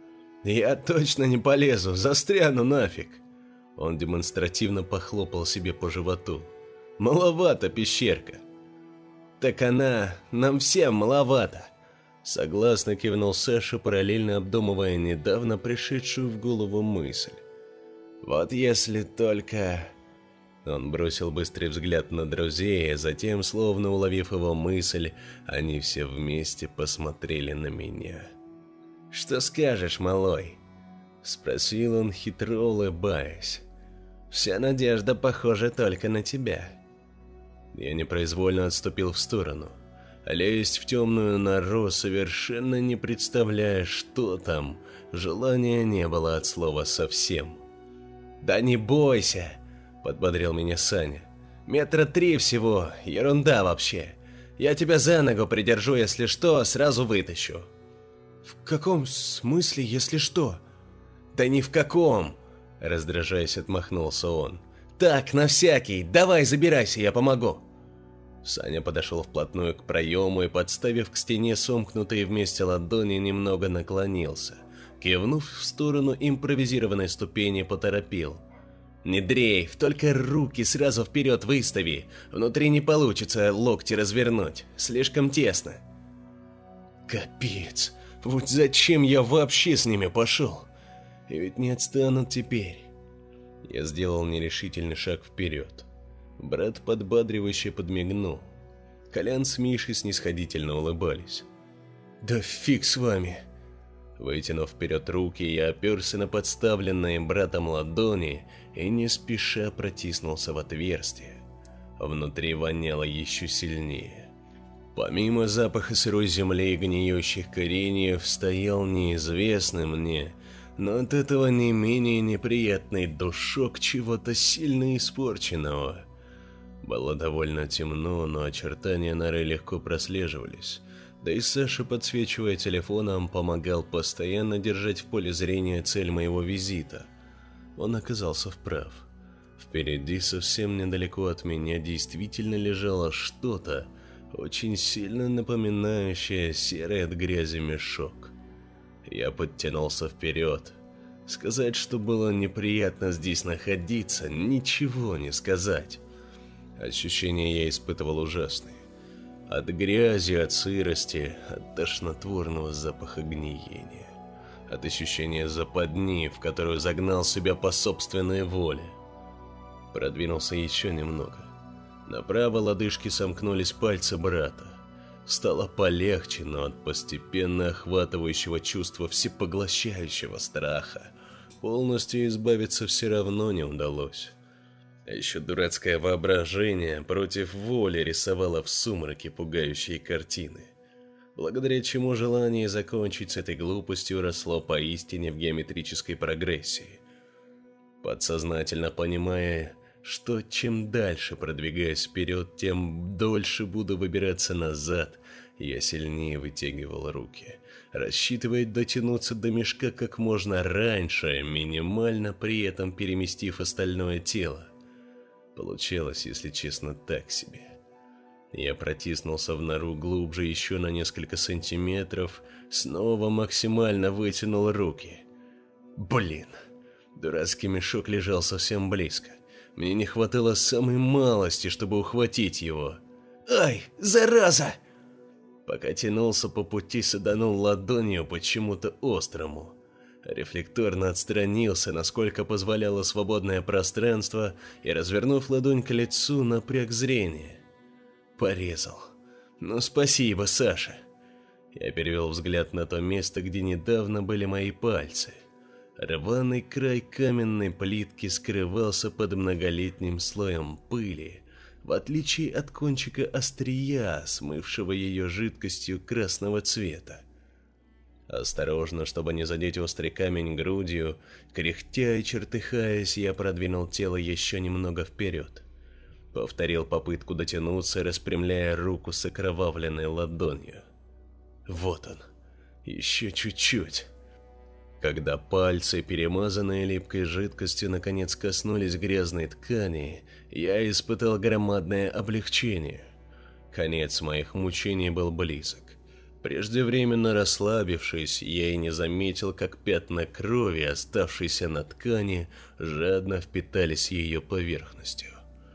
Я точно не полезу, застряну нафиг. Он демонстративно похлопал себе по животу. Маловато пещерка. Так она нам всем маловато. Согласно кивнул Саша, параллельно обдумывая недавно пришедшую в голову мысль. Вот если только... Он бросил быстрый взгляд на друзей, а затем, словно уловив его мысль, они все вместе посмотрели на меня. «Что скажешь, малой?» – спросил он, хитро улыбаясь. «Вся надежда, похожа, только на тебя». Я непроизвольно отступил в сторону. Лезть в темную нору, совершенно не представляя, что там, желания не было от слова совсем. «Да не бойся!» – подбодрил меня Саня. «Метра три всего, ерунда вообще. Я тебя за ногу придержу, если что, сразу вытащу». «В каком смысле, если что?» «Да ни в каком!» – раздражаясь, отмахнулся он. «Так, на всякий, давай забирайся, я помогу». Саня подошел вплотную к проему и, подставив к стене сомкнутые вместе ладони, немного наклонился. Кивнув в сторону импровизированной ступени, поторопил. «Не дрейф, только руки сразу вперед выстави. Внутри не получится локти развернуть, слишком тесно». Капец, вот зачем я вообще с ними пошел? И ведь не отстанут теперь. Я сделал нерешительный шаг вперед. Брат подбадривающе подмигнул. Колян с Мишей снисходительно улыбались. «Да фиг с вами!» Вытянув вперед руки, я оперся на подставленные братом ладони и не спеша протиснулся в отверстие. Внутри воняло еще сильнее. Помимо запаха сырой земли и гниющих кореньев, стоял неизвестный мне, но от этого не менее неприятный душок чего-то сильно испорченного. Было довольно темно, но очертания норы легко прослеживались. Да и Саша, подсвечивая телефоном, помогал постоянно держать в поле зрения цель моего визита. Он оказался вправ. Впереди, совсем недалеко от меня, действительно лежало что-то, очень сильно напоминающее серый от грязи мешок. Я подтянулся вперед. Сказать, что было неприятно здесь находиться, ничего не сказать. Ощущения я испытывал ужасные. От грязи, от сырости, от тошнотворного запаха гниения. От ощущения западни, в которую загнал себя по собственной воле. Продвинулся еще немного. На правой лодыжке сомкнулись пальцы брата. Стало полегче, но от постепенно охватывающего чувства всепоглощающего страха полностью избавиться все равно не удалось. А еще дурацкое воображение против воли рисовало в сумраке пугающие картины, благодаря чему желание закончить с этой глупостью росло поистине в геометрической прогрессии. Подсознательно понимая, что чем дальше продвигаясь вперед, тем дольше буду выбираться назад, я сильнее вытягивал руки, рассчитывая дотянуться до мешка как можно раньше, минимально при этом переместив остальное тело. Получалось, если честно, так себе. Я протиснулся в нору глубже еще на несколько сантиметров, снова максимально вытянул руки. Блин, дурацкий мешок лежал совсем близко. Мне не хватало самой малости, чтобы ухватить его. «Ай, зараза!» Пока тянулся по пути, саданул ладонью почему-то острому. Рефлекторно отстранился, насколько позволяло свободное пространство, и, развернув ладонь к лицу, напряг зрение. Порезал. Ну спасибо, Саша. Я перевел взгляд на то место, где недавно были мои пальцы. Рваный край каменной плитки скрывался под многолетним слоем пыли, в отличие от кончика острия, смывшего ее жидкостью красного цвета. Осторожно, чтобы не задеть острый камень грудью, кряхтя и чертыхаясь, я продвинул тело еще немного вперед. Повторил попытку дотянуться, распрямляя руку с окровавленной ладонью. Вот он, еще чуть-чуть. Когда пальцы, перемазанные липкой жидкостью, наконец коснулись грязной ткани, я испытал громадное облегчение. Конец моих мучений был близок. Преждевременно расслабившись, я и не заметил, как пятна крови, оставшиеся на ткани, жадно впитались ее поверхностью.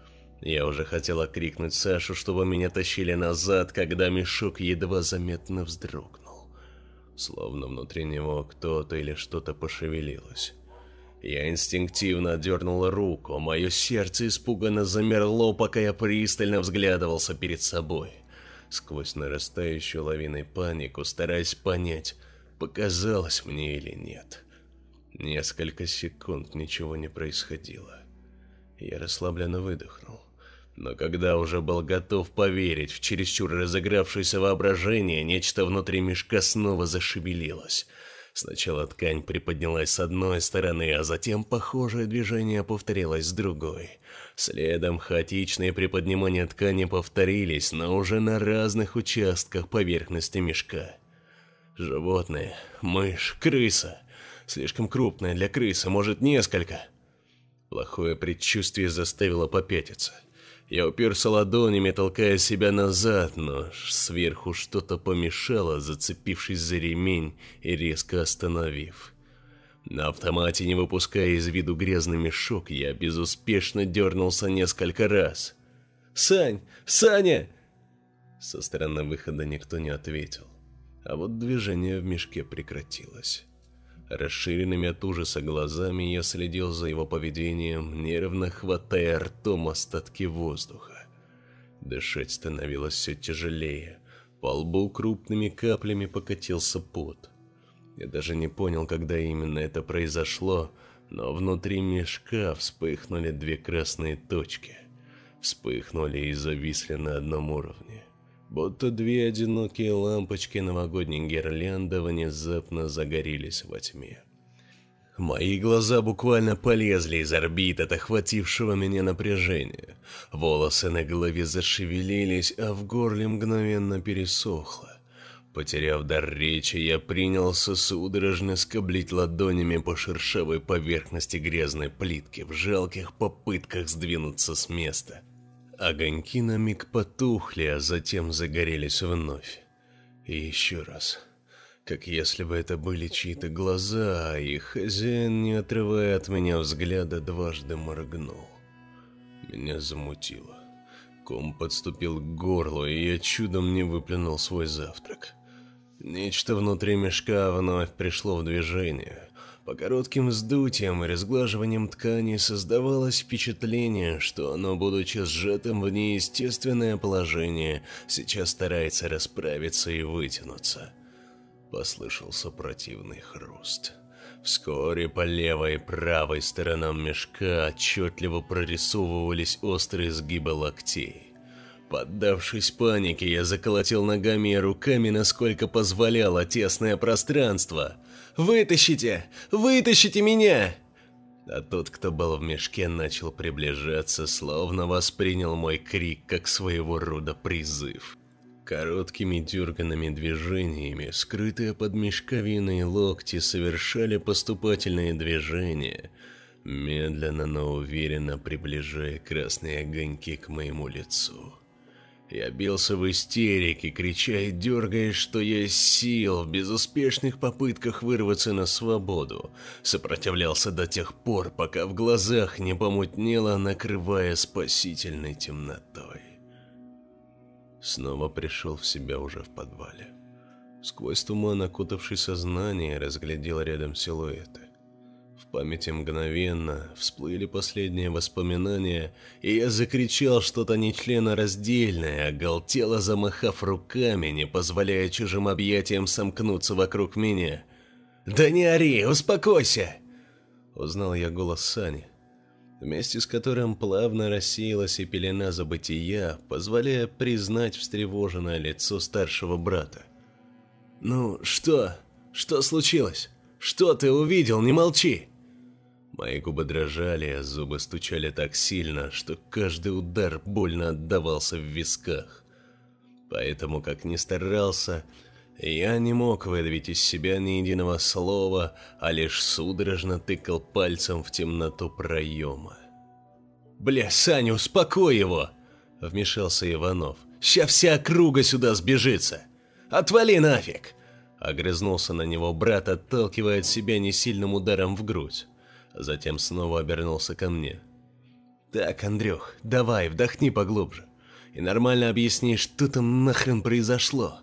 Я уже хотел окрикнуть Сашу, чтобы меня тащили назад, когда мешок едва заметно вздрогнул. Словно внутри него кто-то или что-то пошевелилось. Я инстинктивно отдернул руку, мое сердце испуганно замерло, пока я пристально взглядывался перед собой. Сквозь нарастающую лавиной панику, стараясь понять, показалось мне или нет. Несколько секунд ничего не происходило. Я расслабленно выдохнул. Но когда уже был готов поверить в чересчур разыгравшееся воображение, нечто внутри мешка снова зашевелилось. Сначала ткань приподнялась с одной стороны, а затем похожее движение повторилось с другой. Следом хаотичные приподнимания ткани повторились, но уже на разных участках поверхности мешка. Животное, мышь, крыса. Слишком крупная для крысы, может, несколько. Плохое предчувствие заставило попятиться. Я уперся ладонями, толкая себя назад, но сверху что-то помешало, зацепившись за ремень и резко остановив. На автомате, не выпуская из виду грязный мешок, я безуспешно дернулся несколько раз. «Сань! Саня!» Со стороны выхода никто не ответил, а вот движение в мешке прекратилось. Расширенными от ужаса глазами я следил за его поведением, нервно хватая ртом остатки воздуха. Дышать становилось все тяжелее, по лбу крупными каплями покатился пот. Я даже не понял, когда именно это произошло, но внутри мешка вспыхнули две красные точки. Вспыхнули и зависли на одном уровне. Будто две одинокие лампочки новогодней гирлянды внезапно загорелись во тьме. Мои глаза буквально полезли из орбит от охватившего меня напряжения. Волосы на голове зашевелились, а в горле мгновенно пересохло. Потеряв дар речи, я принялся судорожно скоблить ладонями по шершавой поверхности грязной плитки в жалких попытках сдвинуться с места. Огоньки на миг потухли, а затем загорелись вновь. И еще раз. Как если бы это были чьи-то глаза, и хозяин, не отрывая от меня взгляда, дважды моргнул. Меня замутило. Ком подступил к горлу, и я чудом не выплюнул свой завтрак. Нечто внутри мешка вновь пришло в движение. По коротким вздутиям и разглаживаниям ткани создавалось впечатление, что оно, будучи сжатым в неестественное положение, сейчас старается расправиться и вытянуться. Послышался противный хруст. Вскоре по левой и правой сторонам мешка отчетливо прорисовывались острые сгибы локтей. Поддавшись панике, я заколотил ногами и руками, насколько позволяло тесное пространство. «Вытащите! Вытащите меня!» А тот, кто был в мешке, начал приближаться, словно воспринял мой крик как своего рода призыв. Короткими дерганными движениями, скрытые под мешковиной локти, совершали поступательные движения, медленно, но уверенно приближая красные огоньки к моему лицу. Я бился в истерике, крича и дергаясь, что есть сил, в безуспешных попытках вырваться на свободу. Сопротивлялся до тех пор, пока в глазах не помутнело, накрывая спасительной темнотой. Снова пришел в себя уже в подвале. Сквозь туман, окутавший сознание, разглядел рядом силуэты. В В памяти мгновенно всплыли последние воспоминания, и я закричал что-то нечленораздельное, оголтело замахав руками, не позволяя чужим объятиям сомкнуться вокруг меня. «Да не ори, успокойся!» Узнал я голос Сани, вместе с которым плавно рассеялась и пелена забытия, позволяя признать встревоженное лицо старшего брата. «Ну, что? Что случилось? Что ты увидел? Не молчи!» Мои губы дрожали, а зубы стучали так сильно, что каждый удар больно отдавался в висках. Поэтому, как ни старался, я не мог выдавить из себя ни единого слова, а лишь судорожно тыкал пальцем в темноту проема. «Бля, Саня, успокой его!» — вмешался Иванов. «Ща вся округа сюда сбежится! Отвали нафиг!» Огрызнулся на него брат, отталкивая от себя несильным ударом в грудь. Затем снова обернулся ко мне. «Так, Андрюх, давай, вдохни поглубже и нормально объясни, что там нахрен произошло».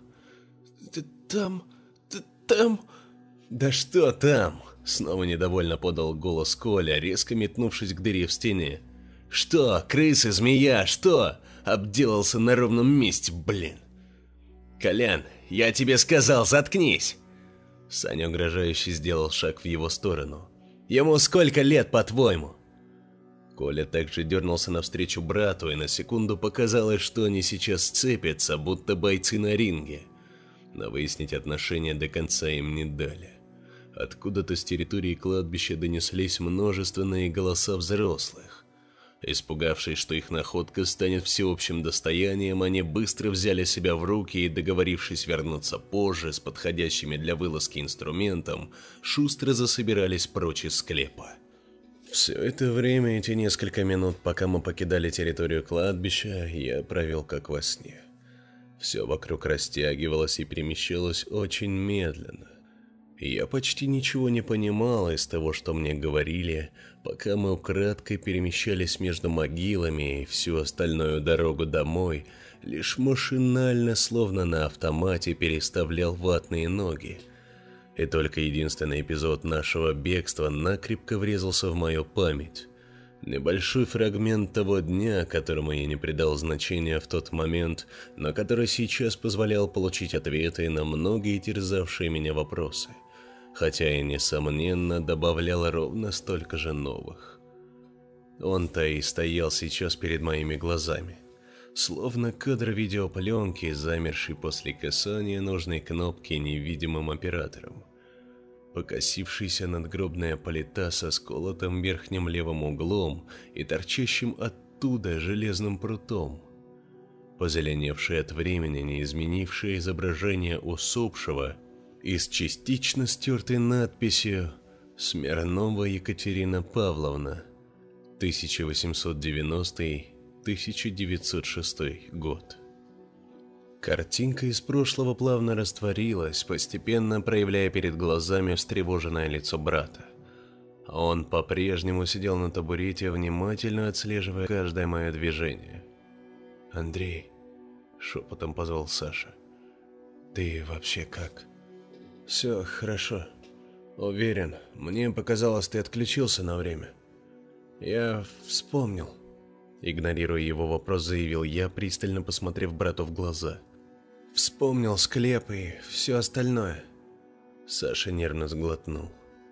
«Там... там...»
«Да что там?» — снова недовольно подал голос Коля, резко метнувшись к дыре в стене. «Что, крысы, змея, что? Обделался на ровном месте, блин!» «Колян, я тебе сказал, заткнись!» Саня угрожающе сделал шаг в его сторону. «Ему сколько лет, по-твоему?» Коля также дернулся навстречу брату, и на секунду показалось, что они сейчас сцепятся, будто бойцы на ринге. Но выяснить отношения до конца им не дали. Откуда-то с территории кладбища донеслись множественные голоса взрослых. Испугавшись, что их находка станет всеобщим достоянием, они быстро взяли себя в руки и, договорившись вернуться позже с подходящими для вылазки инструментом, шустро засобирались прочь из склепа. Все это время, эти несколько минут, пока мы покидали территорию кладбища, я провел как во сне. Все вокруг растягивалось и перемещалось очень медленно. Я почти ничего не понимал из того, что мне говорили, пока мы украдкой перемещались между могилами, и всю остальную дорогу домой лишь машинально, словно на автомате, переставлял ватные ноги. И только единственный эпизод нашего бегства накрепко врезался в мою память. Небольшой фрагмент того дня, которому я не придал значения в тот момент, но который сейчас позволял получить ответы на многие терзавшие меня вопросы. Хотя и, несомненно, добавлял ровно столько же новых. Он-то и стоял сейчас перед моими глазами, словно кадр видеопленки, замерший после касания нужной кнопки невидимым оператором. Покосившаяся надгробная плита со сколотым верхним левым углом и торчащим оттуда железным прутом. Позеленевшее от времени неизменившее изображение усопшего и с частично стертой надписью «Смирнова Екатерина Павловна, тысяча восемьсот девяностый — тысяча девятьсот шестой год». Картинка из прошлого плавно растворилась, постепенно проявляя перед глазами встревоженное лицо брата. Он по-прежнему сидел на табурете, внимательно отслеживая каждое мое движение. «Андрей», — шепотом позвал Саша, — «ты вообще как?» «Все хорошо. Уверен, мне показалось, ты отключился на время. Я вспомнил». Игнорируя его вопрос, заявил я, пристально посмотрев брату в глаза. «Вспомнил склеп и все остальное». Саша нервно сглотнул.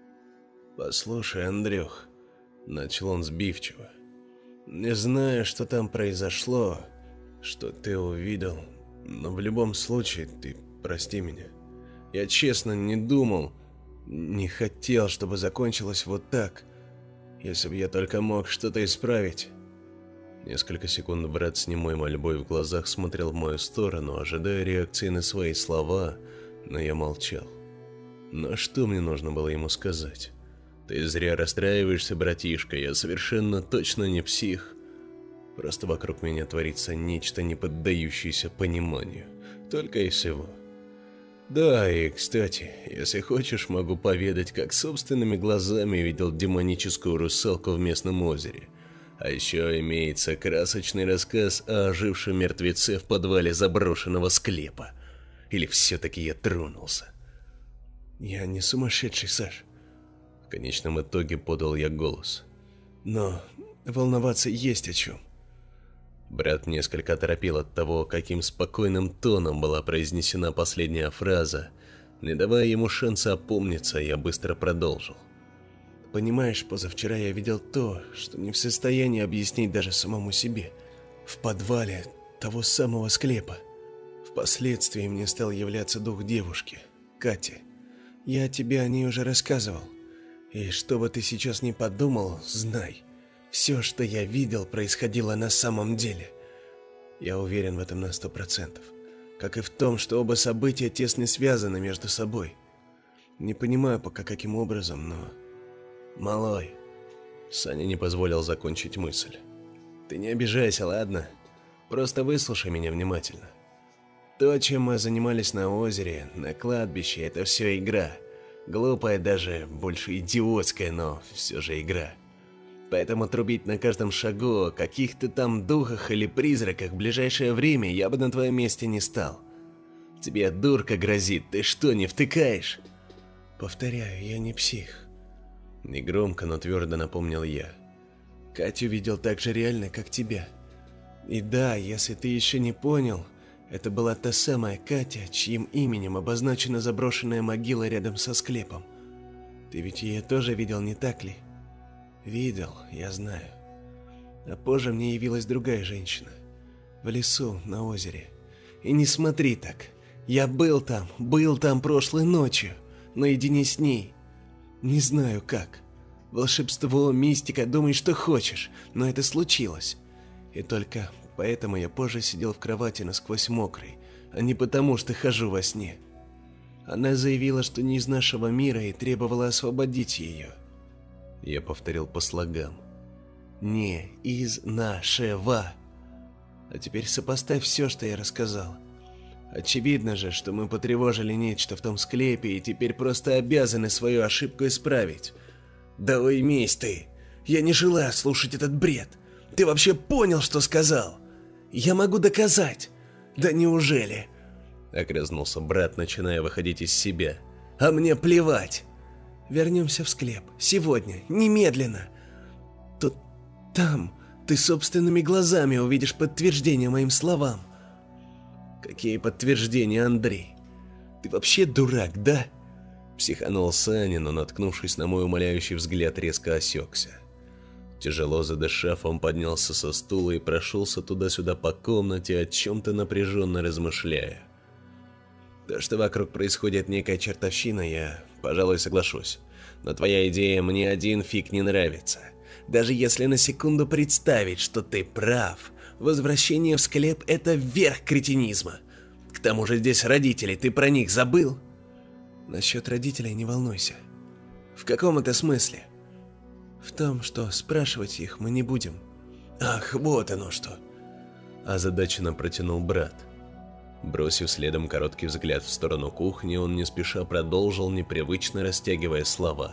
«Послушай, Андрюх», — начал он сбивчиво, — «не знаю, что там произошло, что ты увидел, но в любом случае ты прости меня. Я честно не думал, не хотел, чтобы закончилось вот так. Если бы я только мог что-то исправить». Несколько секунд брат с немой мольбой в глазах смотрел в мою сторону, ожидая реакции на свои слова, но я молчал. Но что мне нужно было ему сказать? «Ты зря расстраиваешься, братишка, я совершенно точно не псих». Просто вокруг меня творится нечто, не поддающееся пониманию. Только и всего. Да, и, кстати, если хочешь, могу поведать, как собственными глазами видел демоническую русалку в местном озере. А еще имеется красочный рассказ о ожившем мертвеце в подвале заброшенного склепа. Или все-таки я тронулся? Я не сумасшедший, Саш. В конечном итоге подал я голос.
Но волноваться есть о чем.
Брат несколько оторопел от того, каким спокойным тоном была произнесена последняя фраза. Не давая ему шанса опомниться, я быстро продолжил.
Понимаешь, позавчера я видел то, что не в состоянии объяснить даже самому себе. В подвале того самого склепа. Впоследствии мне стал являться дух девушки, Кати. Я тебе о ней уже рассказывал. И что бы ты сейчас ни подумал, знай, все, что я видел, происходило на самом деле. Я уверен в этом на сто процентов. Как и в том, что оба события тесно связаны между собой. Не понимаю пока каким образом, но... Малой.
Саня не позволил закончить мысль.
Ты не обижайся, ладно? Просто выслушай меня внимательно. То, чем мы занимались на озере, на кладбище, это все игра. Глупая, даже больше идиотская, но все же игра. Поэтому трубить на каждом шагу о каких-то там духах или призраках в ближайшее время я бы на твоем месте не стал. Тебе дурка грозит, ты что, не втыкаешь? Повторяю, я не псих. Негромко, но твердо напомнил я. Катю видел так же реально, как тебя. И да, если ты еще не понял, это была та самая Катя, чьим именем обозначена заброшенная могила рядом со склепом. Ты ведь ее тоже видел, не так ли? Видел, я знаю. А позже мне явилась другая женщина. В лесу, на озере. И не смотри так. Я был там, был там прошлой ночью, наедине с ней. Не знаю как. Волшебство, мистика, думай, что хочешь, но это случилось. И только поэтому я позже сидел в кровати насквозь мокрый, а не потому, что хожу во сне. Она заявила, что не из нашего мира и требовала освободить ее. Я повторил по слогам. Не из нашего. А теперь сопоставь все, что я рассказал. Очевидно же, что мы потревожили нечто в том склепе и теперь просто обязаны свою ошибку исправить. Да уймись ты! Я не желаю слушать этот бред. Ты вообще понял, что сказал? Я могу доказать. Да неужели? Огрызнулся брат, начиная выходить из себя. А мне плевать. Вернемся в склеп. Сегодня. Немедленно. Тут... Там... Ты собственными глазами увидишь подтверждение моим словам. Какие подтверждения, Андрей? Ты вообще дурак, да? Психанул Саня, но, наткнувшись на мой умоляющий взгляд, резко осекся. Тяжело задышав, он поднялся со стула и прошелся туда-сюда по комнате, о чем-то напряженно размышляя. То, что вокруг происходит некая чертовщина, я, пожалуй, соглашусь. Но твоя идея мне один фиг не нравится. Даже если на секунду представить, что ты прав, возвращение в склеп – это верх кретинизма. К тому же здесь родители, ты про них забыл? Насчет родителей не волнуйся. В каком это смысле? В том, что спрашивать их мы не будем. Ах, вот оно что. Озадаченно протянул брат. Бросив следом короткий взгляд в сторону кухни, он не спеша продолжил, непривычно растягивая слова.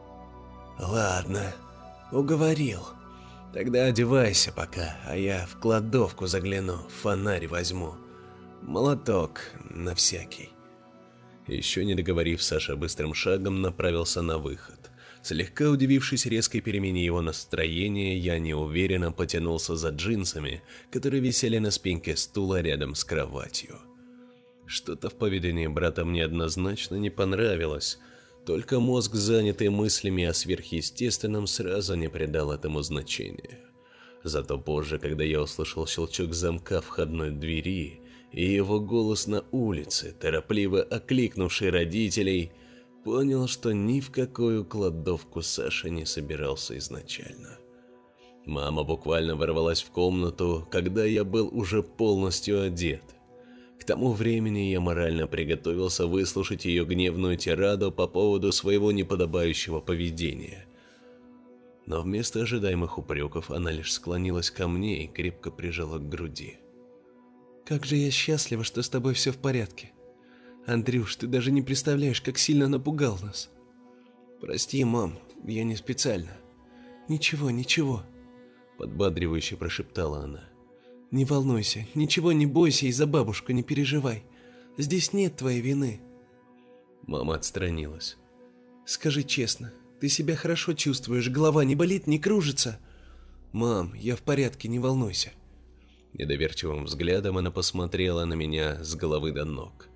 Ладно, уговорил. Тогда одевайся пока, а я в кладовку загляну, фонарь возьму. Молоток на всякий. Еще не договорив, Саша быстрым шагом направился на выход. Слегка удивившись резкой перемене его настроения, я неуверенно потянулся за джинсами, которые висели на спинке стула рядом с кроватью. Что-то в поведении брата мне однозначно не понравилось, только мозг, занятый мыслями о сверхъестественном, сразу не придал этому значения. Зато позже, когда я услышал щелчок замка входной двери и его голос на улице, торопливо окликнувший родителей, понял, что ни в какую кладовку Саша не собирался изначально. Мама буквально ворвалась в комнату, когда я был уже полностью одет. К тому времени я морально приготовился выслушать ее гневную тираду по поводу своего неподобающего поведения. Но вместо ожидаемых упреков она лишь склонилась ко мне и крепко прижала к груди. «Как же я счастлива, что с тобой все в порядке. Андрюш, ты даже не представляешь, как сильно напугал нас. Прости, мам, я не специально. Ничего, ничего, подбадривающе прошептала она. Не волнуйся, ничего не бойся и за бабушку не переживай. Здесь нет твоей вины. Мама отстранилась. Скажи честно, Ты себя хорошо чувствуешь, голова не болит, не кружится? Мам, я в порядке, не волнуйся.
Недоверчивым взглядом она посмотрела на меня с головы до ног.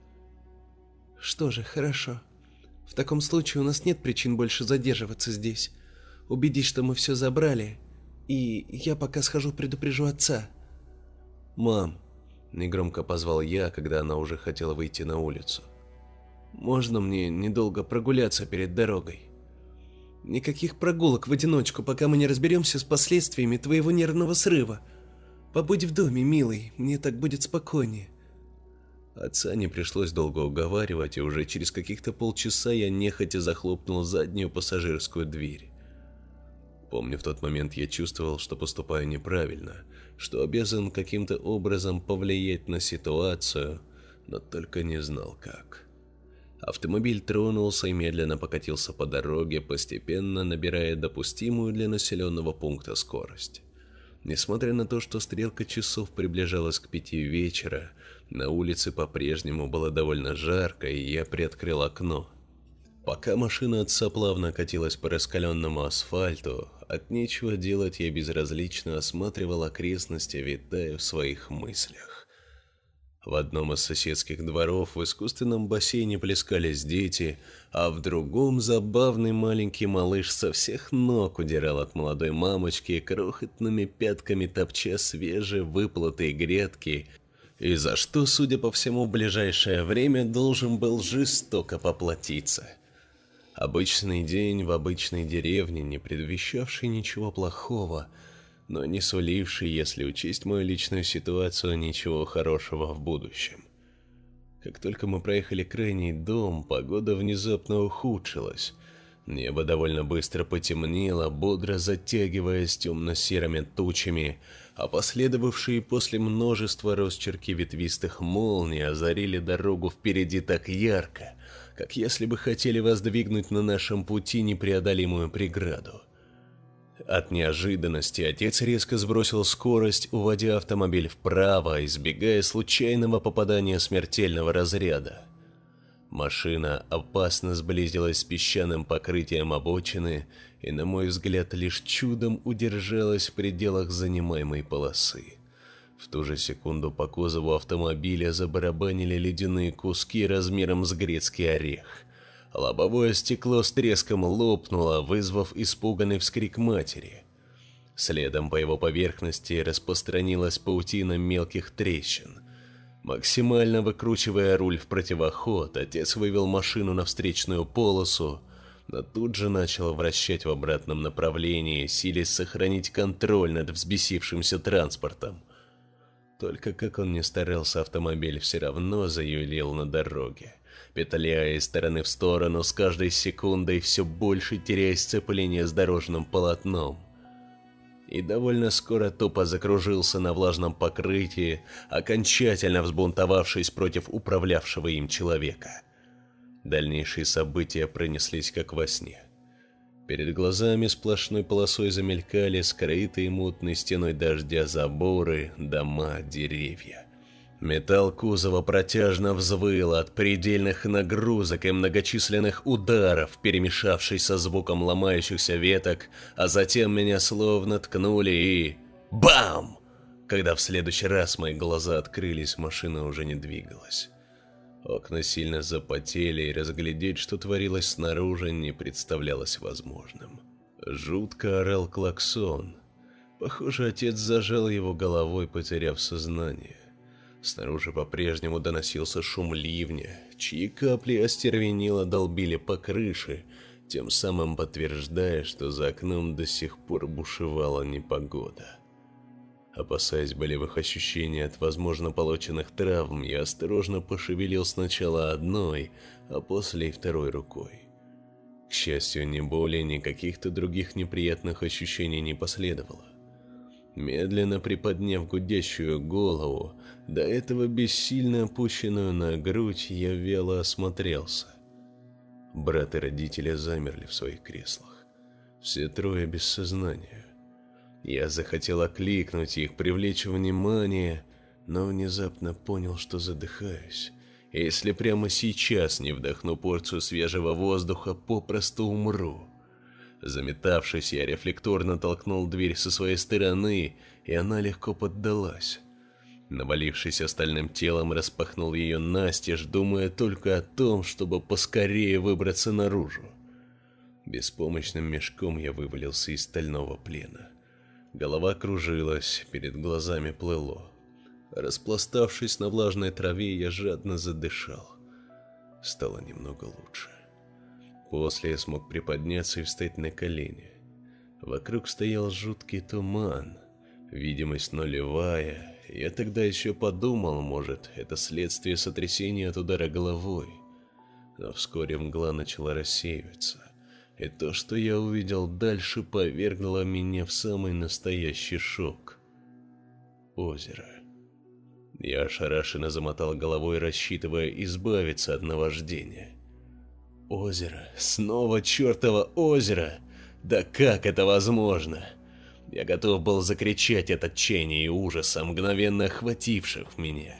Что же, хорошо. В таком случае у нас нет причин больше задерживаться здесь. Убедись, что мы все забрали, и я пока схожу предупрежу отца.
Мам, негромко позвал я, когда она уже хотела выйти на улицу.
Можно мне недолго прогуляться перед дорогой? Никаких прогулок в одиночку, пока мы не разберемся с последствиями твоего нервного срыва. Побудь в доме, милый, мне так будет спокойнее.
Отца не пришлось долго уговаривать, и уже через каких-то полчаса я нехотя захлопнул заднюю пассажирскую дверь. Помню, в тот момент я чувствовал, что поступаю неправильно, что обязан каким-то образом повлиять на ситуацию, но только не знал как. Автомобиль тронулся и медленно покатился по дороге, постепенно набирая допустимую для населенного пункта скорость. Несмотря на то, что стрелка часов приближалась к пяти вечера, на улице по-прежнему было довольно жарко, и я приоткрыл окно. Пока машина отца плавно катилась по раскаленному асфальту, от нечего делать я безразлично осматривал окрестности, витая в своих мыслях. В одном из соседских дворов в искусственном бассейне плескались дети, а в другом забавный маленький малыш со всех ног удирал от молодой мамочки, крохотными пятками топча свежевыплытые грядки, и за что, судя по всему, в ближайшее время должен был жестоко поплатиться. Обычный день в обычной деревне, не предвещавший ничего плохого, но не суливший, если учесть мою личную ситуацию, ничего хорошего в будущем. Как только мы проехали крайний дом, погода внезапно ухудшилась. Небо довольно быстро потемнело, бодро затягиваясь темно-серыми тучами, а последовавшие после множества росчерки ветвистых молний озарили дорогу впереди так ярко, как если бы хотели воздвигнуть на нашем пути непреодолимую преграду. От неожиданности отец резко сбросил скорость, уводя автомобиль вправо, избегая случайного попадания смертельного разряда. Машина опасно сблизилась с песчаным покрытием обочины и, на мой взгляд, лишь чудом удержалась в пределах занимаемой полосы. В ту же секунду по кузову автомобиля забарабанили ледяные куски размером с грецкий орех. Лобовое стекло с треском лопнуло, вызвав испуганный вскрик матери. Следом по его поверхности распространилась паутина мелких трещин. Максимально выкручивая руль в противоход, отец вывел машину на встречную полосу, но тут же начал вращать в обратном направлении, силясь сохранить контроль над взбесившимся транспортом. Только как он ни старался, автомобиль все равно заюлил на дороге, петляя из стороны в сторону, с каждой секундой все больше теряя сцепление с дорожным полотном. И довольно скоро тупо закружился на влажном покрытии, окончательно взбунтовавшись против управлявшего им человека. Дальнейшие события пронеслись как во сне. Перед глазами сплошной полосой замелькали скрытые мутной стеной дождя заборы, дома, деревья. Металл кузова протяжно взвыл от предельных нагрузок и многочисленных ударов, перемешавшись со звуком ломающихся веток, а затем меня словно ткнули и... Бам! Когда в следующий раз мои глаза открылись, машина уже не двигалась. Окна сильно запотели, и разглядеть, что творилось снаружи, не представлялось возможным. Жутко орал клаксон. Похоже, отец зажал его головой, потеряв сознание. Снаружи по-прежнему доносился шум ливня, чьи капли остервенело долбили по крыше, тем самым подтверждая, что за окном до сих пор бушевала непогода. Опасаясь болевых ощущений от возможно полученных травм, я осторожно пошевелил сначала одной, а после и второй рукой. К счастью, ни боли, ни каких-то других неприятных ощущений не последовало. Медленно приподняв гудящую голову, до этого бессильно опущенную на грудь, я вяло осмотрелся. Брат и родители замерли в своих креслах. Все трое без сознания. Я захотел окликнуть их, привлечь внимание, но внезапно понял, что задыхаюсь. И если прямо сейчас не вдохну порцию свежего воздуха, попросту умру. Заметавшись, я рефлекторно толкнул дверь со своей стороны, и она легко поддалась. Навалившись остальным телом, распахнул ее настежь, думая только о том, чтобы поскорее выбраться наружу. Беспомощным мешком я вывалился из стального плена. Голова кружилась, перед глазами плыло. Распластавшись на влажной траве, я жадно задышал. Стало немного лучше. После я смог приподняться и встать на колени. Вокруг стоял жуткий туман, видимость нулевая. Я тогда еще подумал, может, это следствие сотрясения от удара головой. Но вскоре мгла начала рассеиваться, и то, что я увидел дальше, повергло меня в самый настоящий шок. Озеро. Я ошарашенно замотал головой, рассчитывая избавиться от наваждения. Озеро. Снова чертово озеро. Да как это возможно? Я готов был закричать от отчаяния и ужаса, мгновенно охвативших меня.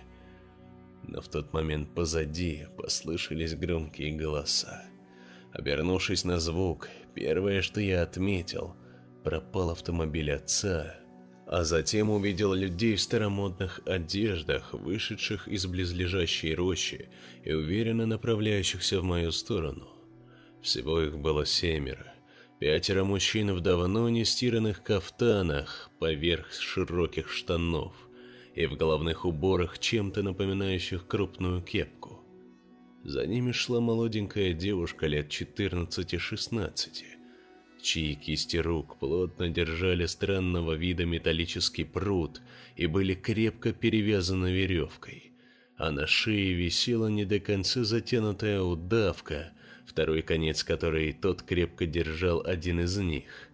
Но в тот момент позади послышались громкие голоса. Обернувшись на звук, первое, что я отметил, пропал автомобиль отца, а затем увидел людей в старомодных одеждах, вышедших из близлежащей рощи и уверенно направляющихся в мою сторону. Всего их было семеро. Пятеро мужчин в давно не стиранных кафтанах поверх широких штанов и в головных уборах, чем-то напоминающих крупную кепку. За ними шла молоденькая девушка лет четырнадцати-шестнадцати, чьи кисти рук плотно держали странного вида металлический прут и были крепко перевязаны веревкой, а на шее висела не до конца затянутая удавка, второй конец которой тот крепко держал один из них.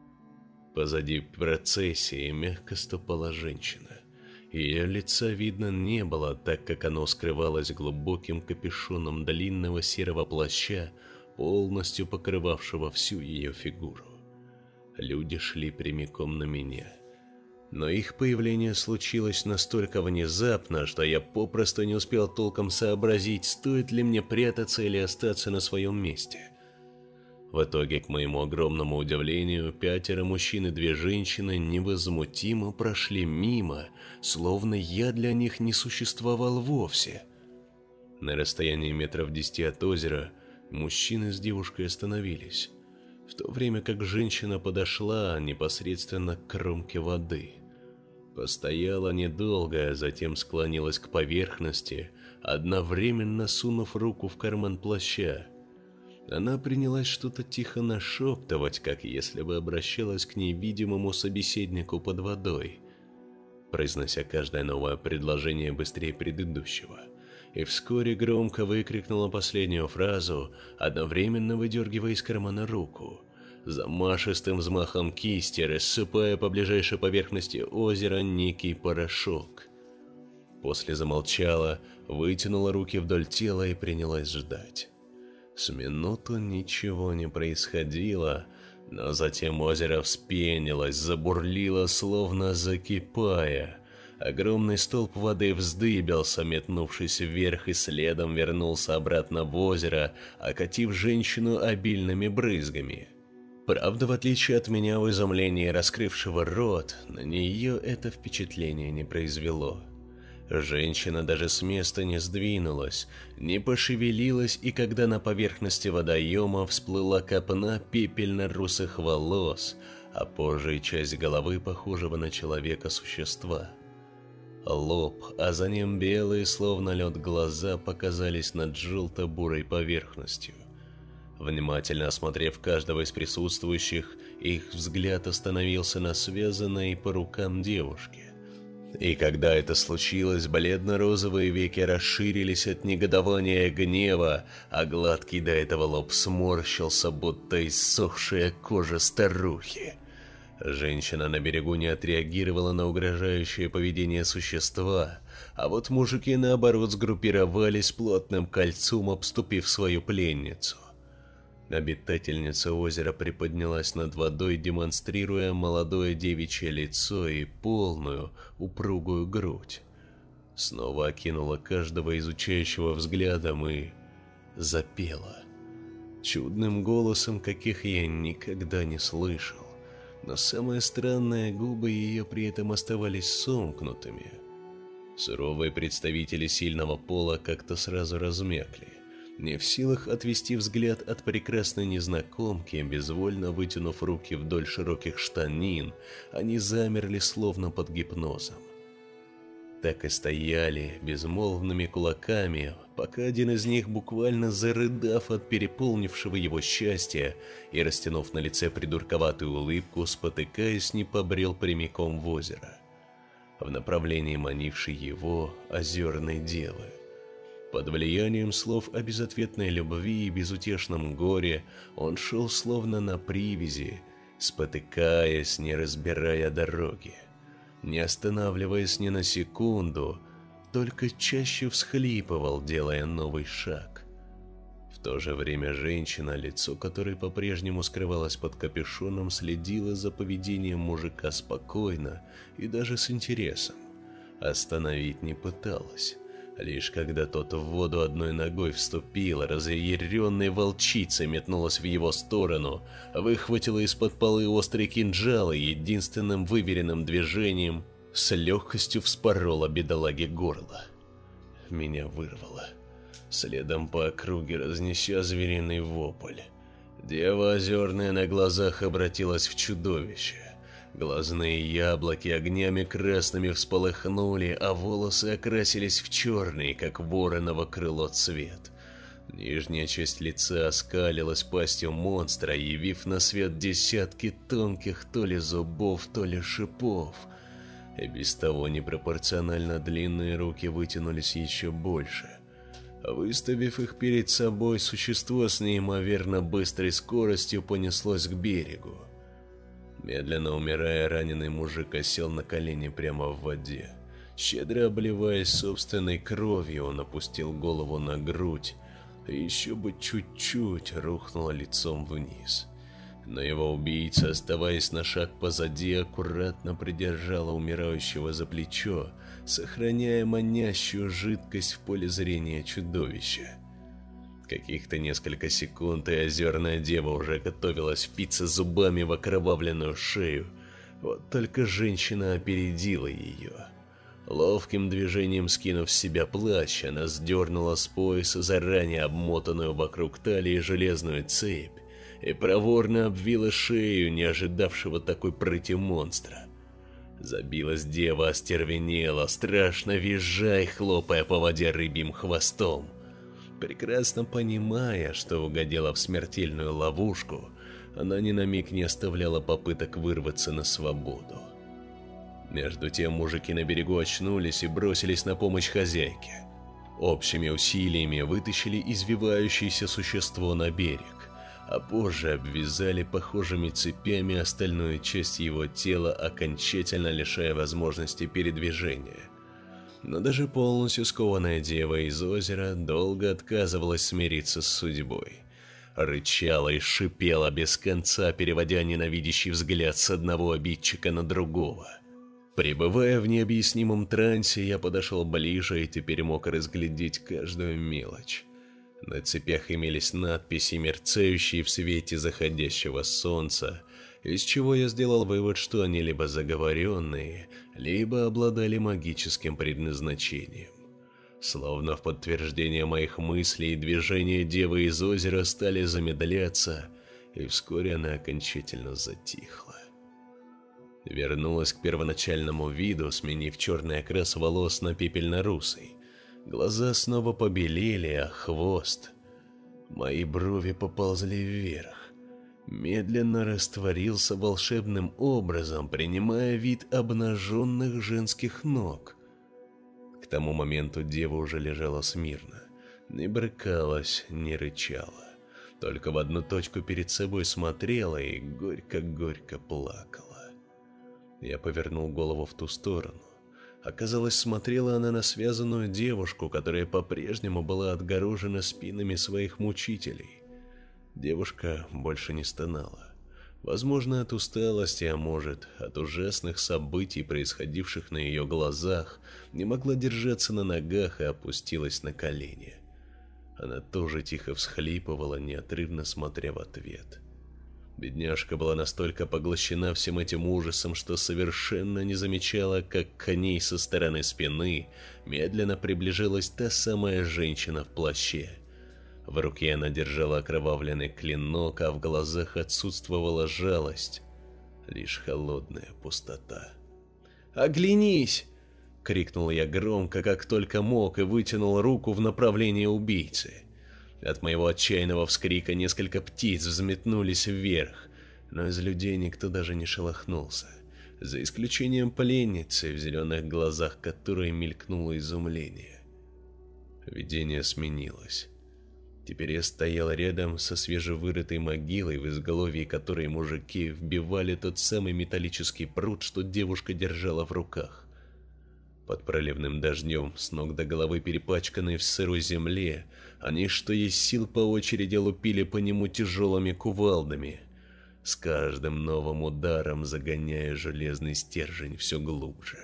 Позади процессии мягко ступала женщина. Ее лица видно не было, так как оно скрывалось глубоким капюшоном длинного серого плаща, полностью покрывавшего всю ее фигуру. Люди шли прямиком на меня. Но их появление случилось настолько внезапно, что я попросту не успел толком сообразить, стоит ли мне прятаться или остаться на своем месте. В итоге, к моему огромному удивлению, пятеро мужчин и две женщины невозмутимо прошли мимо, словно я для них не существовал вовсе. На расстоянии метров десяти от озера мужчины с девушкой остановились, в то время как женщина подошла непосредственно к кромке воды. Постояла недолго, а затем склонилась к поверхности, одновременно сунув руку в карман плаща. Она принялась что-то тихо нашептывать, как если бы обращалась к невидимому собеседнику под водой, произнося каждое новое предложение быстрее предыдущего, и вскоре громко выкрикнула последнюю фразу, одновременно выдергивая из кармана руку, замашистым взмахом кисти рассыпая по ближайшей поверхности озера некий порошок. После замолчала, вытянула руки вдоль тела и принялась ждать. С минуту ничего не происходило, но затем озеро вспенилось, забурлило, словно закипая. Огромный столб воды вздыбился, метнувшись вверх, и следом вернулся обратно в озеро, окатив женщину обильными брызгами. Правда, в отличие от меня в изумлении раскрывшего рот, на нее это впечатление не произвело. Женщина даже с места не сдвинулась, не пошевелилась, и когда на поверхности водоема всплыла копна пепельно-русых волос, а позже и часть головы, похожего на человека существа. Лоб, а за ним белые, словно лед, глаза показались над желто-бурой поверхностью. Внимательно осмотрев каждого из присутствующих, их взгляд остановился на связанной по рукам девушке. И когда это случилось, бледно-розовые веки расширились от негодования и гнева, а гладкий до этого лоб сморщился, будто иссохшая кожа старухи. Женщина на берегу не отреагировала на угрожающее поведение существа, а вот мужики, наоборот, сгруппировались плотным кольцом, обступив свою пленницу. Обитательница озера приподнялась над водой, демонстрируя молодое девичье лицо и полную, упругую грудь. Снова окинула каждого изучающего взглядом и запела. чудным голосом, каких я никогда не слышал. Но самое странное, губы ее при этом оставались сомкнутыми. Суровые представители сильного пола как-то сразу размякли, не в силах отвести взгляд от прекрасной незнакомки, безвольно вытянув руки вдоль широких штанин, они замерли словно под гипнозом. Так и стояли безмолвными кулаками, пока один из них, буквально зарыдав от переполнившего его счастья и растянув на лице придурковатую улыбку, спотыкаясь, не побрел прямиком в озеро, в направлении манившей его озерной девы. Под влиянием слов о безответной любви и безутешном горе он шел словно на привязи, спотыкаясь, не разбирая дороги, не останавливаясь ни на секунду, только чаще всхлипывал, делая новый шаг. В то же время женщина, лицо которой по-прежнему скрывалось под капюшоном, следила за поведением мужика спокойно и даже с интересом. Остановить не пыталась. Лишь когда тот в воду одной ногой вступил, разъяренной волчицей метнулась в его сторону, выхватила из-под полы острый кинжал и единственным выверенным движением с легкостью вспорола бедолаге горло. Меня вырвало. Следом по округе, разнеся звериный вопль, дева озерная на глазах обратилась в чудовище. Глазные яблоки огнями красными всполыхнули, а волосы окрасились в черный, как вороново крыло, цвет. Нижняя часть лица оскалилась пастью монстра, явив на свет десятки тонких то ли зубов, то ли шипов. И без того непропорционально длинные руки вытянулись еще больше. Выставив их перед собой, существо с неимоверно быстрой скоростью понеслось к берегу. Медленно умирая, раненый мужик осел на колени прямо в воде. Щедро обливаясь собственной кровью, он опустил голову на грудь, и еще бы чуть-чуть рухнуло лицом вниз. Но его убийца, оставаясь на шаг позади, аккуратно придержала умирающего за плечо, сохраняя манящую жидкость в поле зрения чудовища. Каких-то несколько секунд, и озерная дева уже готовилась впиться зубами в окровавленную шею. Вот только женщина опередила ее. Ловким движением скинув с себя плащ, она сдернула с пояса заранее обмотанную вокруг талии железную цепь и проворно обвила шею не ожидавшего такой прыти монстра. Забилась дева, остервенела, страшно визжа и хлопая по воде рыбьим хвостом. Прекрасно понимая, что угодила в смертельную ловушку, она ни на миг не оставляла попыток вырваться на свободу. Между тем мужики на берегу очнулись и бросились на помощь хозяйке. Общими усилиями вытащили извивающееся существо на берег, а позже обвязали похожими цепями остальную часть его тела, окончательно лишая возможности передвижения. Но даже полностью скованная дева из озера долго отказывалась смириться с судьбой. Рычала и шипела без конца, переводя ненавидящий взгляд с одного обидчика на другого. Пребывая в необъяснимом трансе, я подошел ближе и теперь мог разглядеть каждую мелочь. На цепях имелись надписи, мерцающие в свете заходящего солнца, из чего я сделал вывод, что они либо заговоренные, либо обладали магическим предназначением. Словно в подтверждение моих мыслей, движения девы из озера стали замедляться, и вскоре она окончательно затихла. Вернулась к первоначальному виду, сменив черный окрас волос на пепельно-русый. Глаза снова побелели, а хвост... Мои брови поползли вверх. Медленно растворился волшебным образом, принимая вид обнаженных женских ног. К тому моменту дева уже лежала смирно, не брыкалась, не рычала, только в одну точку перед собой смотрела и горько-горько плакала. Я повернул голову в ту сторону. Оказалось, смотрела она на связанную девушку, которая по-прежнему была отгорожена спинами своих мучителей. Девушка больше не стонала. Возможно, от усталости, а может, от ужасных событий, происходивших на ее глазах, не могла держаться на ногах и опустилась на колени. Она тоже тихо всхлипывала, неотрывно смотря в ответ. Бедняжка была настолько поглощена всем этим ужасом, что совершенно не замечала, как к ней со стороны спины медленно приближалась та самая женщина в плаще. В руке она держала окровавленный клинок, а в глазах отсутствовала жалость, лишь холодная пустота. «Оглянись!» — крикнул я громко, как только мог, и вытянул руку в направлении убийцы. От моего отчаянного вскрика несколько птиц взметнулись вверх, но из людей никто даже не шелохнулся, за исключением пленницы, в зеленых глазах которой мелькнуло изумление. Видение сменилось. Теперь я стоял рядом со свежевырытой могилой, в изголовье которой мужики вбивали тот самый металлический прут, что девушка держала в руках. Под проливным дождем, с ног до головы перепачканной в сырой земле, они что есть сил по очереди лупили по нему тяжелыми кувалдами, с каждым новым ударом загоняя железный стержень все глубже.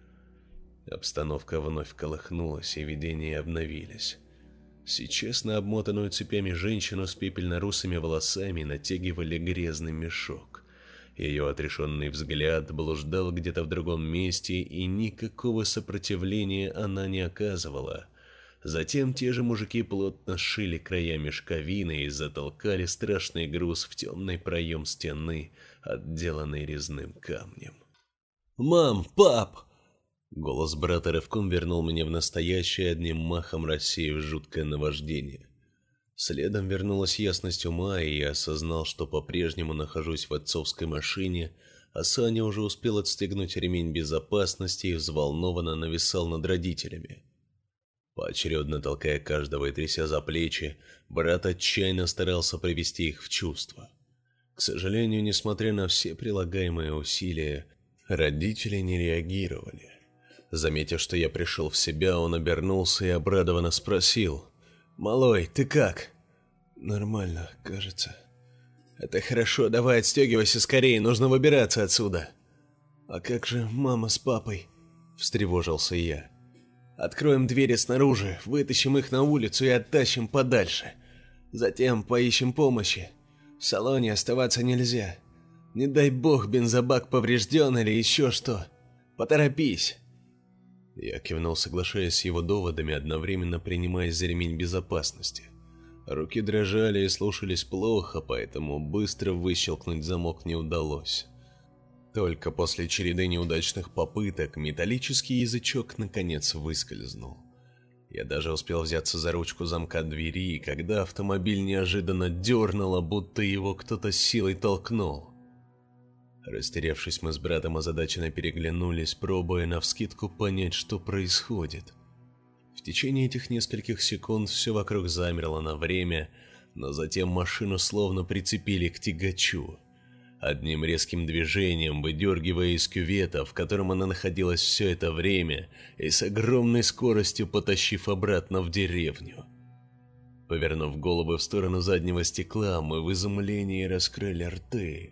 Обстановка вновь колыхнулась, и видения обновились. Сейчас на обмотанную цепями женщину с пепельно-русыми волосами натягивали грязный мешок. Ее отрешенный взгляд блуждал где-то в другом месте, и никакого сопротивления она не оказывала. Затем те же мужики плотно сшили края мешковины и затолкали страшный груз в темный проем стены, отделанный резным камнем. «Мам! Пап!» Голос брата рывком вернул меня в настоящее, одним махом рассеяв жуткое наваждение. Следом вернулась ясность ума, и я осознал, что по-прежнему нахожусь в отцовской машине, а Саня уже успел отстегнуть ремень безопасности и взволнованно нависал над родителями. Поочередно толкая каждого и тряся за плечи, брат отчаянно старался привести их в чувство. К сожалению, несмотря на все прилагаемые усилия, родители не реагировали. Заметив, что я пришел в себя, он обернулся и обрадованно спросил: «Малой, ты как?» «Нормально, кажется». «Это хорошо, давай отстегивайся скорее, нужно выбираться отсюда». «А как же мама с папой?» – встревожился я. «Откроем двери снаружи, вытащим их на улицу и оттащим подальше. Затем поищем помощи. В салоне оставаться нельзя. Не дай бог бензобак поврежден или еще что. Поторопись». Я кивнул, соглашаясь с его доводами, одновременно принимаясь за ремень безопасности. Руки дрожали и слушались плохо, поэтому быстро выщелкнуть замок не удалось. Только после череды неудачных попыток металлический язычок наконец выскользнул. Я даже успел взяться за ручку замка двери, когда автомобиль неожиданно дернуло, будто его кто-то силой толкнул. Растерявшись, мы с братом озадаченно переглянулись, пробуя навскидку понять, что происходит. В течение этих нескольких секунд все вокруг замерло на время, но затем машину словно прицепили к тягачу. Одним резким движением, выдергивая из кювета, в котором она находилась все это время, и с огромной скоростью потащив обратно в деревню. Повернув головы в сторону заднего стекла, мы в изумлении раскрыли рты.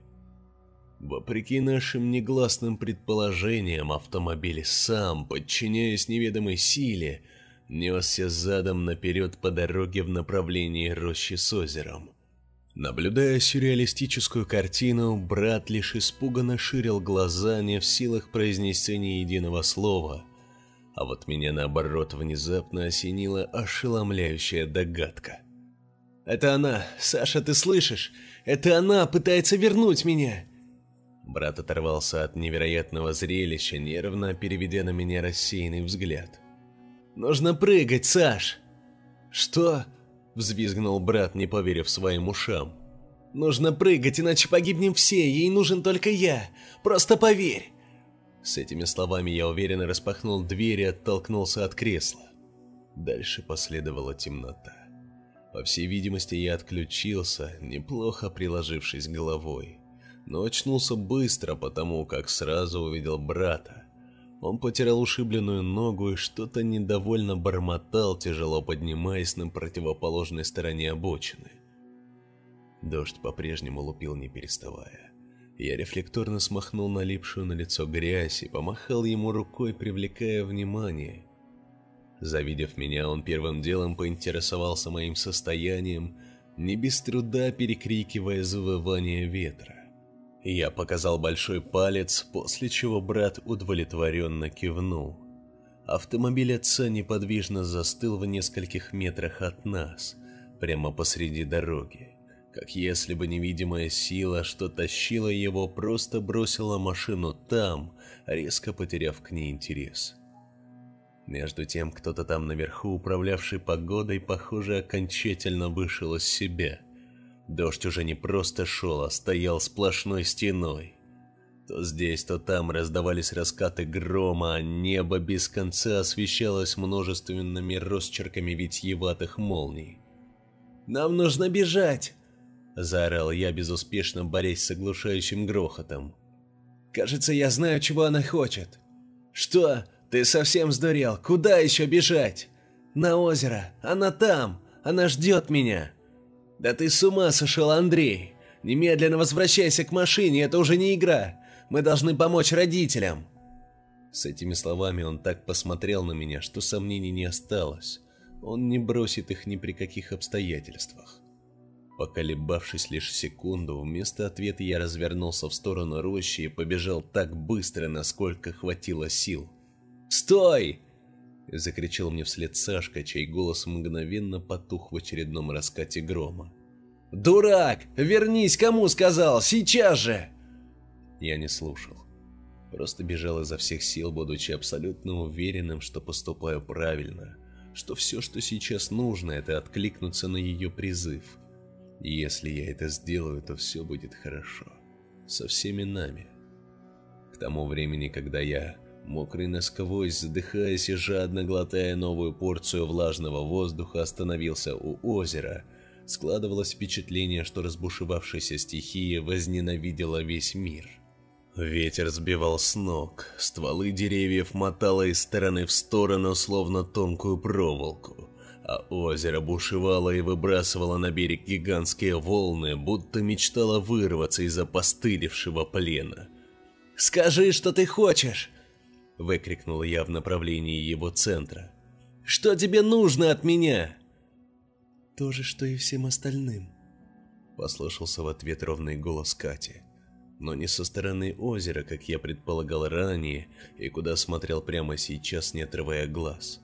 Вопреки нашим негласным предположениям, автомобиль сам, подчиняясь неведомой силе, несся задом наперед по дороге в направлении рощи с озером. Наблюдая сюрреалистическую картину, брат лишь испуганно ширил глаза, не в силах произнести ни единого слова, а вот меня, наоборот, внезапно осенила ошеломляющая догадка. «Это она! Саша, ты слышишь? Это она пытается вернуть меня!» Брат оторвался от невероятного зрелища, нервно переведя на меня рассеянный взгляд. «Нужно прыгать, Саш!» «Что?» — взвизгнул брат, не поверив своим ушам. «Нужно прыгать, иначе погибнем все, ей нужен только я! Просто поверь!» С этими словами я уверенно распахнул дверь и оттолкнулся от кресла. Дальше последовала темнота. По всей видимости, я отключился, неплохо приложившись головой. Но очнулся быстро, потому как сразу увидел брата. Он потирал ушибленную ногу и что-то недовольно бормотал, тяжело поднимаясь на противоположной стороне обочины. Дождь по-прежнему лупил не переставая. Я рефлекторно смахнул налипшую на лицо грязь и помахал ему рукой, привлекая внимание. Завидев меня, он первым делом поинтересовался моим состоянием, не без труда перекрикивая завывание ветра. Я показал большой палец, после чего брат удовлетворенно кивнул. Автомобиль отца неподвижно застыл в нескольких метрах от нас, прямо посреди дороги, как если бы невидимая сила, что тащила его, просто бросила машину там, резко потеряв к ней интерес. Между тем, кто-то там наверху, управлявший погодой, похоже, окончательно вышел из себя. Дождь уже не просто шел, а стоял сплошной стеной. То здесь, то там раздавались раскаты грома, а небо без конца освещалось множественными росчерками витьеватых молний. «Нам нужно бежать!» — заорал я, безуспешно борясь с оглушающим грохотом. «Кажется, я знаю, чего она хочет». «Что? Ты совсем сдурел? Куда еще бежать?» «На озеро! Она там! Она ждет меня!» «Да ты с ума сошел, Андрей! Немедленно возвращайся к машине, это уже не игра! Мы должны помочь родителям!» С этими словами он так посмотрел на меня, что сомнений не осталось. Он не бросит их ни при каких обстоятельствах. Поколебавшись лишь секунду, вместо ответа я развернулся в сторону рощи и побежал так быстро, насколько хватило сил. «Стой!» — закричал мне вслед Сашка, чей голос мгновенно потух в очередном раскате грома. «Дурак! Вернись, кому сказал! Сейчас же!» Я не слушал. Просто бежал изо всех сил, будучи абсолютно уверенным, что поступаю правильно, что все, что сейчас нужно, это откликнуться на ее призыв. И если я это сделаю, то все будет хорошо. Со всеми нами. К тому времени, когда я, мокрый насквозь, задыхаясь и жадно глотая новую порцию влажного воздуха, остановился у озера, складывалось впечатление, что разбушевавшаяся стихия возненавидела весь мир. Ветер сбивал с ног, стволы деревьев мотало из стороны в сторону, словно тонкую проволоку, а озеро бушевало и выбрасывало на берег гигантские волны, будто мечтало вырваться из опостылевшего плена. «Скажи, что ты хочешь!» — выкрикнул я в направлении его центра. «Что тебе нужно от меня?»
«То же, что и всем остальным»,
— послышался в ответ ровный голос Кати. Но не со стороны озера, как я предполагал ранее, и куда смотрел прямо сейчас, не отрывая глаз.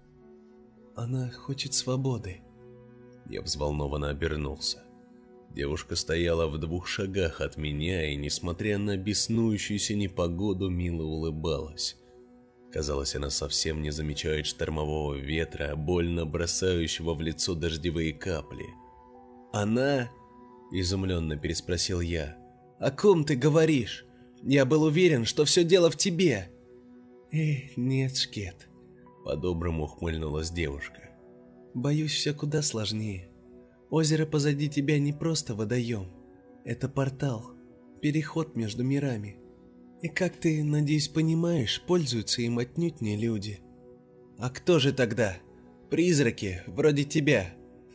«Она хочет свободы».
Я взволнованно обернулся. Девушка стояла в двух шагах от меня и, несмотря на беснующуюся непогоду, мило улыбалась. Казалось, она совсем не замечает штормового ветра, больно бросающего в лицо дождевые капли. «Она?» – изумленно переспросил я. «О ком ты говоришь? Я был уверен, что все дело в тебе».
«Эй, нет, Шкет»,
— по-доброму ухмыльнулась девушка.
«Боюсь, все куда сложнее. Озеро позади тебя не просто водоем. Это портал, переход между мирами. И как ты, надеюсь, понимаешь, пользуются им отнюдь не люди».
«А кто же тогда? Призраки, вроде тебя».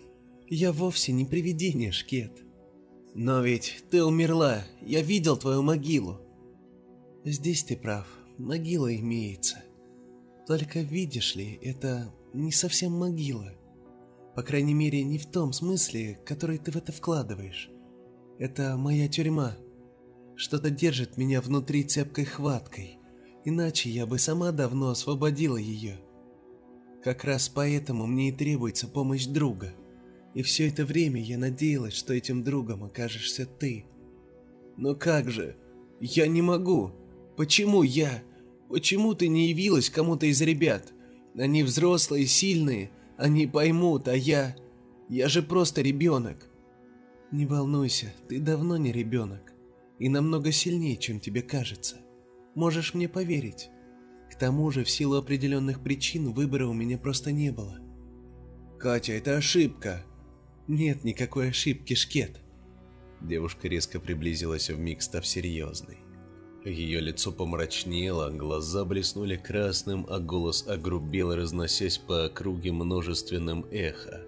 «Я вовсе не привидение, Шкет».
«Но ведь ты умерла, я видел твою могилу».
«Здесь ты прав, могила имеется. Только видишь ли, это не совсем могила. По крайней мере, не в том смысле, который ты в это вкладываешь. Это моя тюрьма. Что-то держит меня внутри цепкой хваткой, иначе я бы сама давно освободила ее. Как раз поэтому мне и требуется помощь друга. И все это время я надеялась, что этим другом окажешься ты».
«Но как же? Я не могу. Почему я? Почему ты не явилась кому-то из ребят? Они взрослые, сильные, они поймут, а я... Я же просто ребенок».
«Не волнуйся, ты давно не ребенок. И намного сильнее, чем тебе кажется. Можешь мне поверить. К тому же, в силу определенных причин, выбора у меня просто не было».
«Катя, это ошибка».
«Нет никакой ошибки, Шкет».
Девушка резко приблизилась, вмиг став серьезной. Ее лицо помрачнело, глаза блеснули красным, а голос огрубел, разносясь по округе множественным эхо.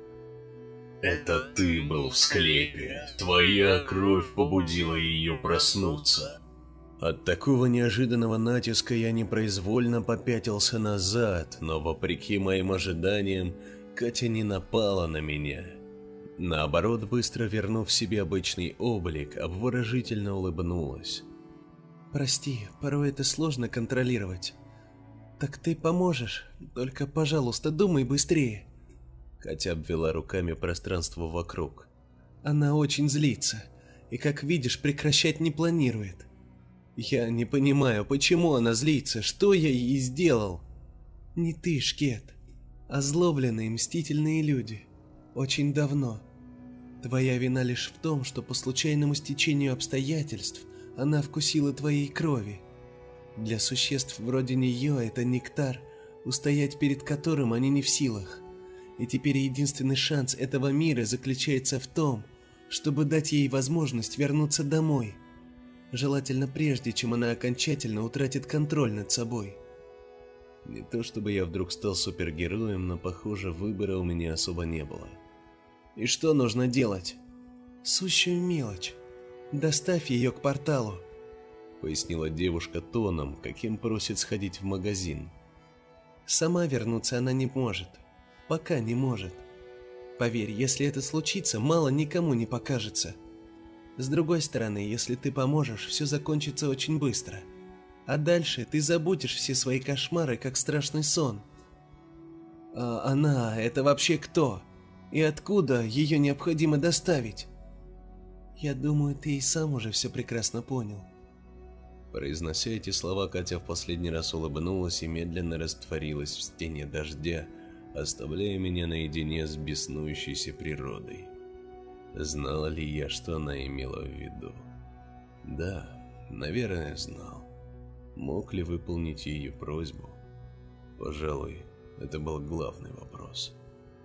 «Это ты был в склепе. Твоя кровь побудила ее проснуться».
От такого неожиданного натиска я непроизвольно попятился назад, но вопреки моим ожиданиям, Катя не напала на меня. Наоборот, быстро вернув себе обычный облик, обворожительно улыбнулась.
«Прости, порой это сложно контролировать. Так ты поможешь, только, пожалуйста, думай быстрее».
Катя обвела руками пространство вокруг.
«Она очень злится, и, как видишь, прекращать не планирует. Я не понимаю, почему она злится, что я ей сделал? Не ты, Шкет, а злобленные мстительные люди. Очень давно. Твоя вина лишь в том, что по случайному стечению обстоятельств она вкусила твоей крови. Для существ вроде нее это нектар, устоять перед которым они не в силах. И теперь единственный шанс этого мира заключается в том, чтобы дать ей возможность вернуться домой. Желательно прежде, чем она окончательно утратит контроль над собой».
Не то чтобы я вдруг стал супергероем, но, похоже, выбора у меня особо не было.
«И что нужно делать?» «Сущую мелочь. Доставь ее к порталу»,
— пояснила девушка тоном, каким просит сходить в магазин.
«Сама вернуться она не может. Пока не может. Поверь, если это случится, мало никому не покажется. С другой стороны, если ты поможешь, все закончится очень быстро. А дальше ты забудешь все свои кошмары, как страшный сон». «А она, это вообще кто? И откуда ее необходимо доставить?» «Я думаю, ты и сам уже все прекрасно понял».
Произнося эти слова, Катя в последний раз улыбнулась и медленно растворилась в стене дождя, оставляя меня наедине с беснующейся природой. Знал ли я, что она имела в виду? Да, наверное, знал. Мог ли выполнить ее просьбу? Пожалуй, это был главный вопрос.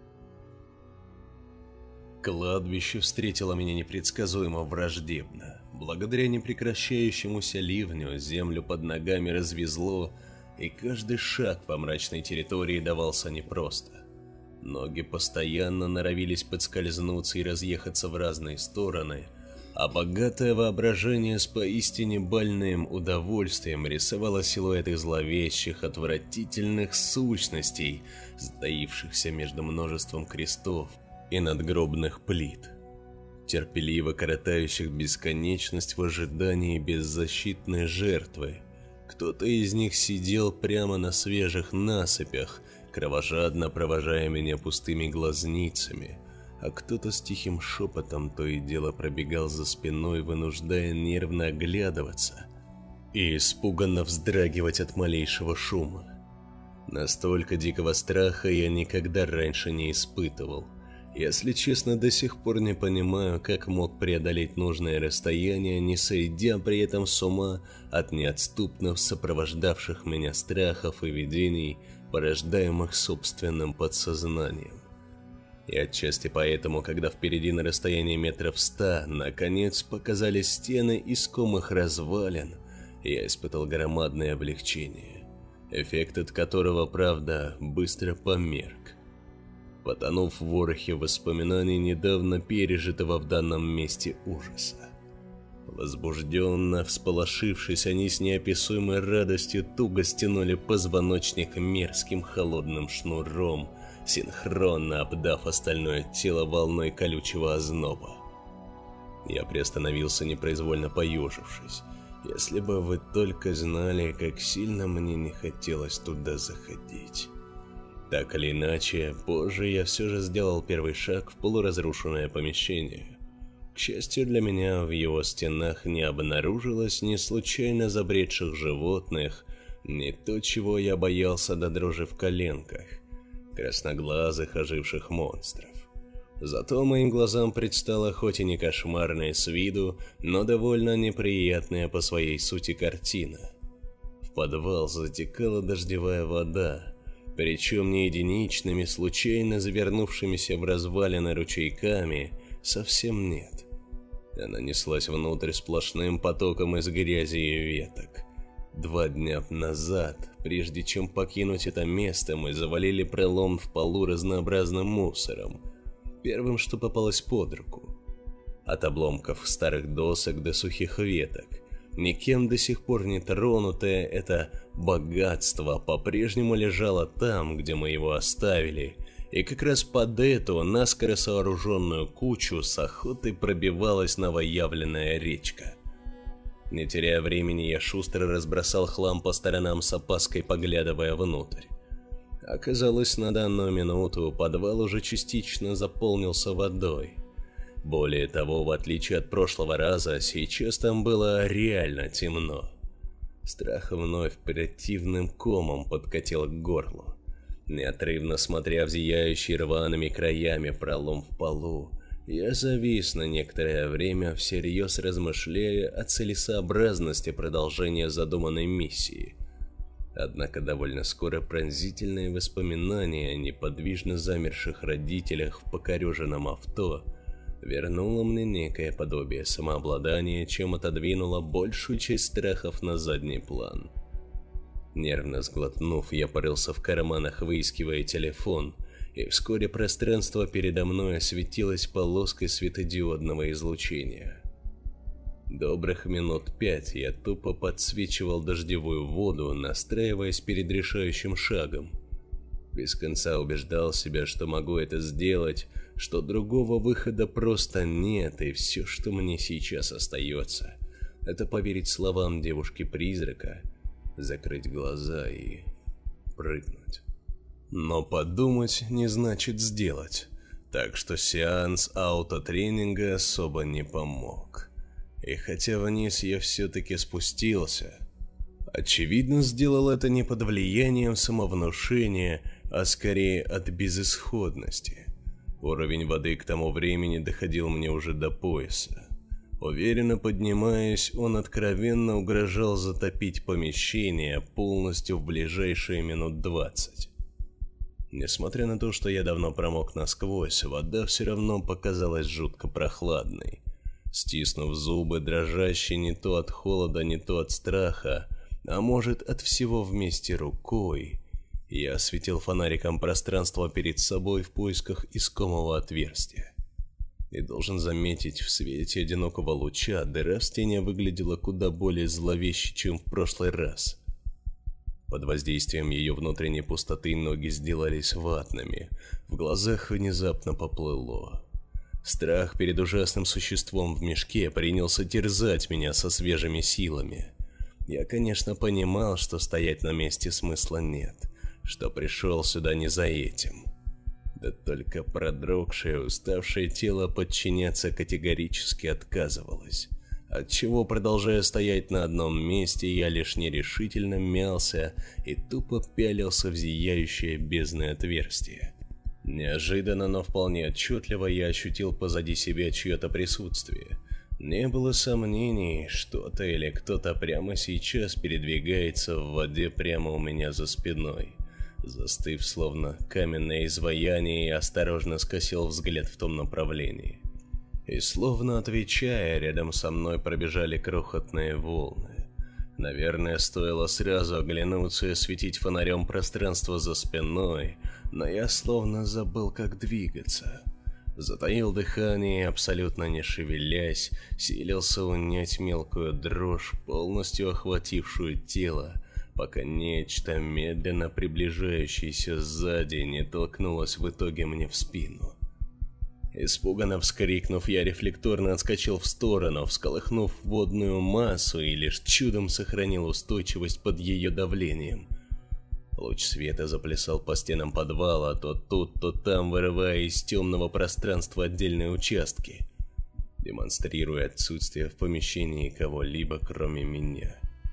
Кладбище встретило меня непредсказуемо враждебно. Благодаря непрекращающемуся ливню землю под ногами развезло, и каждый шаг по мрачной территории давался непросто. Ноги постоянно норовились подскользнуться и разъехаться в разные стороны, а богатое воображение с поистине больным удовольствием рисовало силуэты зловещих, отвратительных сущностей, затаившихся между множеством крестов и надгробных плит, терпеливо коротающих бесконечность в ожидании беззащитной жертвы. Кто-то из них сидел прямо на свежих насыпях, кровожадно провожая меня пустыми глазницами, а кто-то с тихим шепотом то и дело пробегал за спиной, вынуждая нервно оглядываться и испуганно вздрагивать от малейшего шума. Настолько дикого страха я никогда раньше не испытывал. Если честно, до сих пор не понимаю, как мог преодолеть нужное расстояние, не сойдя при этом с ума от неотступно сопровождавших меня страхов и видений, порождаемых собственным подсознанием. И отчасти поэтому, когда впереди на расстоянии метров ста наконец показались стены искомых развалин, я испытал громадное облегчение, эффект от которого, правда, быстро померк, потонув в ворохе воспоминаний недавно пережитого в данном месте ужаса. Возбужденно всполошившись, они с неописуемой радостью туго стянули позвоночник мерзким холодным шнуром, синхронно обдав остальное тело волной колючего озноба. Я приостановился, непроизвольно поежившись. Если бы вы только знали, как сильно мне не хотелось туда заходить. Так или иначе, позже я все же сделал первый шаг в полуразрушенное помещение. К счастью для меня, в его стенах не обнаружилось ни случайно забредших животных, ни то, чего я боялся до дрожи в коленках — красноглазых оживших монстров. Зато моим глазам предстала хоть и не кошмарная с виду, но довольно неприятная по своей сути картина. В подвал затекала дождевая вода, причем не единичными, случайно завернувшимися в развалины ручейками, совсем нет. Она неслась внутрь сплошным потоком из грязи и веток. Два дня назад, прежде чем покинуть это место, мы завалили пролом в полу разнообразным мусором, первым, что попалось под руку. От обломков старых досок до сухих веток, Никем до сих пор не тронутое это богатство по-прежнему лежало там, где мы его оставили, и как раз под эту наскоро сооруженную кучу с охотой пробивалась новоявленная речка. Не теряя времени, я шустро разбросал хлам по сторонам с опаской, поглядывая внутрь. Оказалось, на данную минуту подвал уже частично заполнился водой. Более того, в отличие от прошлого раза, сейчас там было реально темно. Страх вновь противным комом подкатил к горлу. Неотрывно смотря в зияющий рваными краями пролом в полу, я завис на некоторое время, всерьез размышляя о целесообразности продолжения задуманной миссии. Однако довольно скоро пронзительные воспоминания о неподвижно замерших родителях в покореженном авто вернуло мне некое подобие самообладания, чем отодвинуло большую часть страхов на задний план. Нервно сглотнув, я порылся в карманах, выискивая телефон, и вскоре пространство передо мной осветилось полоской светодиодного излучения. Добрых минут пять я тупо подсвечивал дождевую воду, настраиваясь перед решающим шагом. Без конца убеждал себя, что могу это сделать, что другого выхода просто нет, и все, что мне сейчас остается, это поверить словам девушки-призрака, закрыть глаза и прыгнуть. Но подумать не значит сделать, так что сеанс аутотренинга особо не помог. И хотя вниз я все-таки спустился, очевидно, сделал это не под влиянием самовнушения, а скорее от безысходности. Уровень воды к тому времени доходил мне уже до пояса. Уверенно поднимаясь, он откровенно угрожал затопить помещение полностью в ближайшие минут двадцать. Несмотря на то, что я давно промок насквозь, вода все равно показалась жутко прохладной. Стиснув зубы, дрожащей не то от холода, не то от страха, а может от всего вместе рукой, я осветил фонариком пространство перед собой в поисках искомого отверстия. И должен заметить, в свете одинокого луча дыра в стене выглядела куда более зловеще, чем в прошлый раз. Под воздействием ее внутренней пустоты ноги сделались ватными, в глазах внезапно поплыло. Страх перед ужасным существом в мешке принялся терзать меня со свежими силами. Я, конечно, понимал, что стоять на месте смысла нет, что пришел сюда не за этим. Да только продрогшее, уставшее тело подчиняться категорически отказывалось, отчего, продолжая стоять на одном месте, я лишь нерешительно мялся и тупо пялился в зияющее бездны отверстие. Неожиданно, но вполне отчетливо я ощутил позади себя чье-то присутствие. Не было сомнений, что-то или кто-то прямо сейчас передвигается в воде прямо у меня за спиной. Застыв, словно каменное изваяние, я осторожно скосил взгляд в том направлении. И словно отвечая, рядом со мной пробежали крохотные волны. Наверное, стоило сразу оглянуться и осветить фонарем пространство за спиной, но я словно забыл, как двигаться. Затаил дыхание и, абсолютно не шевелясь, силился унять мелкую дрожь, полностью охватившую тело, пока нечто, медленно приближающееся сзади, не толкнулось в итоге мне в спину. Испуганно вскрикнув, я рефлекторно отскочил в сторону, всколыхнув водную массу, и лишь чудом сохранил устойчивость под ее давлением. Луч света заплясал по стенам подвала, то тут, то там, вырывая из темного пространства отдельные участки, демонстрируя отсутствие в помещении кого-либо, кроме меня.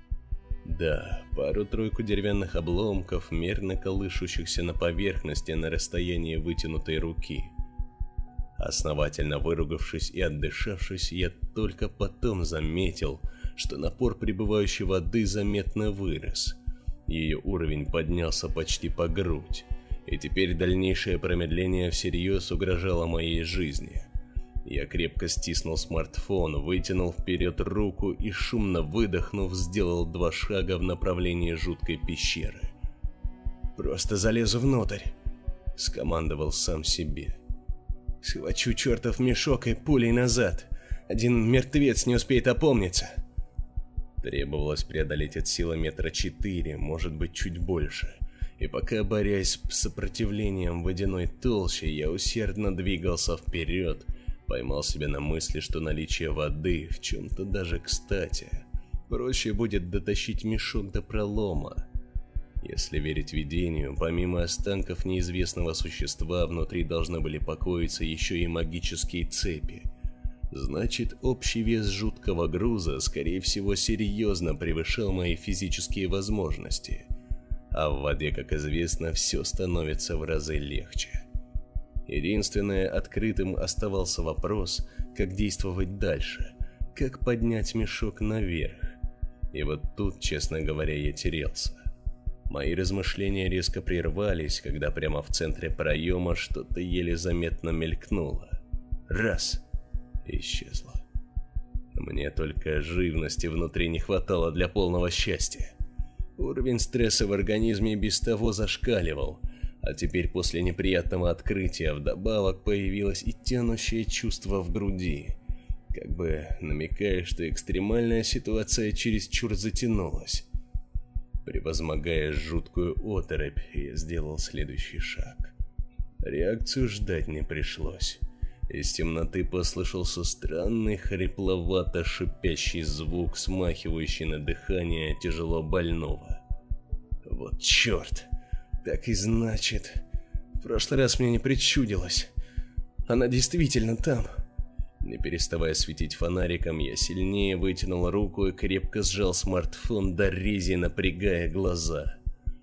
Да, пару-тройку деревянных обломков, мерно колышущихся на поверхности на расстоянии вытянутой руки. Основательно выругавшись и отдышавшись, я только потом заметил, что напор прибывающей воды заметно вырос. Ее уровень поднялся почти по грудь, и теперь дальнейшее промедление всерьез угрожало моей жизни. Я крепко стиснул смартфон, вытянул вперед руку и, шумно выдохнув, сделал два шага в направлении жуткой пещеры. «Просто залезу внутрь», — скомандовал сам себе. «Схвачу чертов мешок и пулей назад. Один мертвец не успеет опомниться». Требовалось преодолеть от силы метра четыре, может быть, чуть больше. И пока, борясь с сопротивлением водяной толщи, я усердно двигался вперед, поймал себя на мысли, что наличие воды в чем-то даже кстати. Проще будет дотащить мешок до пролома. Если верить видению, помимо останков неизвестного существа, внутри должны были покоиться еще и магические цепи. Значит, общий вес жуткого груза, скорее всего, серьезно превышал мои физические возможности. А в воде, как известно, все становится в разы легче. Единственное, открытым оставался вопрос, как действовать дальше, как поднять мешок наверх. И вот тут, честно говоря, я терялся. Мои размышления резко прервались, когда прямо в центре проема что-то еле заметно мелькнуло. Раз — исчезло. Мне только живности внутри не хватало для полного счастья. Уровень стресса в организме без того зашкаливал, а теперь после неприятного открытия вдобавок появилось и тянущее чувство в груди, как бы намекая, что экстремальная ситуация чересчур затянулась. Превозмогая жуткую оторопь, я сделал следующий шаг. Реакцию ждать не пришлось. Из темноты послышался странный хрипловато-шипящий звук, смахивающий на дыхание тяжело больного. Вот черт! Так и значит. В прошлый раз мне не причудилось. Она действительно там. Не переставая светить фонариком, я сильнее вытянул руку и крепко сжал смартфон до рези, напрягая глаза.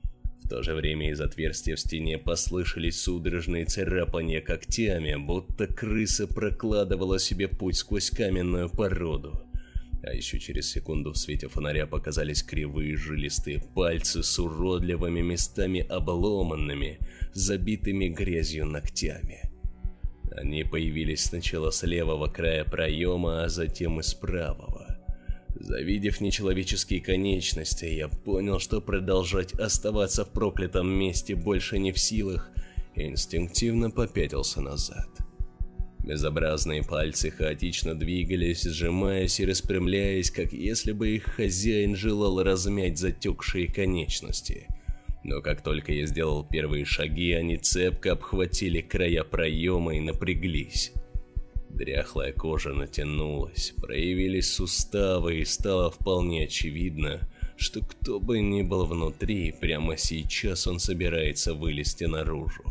В то же время из отверстия в стене послышались судорожные царапания когтями, будто крыса прокладывала себе путь сквозь каменную породу. А еще через секунду в свете фонаря показались кривые жилистые пальцы с уродливыми местами обломанными, забитыми грязью ногтями. Они появились сначала с левого края проема, а затем и с правого. Завидев нечеловеческие конечности, я понял, что продолжать оставаться в проклятом месте больше не в силах, и инстинктивно попятился назад. Безобразные пальцы хаотично двигались, сжимаясь и распрямляясь, как если бы их хозяин желал размять затекшие конечности. Но как только я сделал первые шаги, они цепко обхватили края проема и напряглись. Дряхлая кожа натянулась, проявились суставы, и стало вполне очевидно, что кто бы ни был внутри, прямо сейчас он собирается вылезти наружу.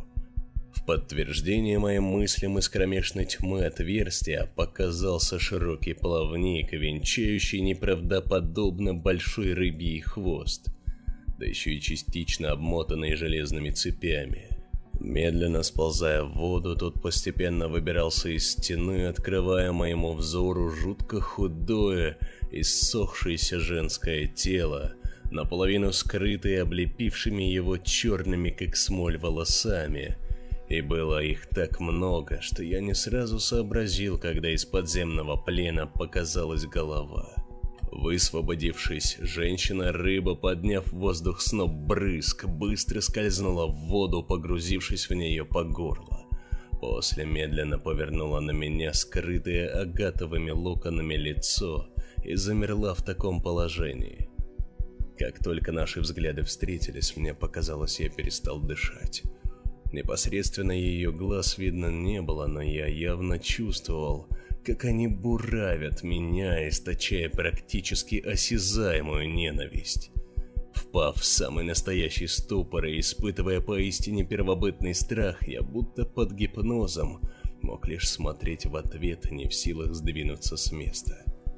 В подтверждение моим мыслям из кромешной тьмы отверстия показался широкий плавник, венчающий неправдоподобно большой рыбий хвост, да еще и частично обмотанный железными цепями. Медленно сползая в воду, тот постепенно выбирался из стены, открывая моему взору жутко худое, иссохшееся женское тело, наполовину скрытое облепившими его черными, как смоль, волосами. И было их так много, что я не сразу сообразил, когда из подземного плена показалась голова. Высвободившись, женщина-рыба, подняв в воздух сноп брызг, быстро скользнула в воду, погрузившись в нее по горло. После медленно повернула на меня скрытое агатовыми локонами лицо и замерла в таком положении. Как только наши взгляды встретились, мне показалось, я перестал дышать. Непосредственно ее глаз видно не было, но я явно чувствовал, как они буравят меня, источая практически осязаемую ненависть. Впав в самый настоящий ступор и испытывая поистине первобытный страх, я будто под гипнозом мог лишь смотреть в ответ, не в силах сдвинуться с места.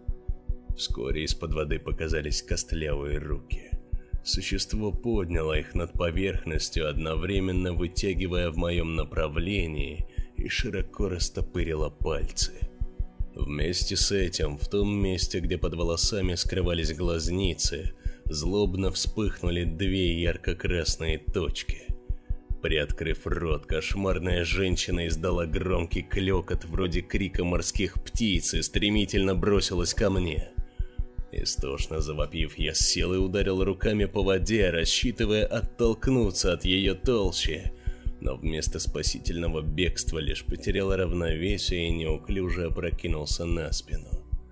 Вскоре из-под воды показались костлявые руки. Существо подняло их над поверхностью, одновременно вытягивая в моем направлении, и широко растопырило пальцы. Вместе с этим, в том месте, где под волосами скрывались глазницы, злобно вспыхнули две ярко-красные точки. Приоткрыв рот, кошмарная женщина издала громкий клёкот вроде крика морских птиц и стремительно бросилась ко мне. Истошно завопив, я сел и ударил руками по воде, рассчитывая оттолкнуться от ее толщи, но вместо спасительного бегства лишь потерял равновесие и неуклюже опрокинулся на спину.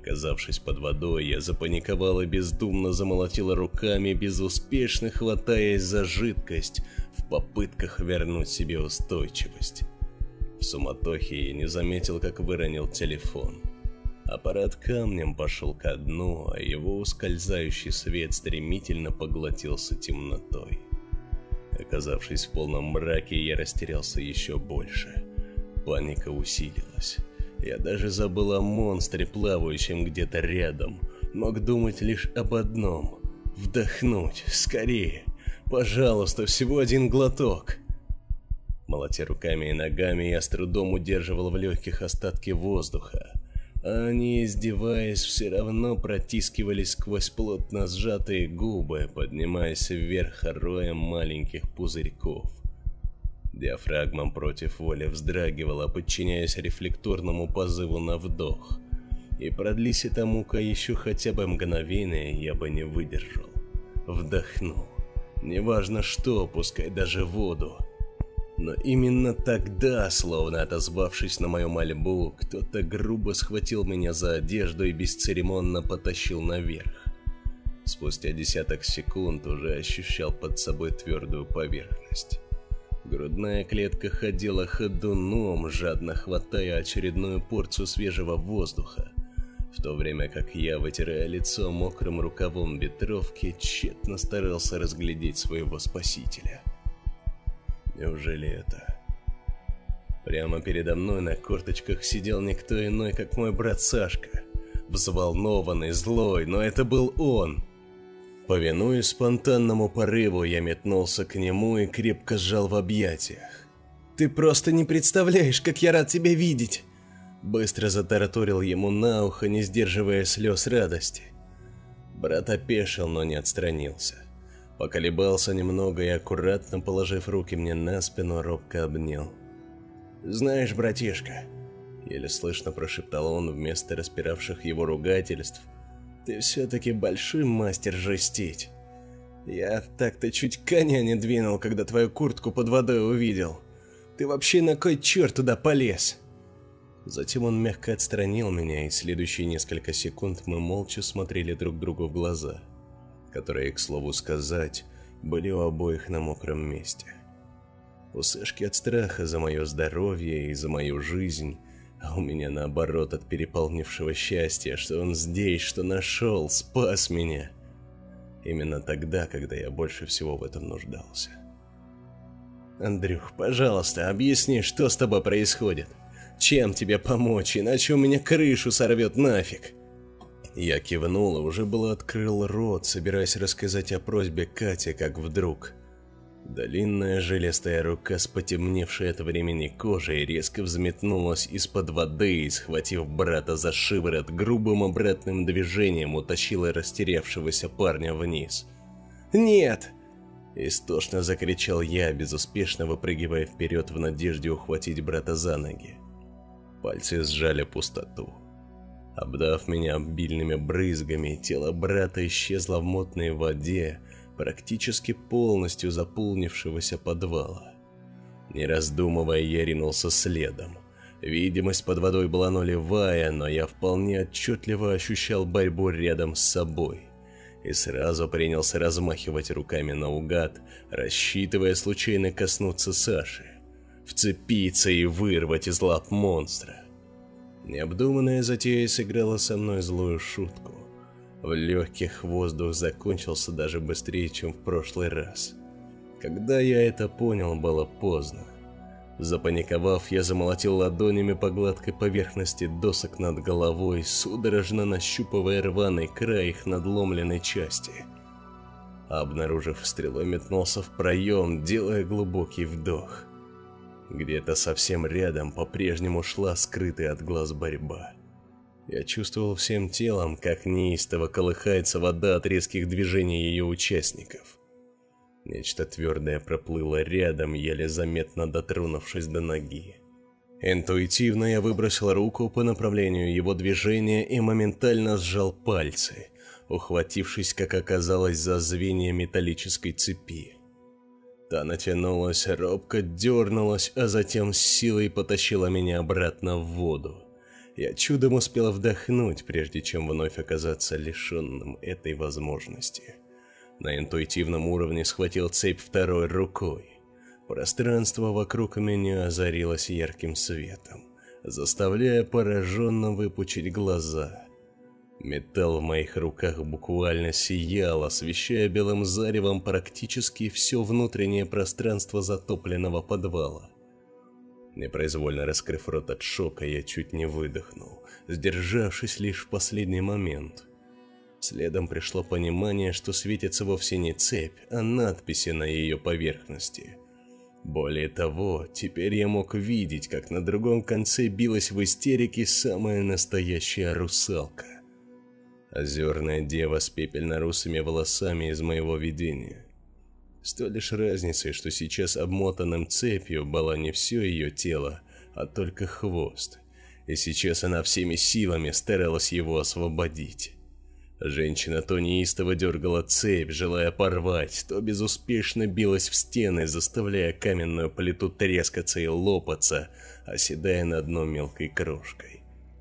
Оказавшись под водой, я запаниковал и бездумно замолотил руками, безуспешно хватаясь за жидкость в попытках вернуть себе устойчивость. В суматохе я не заметил, как выронил телефон. Аппарат камнем пошел ко дну, а его ускользающий свет стремительно поглотился темнотой. Оказавшись в полном мраке, я растерялся еще больше. Паника усилилась. Я даже забыл о монстре, плавающем где-то рядом. Мог думать лишь об одном. Вдохнуть, скорее. Пожалуйста, всего один глоток. Молотя руками и ногами, я с трудом удерживал в легких остатки воздуха. А они, издеваясь, все равно протискивались сквозь плотно сжатые губы, поднимаясь вверх роем маленьких пузырьков. Диафрагма против воли вздрагивала, подчиняясь рефлекторному позыву на вдох. И продлись эта мука еще хотя бы мгновение, я бы не выдержал. Вдохнул. Неважно что, пускай даже воду. Но именно тогда, словно отозвавшись на мою мольбу, кто-то грубо схватил меня за одежду и бесцеремонно потащил наверх. Спустя десяток секунд уже ощущал под собой твердую поверхность. Грудная клетка ходила ходуном, жадно хватая очередную порцию свежего воздуха, в то время как я, вытирая лицо мокрым рукавом ветровки, тщетно старался разглядеть своего спасителя. Неужели это? Прямо передо мной на корточках сидел никто иной, как мой брат Сашка. Взволнованный, злой, но это был он. Повинуясь спонтанному порыву, я метнулся к нему и крепко сжал в объятиях.
«Ты просто не представляешь, как я рад тебя видеть!»
Быстро затараторил ему на ухо, не сдерживая слез радости. Брат опешил, но не отстранился. Поколебался немного и, аккуратно положив руки мне на спину, робко обнял. «Знаешь, братишка», — еле слышно прошептал он вместо распиравших его ругательств, «ты все-таки большой мастер жестить. Я так-то чуть коня не двинул, когда твою куртку под водой увидел. Ты вообще на кой черт туда полез?» Затем он мягко отстранил меня, и следующие несколько секунд мы молча смотрели друг другу в глаза, которые, к слову сказать, были у обоих на мокром месте. У Сашки от страха за мое здоровье и за мою жизнь, а у меня наоборот от переполнившего счастья, что он здесь, что нашел, спас меня. Именно тогда, когда я больше всего в этом нуждался. «Андрюх, пожалуйста, объясни, что с тобой происходит? Чем тебе помочь, иначе у меня крышу сорвет нафиг!» Я кивнул и уже было открыл рот, собираясь рассказать о просьбе Кати, как вдруг длинная жилистая рука с потемневшей от времени кожей резко взметнулась из-под воды и, схватив брата за шиворот, грубым обратным движением утащила растерявшегося парня вниз. «Нет!» – истошно закричал я, безуспешно выпрыгивая вперед в надежде ухватить брата за ноги. Пальцы сжали пустоту. Обдав меня обильными брызгами, тело брата исчезло в мутной воде, практически полностью заполнившегося подвала. Не раздумывая, я ринулся следом. Видимость под водой была нулевая, но я вполне отчетливо ощущал борьбу рядом с собой. И сразу принялся размахивать руками наугад, рассчитывая случайно коснуться Саши, вцепиться и вырвать из лап монстра. Необдуманная затея сыграла со мной злую шутку. В легких воздух закончился даже быстрее, чем в прошлый раз. Когда я это понял, было поздно. Запаниковав, я замолотил ладонями по гладкой поверхности досок над головой, судорожно нащупывая рваный край их надломленной части. Обнаружив стрелу, метнулся в проем, делая глубокий вдох. Где-то совсем рядом по-прежнему шла скрытая от глаз борьба. Я чувствовал всем телом, как неистово колыхается вода от резких движений ее участников. Нечто твердое проплыло рядом, еле заметно дотронувшись до ноги. Интуитивно я выбросил руку по направлению его движения и моментально сжал пальцы, ухватившись, как оказалось, за звенья металлической цепи. Та натянулась, робко дернулась, а затем с силой потащила меня обратно в воду. Я чудом успел вдохнуть, прежде чем вновь оказаться лишенным этой возможности. На интуитивном уровне схватил цепь второй рукой. Пространство вокруг меня озарилось ярким светом, заставляя пораженно выпучить глаза. Металл в моих руках буквально сиял, освещая белым заревом практически все внутреннее пространство затопленного подвала. Непроизвольно раскрыв рот от шока, я чуть не выдохнул, сдержавшись лишь в последний момент. Следом пришло понимание, что светится вовсе не цепь, а надписи на ее поверхности. Более того, теперь я мог видеть, как на другом конце билась в истерике самая настоящая русалка. Озерная дева с пепельно-русыми волосами из моего видения. С той лишь разницей, что сейчас обмотанным цепью было не все ее тело, а только хвост. И сейчас она всеми силами старалась его освободить. Женщина то неистово дергала цепь, желая порвать, то безуспешно билась в стены, заставляя каменную плиту трескаться и лопаться, оседая на дно мелкой крошкой.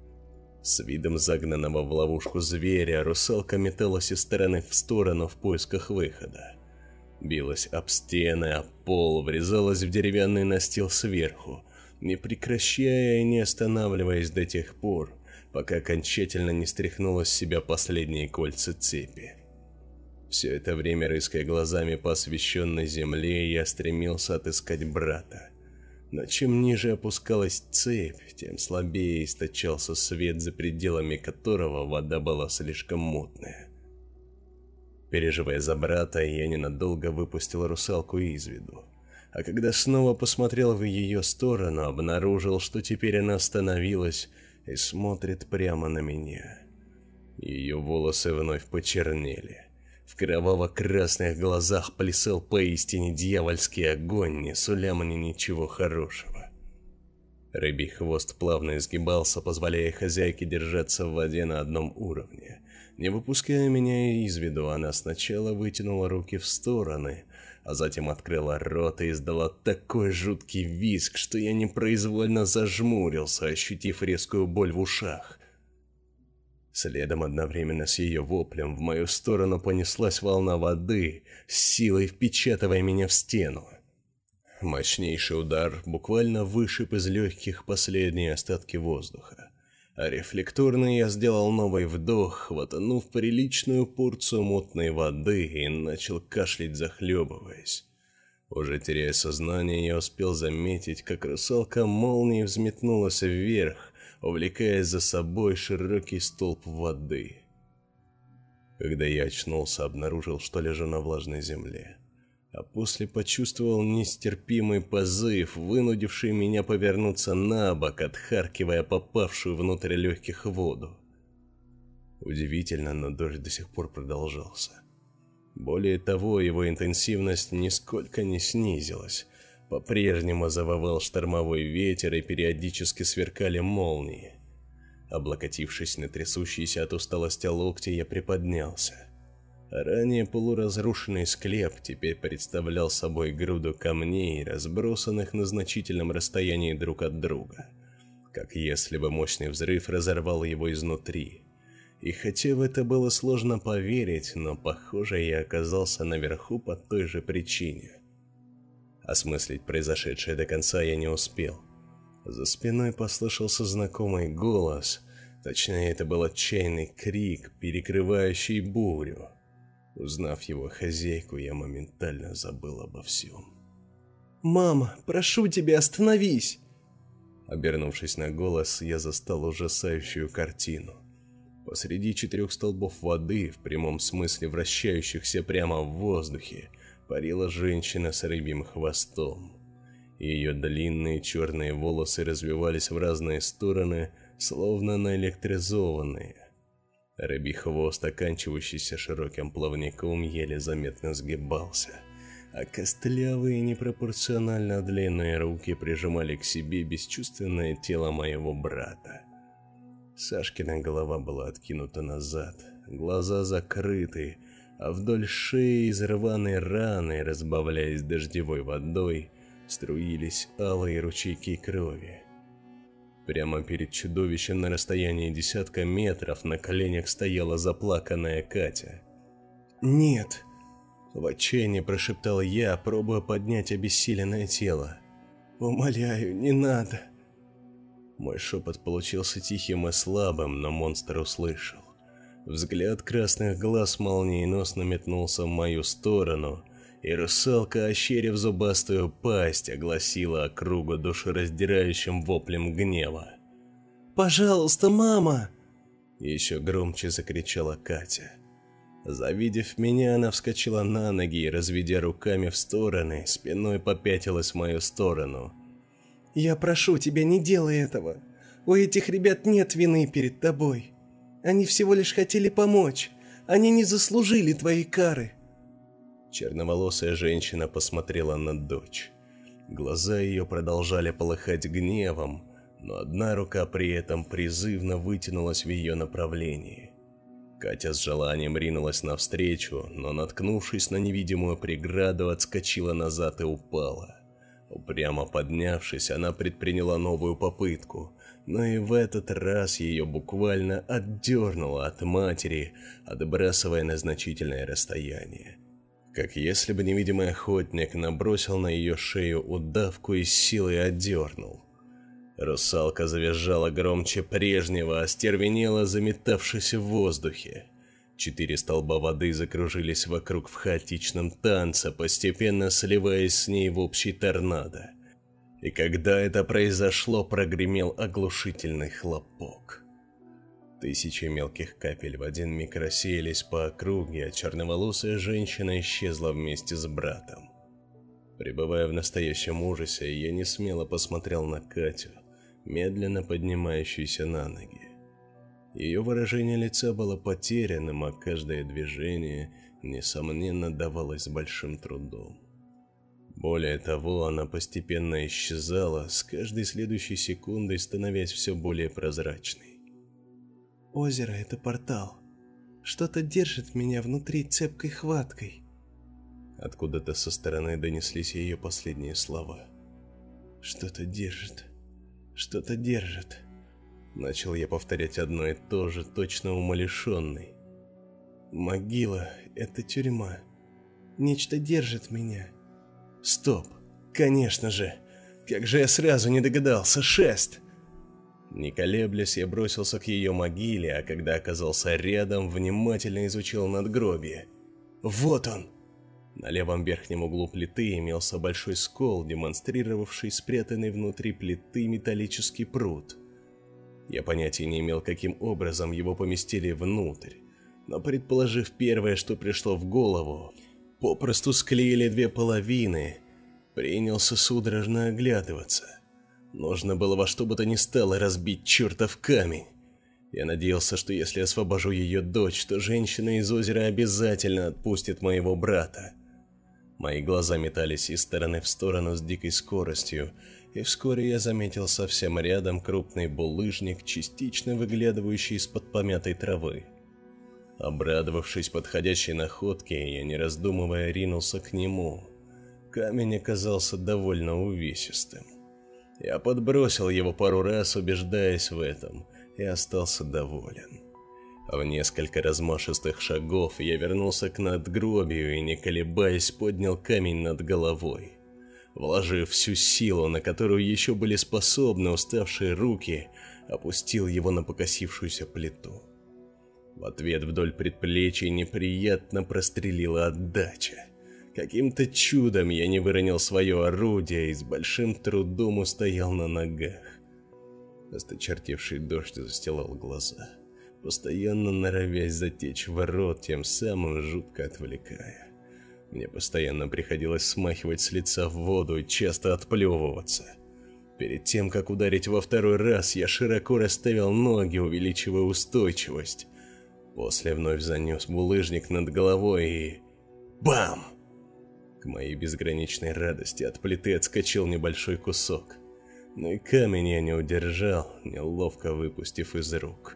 С видом загнанного в ловушку зверя русалка металась из стороны в сторону в поисках выхода. Билась об стены, об пол, врезалась в деревянный настил сверху, не прекращая и не останавливаясь до тех пор, пока окончательно не стряхнула с себя последние кольца цепи. Все это время, рыская глазами по освещенной земле, я стремился отыскать брата. Но чем ниже опускалась цепь, тем слабее источался свет, за пределами которого вода была слишком мутная. Переживая за брата, я ненадолго выпустил русалку из виду. А когда снова посмотрел в ее сторону, обнаружил, что теперь она остановилась и смотрит прямо на меня. Ее волосы вновь почернели. В кроваво-красных глазах плясал поистине дьявольский огонь, не суля мне ничего хорошего. Рыбий хвост плавно изгибался, позволяя хозяйке держаться в воде на одном уровне. Не выпуская меня из виду, она сначала вытянула руки в стороны, а затем открыла рот и издала такой жуткий визг, что я непроизвольно зажмурился, ощутив резкую боль в ушах. Следом одновременно с ее воплем в мою сторону понеслась волна воды, с силой впечатывая меня в стену. Мощнейший удар буквально вышиб из легких последние остатки воздуха. А рефлекторно я сделал новый вдох, хватанув приличную порцию мутной воды и начал кашлять, захлебываясь. Уже теряя сознание, я успел заметить, как русалка молнией взметнулась вверх, увлекая за собой широкий столб воды. Когда я очнулся, обнаружил, что лежу на влажной земле. А после почувствовал нестерпимый позыв, вынудивший меня повернуться на бок, отхаркивая попавшую внутрь легких воду. Удивительно, но дождь до сих пор продолжался. Более того, его интенсивность нисколько не снизилась. По-прежнему завывал штормовой ветер и периодически сверкали молнии. Облокотившись на трясущиеся от усталости локти, я приподнялся. Ранее полуразрушенный склеп теперь представлял собой груду камней, разбросанных на значительном расстоянии друг от друга, как если бы мощный взрыв разорвал его изнутри. И хотя в это было сложно поверить, но, похоже, я оказался наверху по той же причине. Осмыслить произошедшее до конца я не успел. За спиной послышался знакомый голос, точнее, это был отчаянный крик, перекрывающий бурю. Узнав его хозяйку, я моментально забыл обо всем.
«Мама, прошу тебя, остановись!»
Обернувшись на голос, я застал ужасающую картину. Посреди четырех столбов воды, в прямом смысле вращающихся прямо в воздухе, парила женщина с рыбьим хвостом. Ее длинные черные волосы развивались в разные стороны, словно наэлектризованные. Рыбий хвост, оканчивающийся широким плавником, еле заметно сгибался, а костлявые и непропорционально длинные руки прижимали к себе бесчувственное тело моего брата. Сашкина голова была откинута назад, глаза закрыты, а вдоль шеи из рваной раны, разбавляясь дождевой водой, струились алые ручейки крови. Прямо перед чудовищем на расстоянии десятка метров на коленях стояла заплаканная Катя.
«Нет!»
— в отчаянии прошептал я, пробуя поднять обессиленное тело.
«Умоляю, не надо!»
Мой шепот получился тихим и слабым, но монстр услышал. Взгляд красных глаз молниеносно метнулся в мою сторону, и русалка, ощерив зубастую пасть, огласила округу душераздирающим воплем гнева.
«Пожалуйста, мама!»
Еще громче закричала Катя. Завидев меня, она вскочила на ноги и, разведя руками в стороны, спиной попятилась в мою сторону.
«Я прошу тебя, не делай этого. У этих ребят нет вины перед тобой. Они всего лишь хотели помочь. Они не заслужили твоей кары».
Черноволосая женщина посмотрела на дочь. Глаза ее продолжали полыхать гневом, но одна рука при этом призывно вытянулась в ее направлении. Катя с желанием ринулась навстречу, но, наткнувшись на невидимую преграду, отскочила назад и упала. Упрямо поднявшись, она предприняла новую попытку, но и в этот раз ее буквально отдернуло от матери, отбрасывая на значительное расстояние. Как если бы невидимый охотник набросил на ее шею удавку и с силой отдернул. Русалка завизжала громче прежнего, остервенела, заметавшись в воздухе. Четыре столба воды закружились вокруг в хаотичном танце, постепенно сливаясь с ней в общий торнадо. И когда это произошло, прогремел оглушительный хлопок. Тысячи мелких капель в один миг рассеялись по округе, а черноволосая женщина исчезла вместе с братом. Пребывая в настоящем ужасе, я не смело посмотрел на Катю, медленно поднимающуюся на ноги. Ее выражение лица было потерянным, а каждое движение, несомненно, давалось с большим трудом. Более того, она постепенно исчезала, с каждой следующей секундой становясь все более прозрачной.
«Озеро — это портал. Что-то держит меня внутри цепкой хваткой».
Откуда-то со стороны донеслись ее последние слова.
«Что-то держит. Что-то держит».
Начал я повторять одно и то же, точно умалишенный.
«Могила — это тюрьма. Нечто держит меня».
«Стоп! Конечно же! Как же я сразу не догадался! Шест!» Не колеблясь, я бросился к ее могиле, а когда оказался рядом, внимательно изучил надгробие. Вот он! На левом верхнем углу плиты имелся большой скол, демонстрировавший спрятанный внутри плиты металлический прут. Я понятия не имел, каким образом его поместили внутрь, но, предположив первое, что пришло в голову, попросту склеили две половины, принялся судорожно оглядываться. Нужно было во что бы то ни стало разбить чертов камень. Я надеялся, что если освобожу ее дочь, то женщина из озера обязательно отпустит моего брата. Мои глаза метались из стороны в сторону с дикой скоростью, и вскоре я заметил совсем рядом крупный булыжник, частично выглядывающий из-под помятой травы. Обрадовавшись подходящей находке, я, не раздумывая, ринулся к нему. Камень оказался довольно увесистым. Я подбросил его пару раз, убеждаясь в этом, и остался доволен. В несколько размашистых шагов я вернулся к надгробию и, не колебаясь, поднял камень над головой. Вложив всю силу, на которую еще были способны уставшие руки, опустил его на покосившуюся плиту. В ответ вдоль предплечий неприятно прострелила отдача. Каким-то чудом я не выронил свое орудие и с большим трудом устоял на ногах. Осточертевший дождь застилал глаза, постоянно норовясь затечь в рот, тем самым жутко отвлекая. Мне постоянно приходилось смахивать с лица в воду и часто отплевываться. Перед тем, как ударить во второй раз, я широко расставил ноги, увеличивая устойчивость. После вновь занес булыжник над головой и... Бам! К моей безграничной радости от плиты отскочил небольшой кусок. Но и камень я не удержал, неловко выпустив из рук.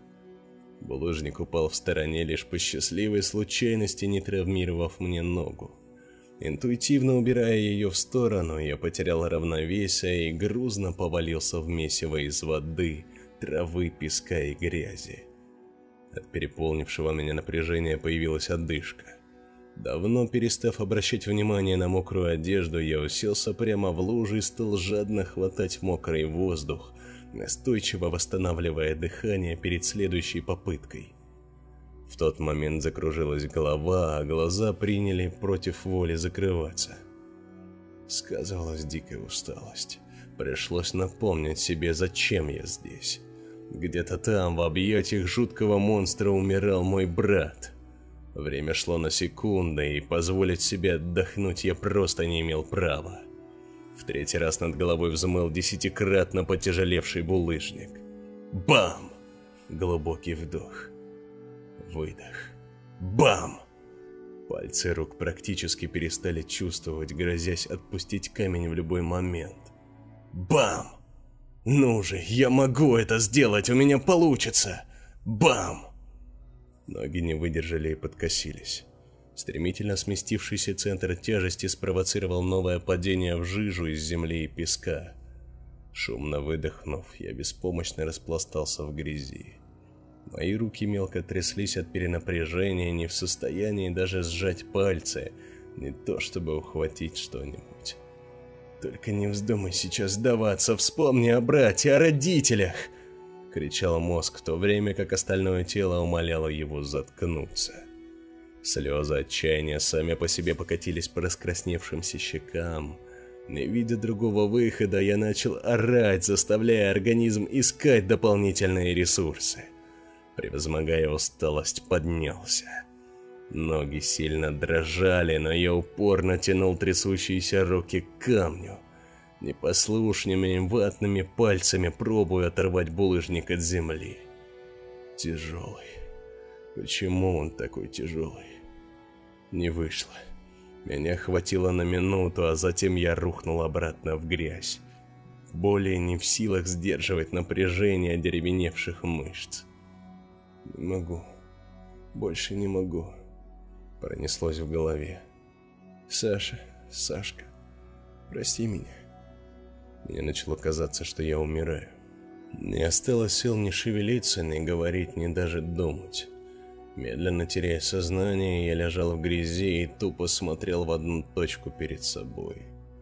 Булыжник упал в стороне лишь по счастливой случайности, не травмировав мне ногу. Интуитивно убирая ее в сторону, я потерял равновесие и грузно повалился в месиво из воды, травы, песка и грязи. От переполнившего меня напряжения появилась одышка. Давно перестав обращать внимание на мокрую одежду, я уселся прямо в луже и стал жадно хватать мокрый воздух, настойчиво восстанавливая дыхание перед следующей попыткой. В тот момент закружилась голова, а глаза приняли против воли закрываться. Сказывалась дикая усталость. Пришлось напомнить себе, зачем я здесь. Где-то там, в объятиях жуткого монстра, умирал мой брат. Время шло на секунды, и позволить себе отдохнуть я просто не имел права. В третий раз над головой взмыл десятикратно потяжелевший булыжник. Бам! Глубокий вдох. Выдох. Бам! Пальцы рук практически перестали чувствовать, грозясь отпустить камень в любой момент. Бам! Ну же, я могу это сделать, у меня получится! Бам! Ноги не выдержали и подкосились. Стремительно сместившийся центр тяжести спровоцировал новое падение в жижу из земли и песка. Шумно выдохнув, я беспомощно распластался в грязи. Мои руки мелко тряслись от перенапряжения, не в состоянии даже сжать пальцы, не то чтобы ухватить что-нибудь. «Только не вздумай сейчас сдаваться, вспомни о брате, о родителях!» — кричал мозг, в то время как остальное тело умоляло его заткнуться. Слезы отчаяния сами по себе покатились по раскрасневшимся щекам. Не видя другого выхода, я начал орать, заставляя организм искать дополнительные ресурсы. Превозмогая усталость, поднялся. Ноги сильно дрожали, но я упорно тянул трясущиеся руки к камню. Непослушными ватными пальцами пробую оторвать булыжник от земли. Тяжелый. Почему он такой тяжелый? Не вышло. Меня хватило на минуту, а затем я рухнул обратно в грязь. Более не в силах сдерживать напряжение одеревеневших мышц. Не могу. Больше не могу. Пронеслось в голове. Саша, Сашка, прости меня. Мне начало казаться, что я умираю. Не осталось сил ни шевелиться, ни говорить, ни даже думать. Медленно теряя сознание, я лежал в грязи и тупо смотрел в одну точку перед собой.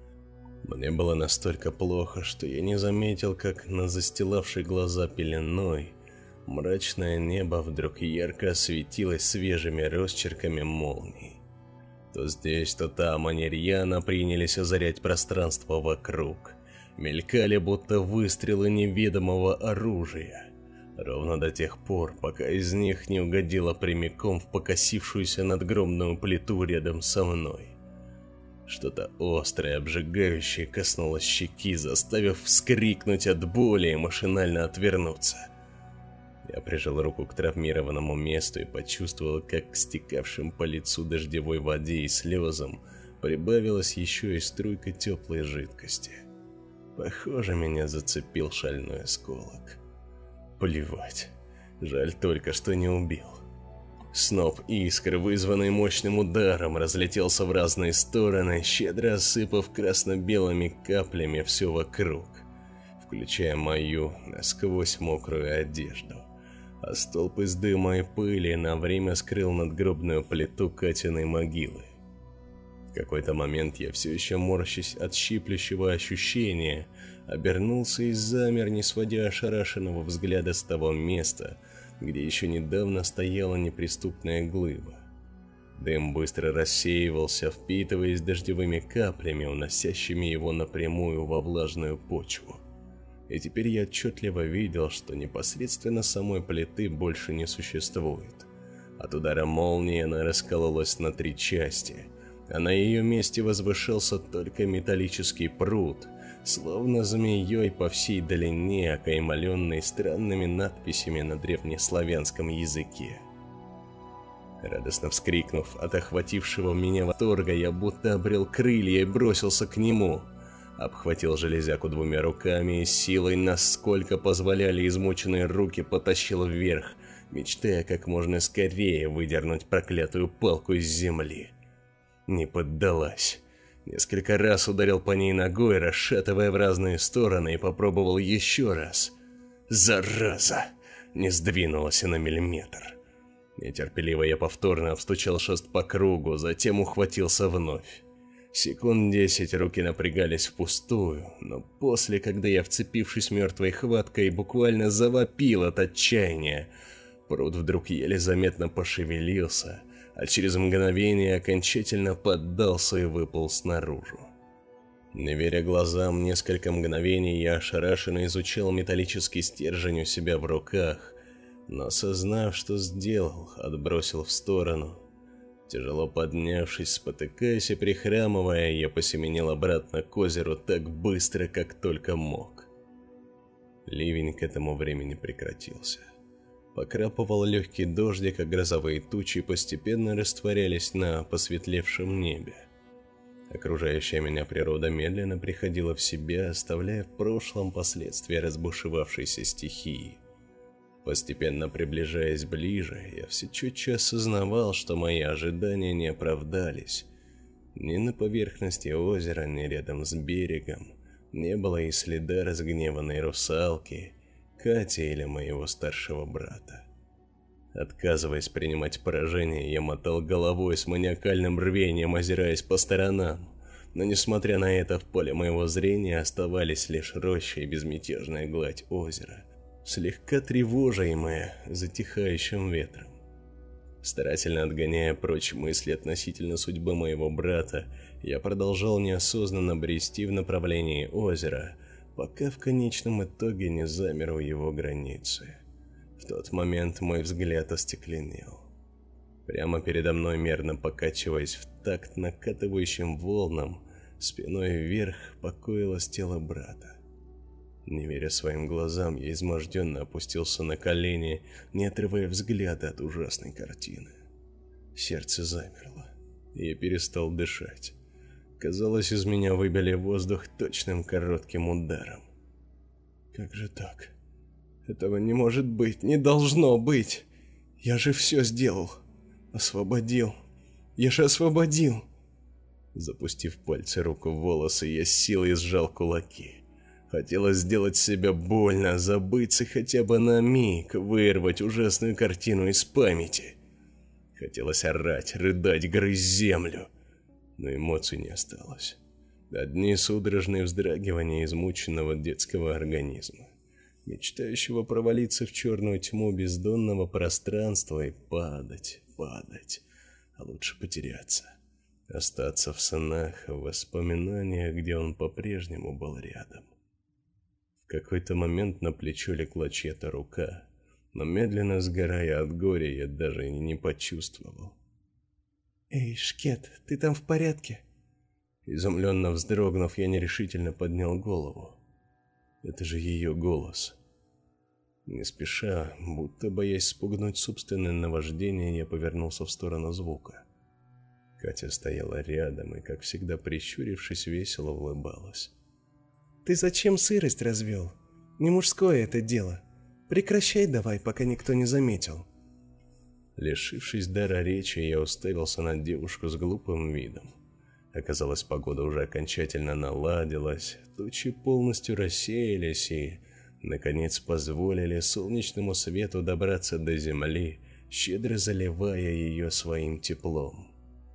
Мне было настолько плохо, что я не заметил, как на застилавшей глаза пеленой мрачное небо вдруг ярко осветилось свежими росчерками молний. То здесь, то там они рьяно принялись озарять пространство вокруг. Мелькали будто выстрелы неведомого оружия. Ровно до тех пор, пока из них не угодило прямиком в покосившуюся надгробную плиту рядом со мной. Что-то острое, обжигающее коснулось щеки, заставив вскрикнуть от боли и машинально отвернуться. Я прижал руку к травмированному месту и почувствовал, как к стекавшим по лицу дождевой воде и слезам прибавилась еще и струйка теплой жидкости. Похоже, меня зацепил шальной осколок. Плевать. Жаль только, что не убил. Сноп искр, вызванный мощным ударом, разлетелся в разные стороны, щедро осыпав красно-белыми каплями все вокруг, включая мою насквозь мокрую одежду. А столб из дыма и пыли на время скрыл надгробную плиту Катиной могилы. В какой-то момент я, все еще морщась от щиплющего ощущения, обернулся и замер, не сводя ошарашенного взгляда с того места, где еще недавно стояла неприступная глыба. Дым быстро рассеивался, впитываясь дождевыми каплями, уносящими его напрямую во влажную почву. И теперь я отчетливо видел, что непосредственно самой плиты больше не существует. От удара молнии она раскололась на три части, а на ее месте возвышался только металлический пруд, словно змеей по всей длине, окаймленный странными надписями на древнеславянском языке. Радостно вскрикнув от охватившего меня восторга, я будто обрел крылья и бросился к нему. Обхватил железяку двумя руками и силой, насколько позволяли измученные руки, потащил вверх, мечтая как можно скорее выдернуть проклятую палку из земли. Не поддалась. Несколько раз ударил по ней ногой, расшатывая в разные стороны, и попробовал еще раз. Зараза! Не сдвинулась и на миллиметр. Нетерпеливо я повторно обстучал шест по кругу, затем ухватился вновь. Секунд десять руки напрягались впустую, но после, когда я, вцепившись мертвой хваткой, буквально завопил от отчаяния, пруд вдруг еле заметно пошевелился, а через мгновение окончательно поддался и выполз наружу. Не веря глазам, несколько мгновений я ошарашенно изучал металлический стержень у себя в руках, но, осознав, что сделал, отбросил в сторону. Тяжело поднявшись, спотыкаясь и прихрамывая, я посеменил обратно к озеру так быстро, как только мог. Ливень к этому времени прекратился. Покрапывал легкий дождик, а грозовые тучи постепенно растворялись на посветлевшем небе. Окружающая меня природа медленно приходила в себя, оставляя в прошлом последствия разбушевавшейся стихии. Постепенно приближаясь ближе, я все четче осознавал, что мои ожидания не оправдались. Ни на поверхности озера, ни рядом с берегом не было и следа разгневанной русалки, Кати или моего старшего брата. Отказываясь принимать поражение, я мотал головой с маниакальным рвением, озираясь по сторонам. Но несмотря на это, в поле моего зрения оставались лишь роща и безмятежная гладь озера, слегка тревожимая затихающим ветром. Старательно отгоняя прочь мысли относительно судьбы моего брата, я продолжал неосознанно брести в направлении озера, пока в конечном итоге не замер у его границы. В тот момент мой взгляд остекленел. Прямо передо мной, мерно покачиваясь в такт накатывающим волнам, спиной вверх покоилось тело брата. Не веря своим глазам, я изможденно опустился на колени, не отрывая взгляда от ужасной картины. Сердце замерло, и я перестал дышать. Казалось, из меня выбили воздух точным коротким ударом. Как же так? Этого не может быть, не должно быть! Я же все сделал. Освободил. Я же освободил. Запустив пальцы руку в волосы, я с силой сжал кулаки. Хотелось сделать себе больно, забыться хотя бы на миг, вырвать ужасную картину из памяти. Хотелось орать, рыдать, грызть землю. Но эмоций не осталось. Одни судорожные вздрагивания измученного детского организма, мечтающего провалиться в черную тьму бездонного пространства и падать, падать, а лучше потеряться. Остаться в снах, в воспоминаниях, где он по-прежнему был рядом. В какой-то момент на плечо легла чья-то рука, но медленно сгорая от горя, я даже и не почувствовал.
«Эй, Шкет, ты там в порядке?»
Изумленно вздрогнув, я нерешительно поднял голову. Это же ее голос. Не спеша, будто боясь спугнуть собственное наваждение, я повернулся в сторону звука. Катя стояла рядом и, как всегда прищурившись, весело улыбалась.
«Ты зачем сырость развел? Не мужское это дело. Прекращай давай, пока никто не заметил».
Лишившись дара речи, я уставился на девушку с глупым видом. Оказалось, погода уже окончательно наладилась, тучи полностью рассеялись и, наконец, позволили солнечному свету добраться до земли, щедро заливая ее своим теплом.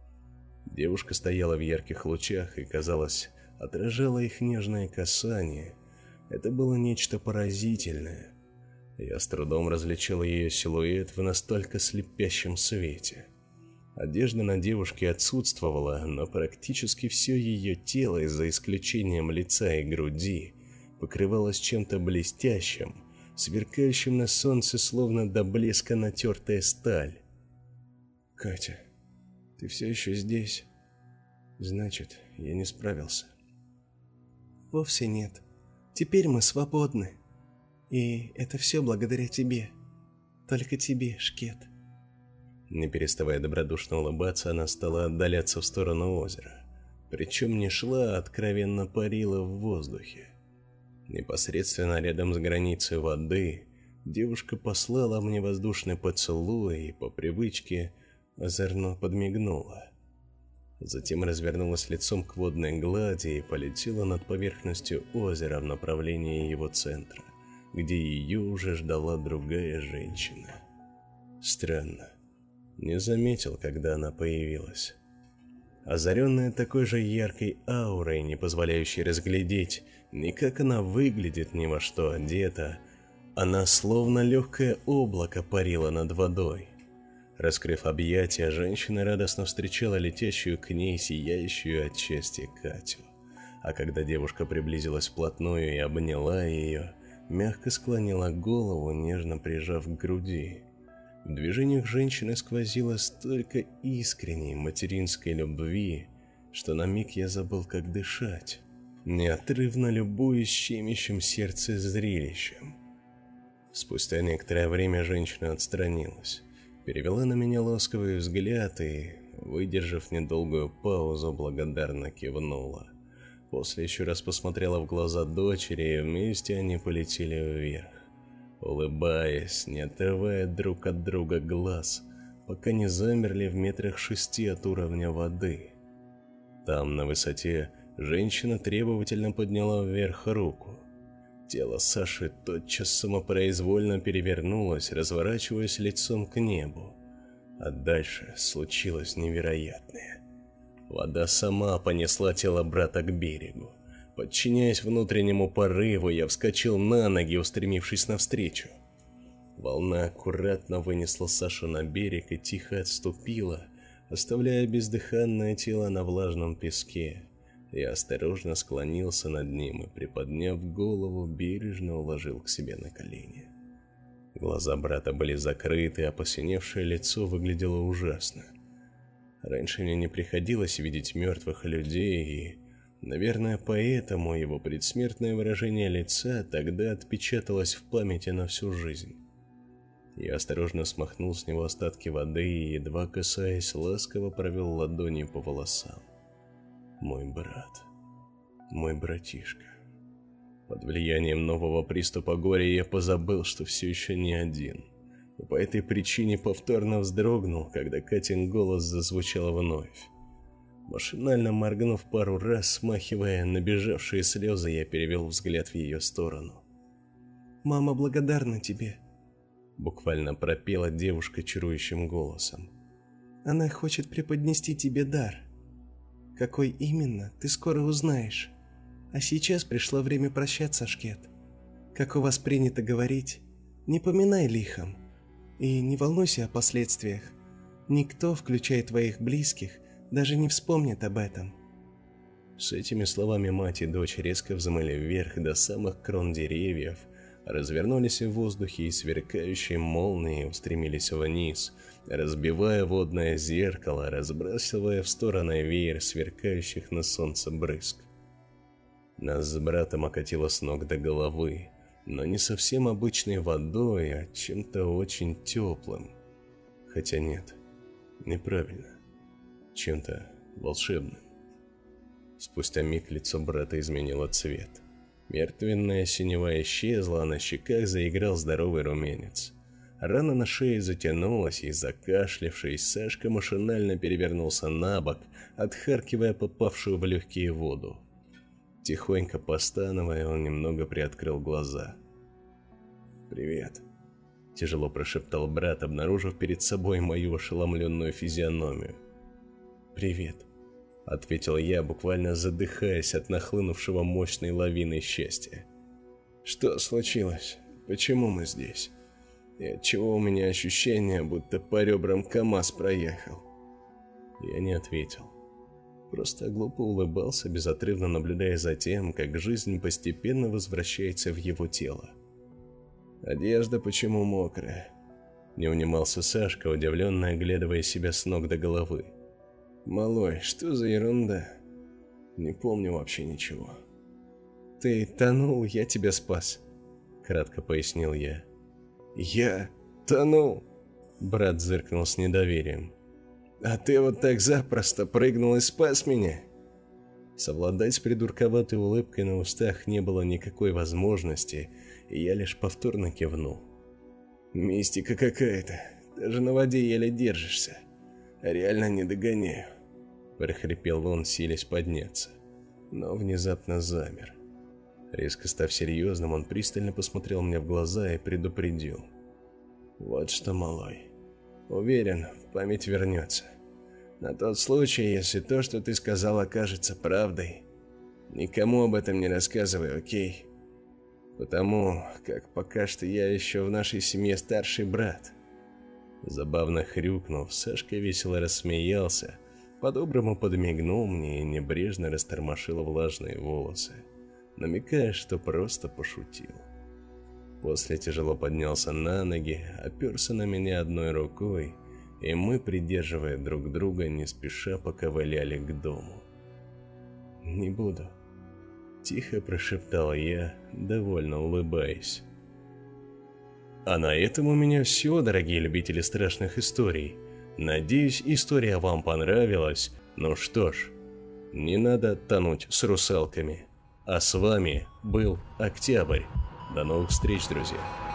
Девушка стояла в ярких лучах и, казалось, отражала их нежное касание. Это было нечто поразительное. Я с трудом различил ее силуэт в настолько слепящем свете. Одежда на девушке отсутствовала, но практически все ее тело, за исключением лица и груди, покрывалось чем-то блестящим, сверкающим на солнце, словно до блеска натертая сталь. «Катя, ты все еще здесь? Значит, я не справился».
«Вовсе нет. Теперь мы свободны. И это все благодаря тебе. Только тебе, Шкет».
Не переставая добродушно улыбаться, она стала отдаляться в сторону озера. Причем не шла, а откровенно парила в воздухе. Непосредственно рядом с границей воды девушка послала мне воздушный поцелуй и по привычке озорно подмигнула. Затем развернулась лицом к водной глади и полетела над поверхностью озера в направлении его центра, где ее уже ждала другая женщина. Странно, не заметил, когда она появилась. Озаренная такой же яркой аурой, не позволяющей разглядеть ни как она выглядит, ни во что одета, она словно легкое облако парила над водой. Раскрыв объятия, женщина радостно встречала летящую к ней сияющую от счастья Катю. А когда девушка приблизилась вплотную и обняла ее, мягко склонила голову, нежно прижав к груди. В движениях женщины сквозило столько искренней материнской любви, что на миг я забыл, как дышать, неотрывно любуясь щемящим сердце зрелищем. Спустя некоторое время женщина отстранилась, перевела на меня ласковый взгляд и, выдержав недолгую паузу, благодарно кивнула. После еще раз посмотрела в глаза дочери, и вместе они полетели вверх, улыбаясь, не отрывая друг от друга глаз, пока не замерли в метрах шести от уровня воды. Там, на высоте, женщина требовательно подняла вверх руку. Тело Саши тотчас самопроизвольно перевернулось, разворачиваясь лицом к небу. А дальше случилось невероятное. Вода сама понесла тело брата к берегу. Подчиняясь внутреннему порыву, я вскочил на ноги, устремившись навстречу. Волна аккуратно вынесла Сашу на берег и тихо отступила, оставляя бездыханное тело на влажном песке. Я осторожно склонился над ним и, приподняв голову, бережно уложил к себе на колени. Глаза брата были закрыты, а посиневшее лицо выглядело ужасно. Раньше мне не приходилось видеть мертвых людей, и, наверное, поэтому его предсмертное выражение лица тогда отпечаталось в памяти на всю жизнь. Я осторожно смахнул с него остатки воды и, едва касаясь, ласково провел ладонью по волосам. Мой брат, мой братишка. Под влиянием нового приступа горя я позабыл, что все еще не один, и по этой причине повторно вздрогнул, когда Катин голос зазвучал вновь. Машинально моргнув пару раз, смахивая набежавшие слезы, я перевел взгляд в ее сторону.
«Мама благодарна тебе»,
— буквально пропела девушка чарующим голосом.
«Она хочет преподнести тебе дар. Какой именно, ты скоро узнаешь. А сейчас пришло время прощаться, Шкет. Как у вас принято говорить, не поминай лихом. И не волнуйся о последствиях. Никто, включая твоих близких, даже не вспомнит об этом».
С этими словами мать и дочь резко взмыли вверх до самых крон деревьев, развернулись в воздухе и сверкающие молнии устремились вниз, разбивая водное зеркало, разбрасывая в стороны веер сверкающих на солнце брызг. Нас с братом окатило с ног до головы, но не совсем обычной водой, а чем-то очень теплым. Хотя нет, неправильно, чем-то волшебным. Спустя миг лицо брата изменило цвет. Мертвенная синева исчезла, а на щеках заиграл здоровый румянец. Рана на шее затянулась, и, закашлявшись, Сашка машинально перевернулся на бок, отхаркивая попавшую в легкие воду. Тихонько постановая, он немного приоткрыл глаза. «Привет», — тяжело прошептал брат, обнаружив перед собой мою ошеломленную физиономию. «Привет», — ответил я, буквально задыхаясь от нахлынувшего мощной лавины счастья. «Что случилось? Почему мы здесь? И отчего у меня ощущение, будто по ребрам КамАЗ проехал?» Я не ответил. Просто глупо улыбался, безотрывно наблюдая за тем, как жизнь постепенно возвращается в его тело. «Одежда почему мокрая?» Не унимался Сашка, удивленно оглядывая себя с ног до головы. «Малой, что за ерунда? Не помню вообще ничего». «Ты тонул, я тебя спас», — кратко пояснил я. «Я тонул?» — брат зыркнул с недоверием. «А ты вот так запросто прыгнул и спас меня?» Совладать с придурковатой улыбкой на устах не было никакой возможности, и я лишь повторно кивнул. «Мистика какая-то, даже на воде еле держишься, реально не догоняю». – прохрипел он, силясь подняться, но внезапно замер. Резко став серьезным, он пристально посмотрел мне в глаза и предупредил. «Вот что, малой, уверен, память вернется. На тот случай, если то, что ты сказал, окажется правдой. Никому об этом не рассказывай, окей? Потому как пока что я еще в нашей семье старший брат». Забавно хрюкнув, Сашка весело рассмеялся, по-доброму подмигнул мне и небрежно растормошил влажные волосы, намекая, что просто пошутил. После тяжело поднялся на ноги, оперся на меня одной рукой, и мы, придерживая друг друга, не спеша поковыляли к дому. «Не буду», – тихо прошептал я, довольно улыбаясь. А на этом у меня все, дорогие любители страшных историй. Надеюсь, история вам понравилась. Ну что ж, не надо тонуть с русалками. А с вами был Октябрь. До новых встреч, друзья.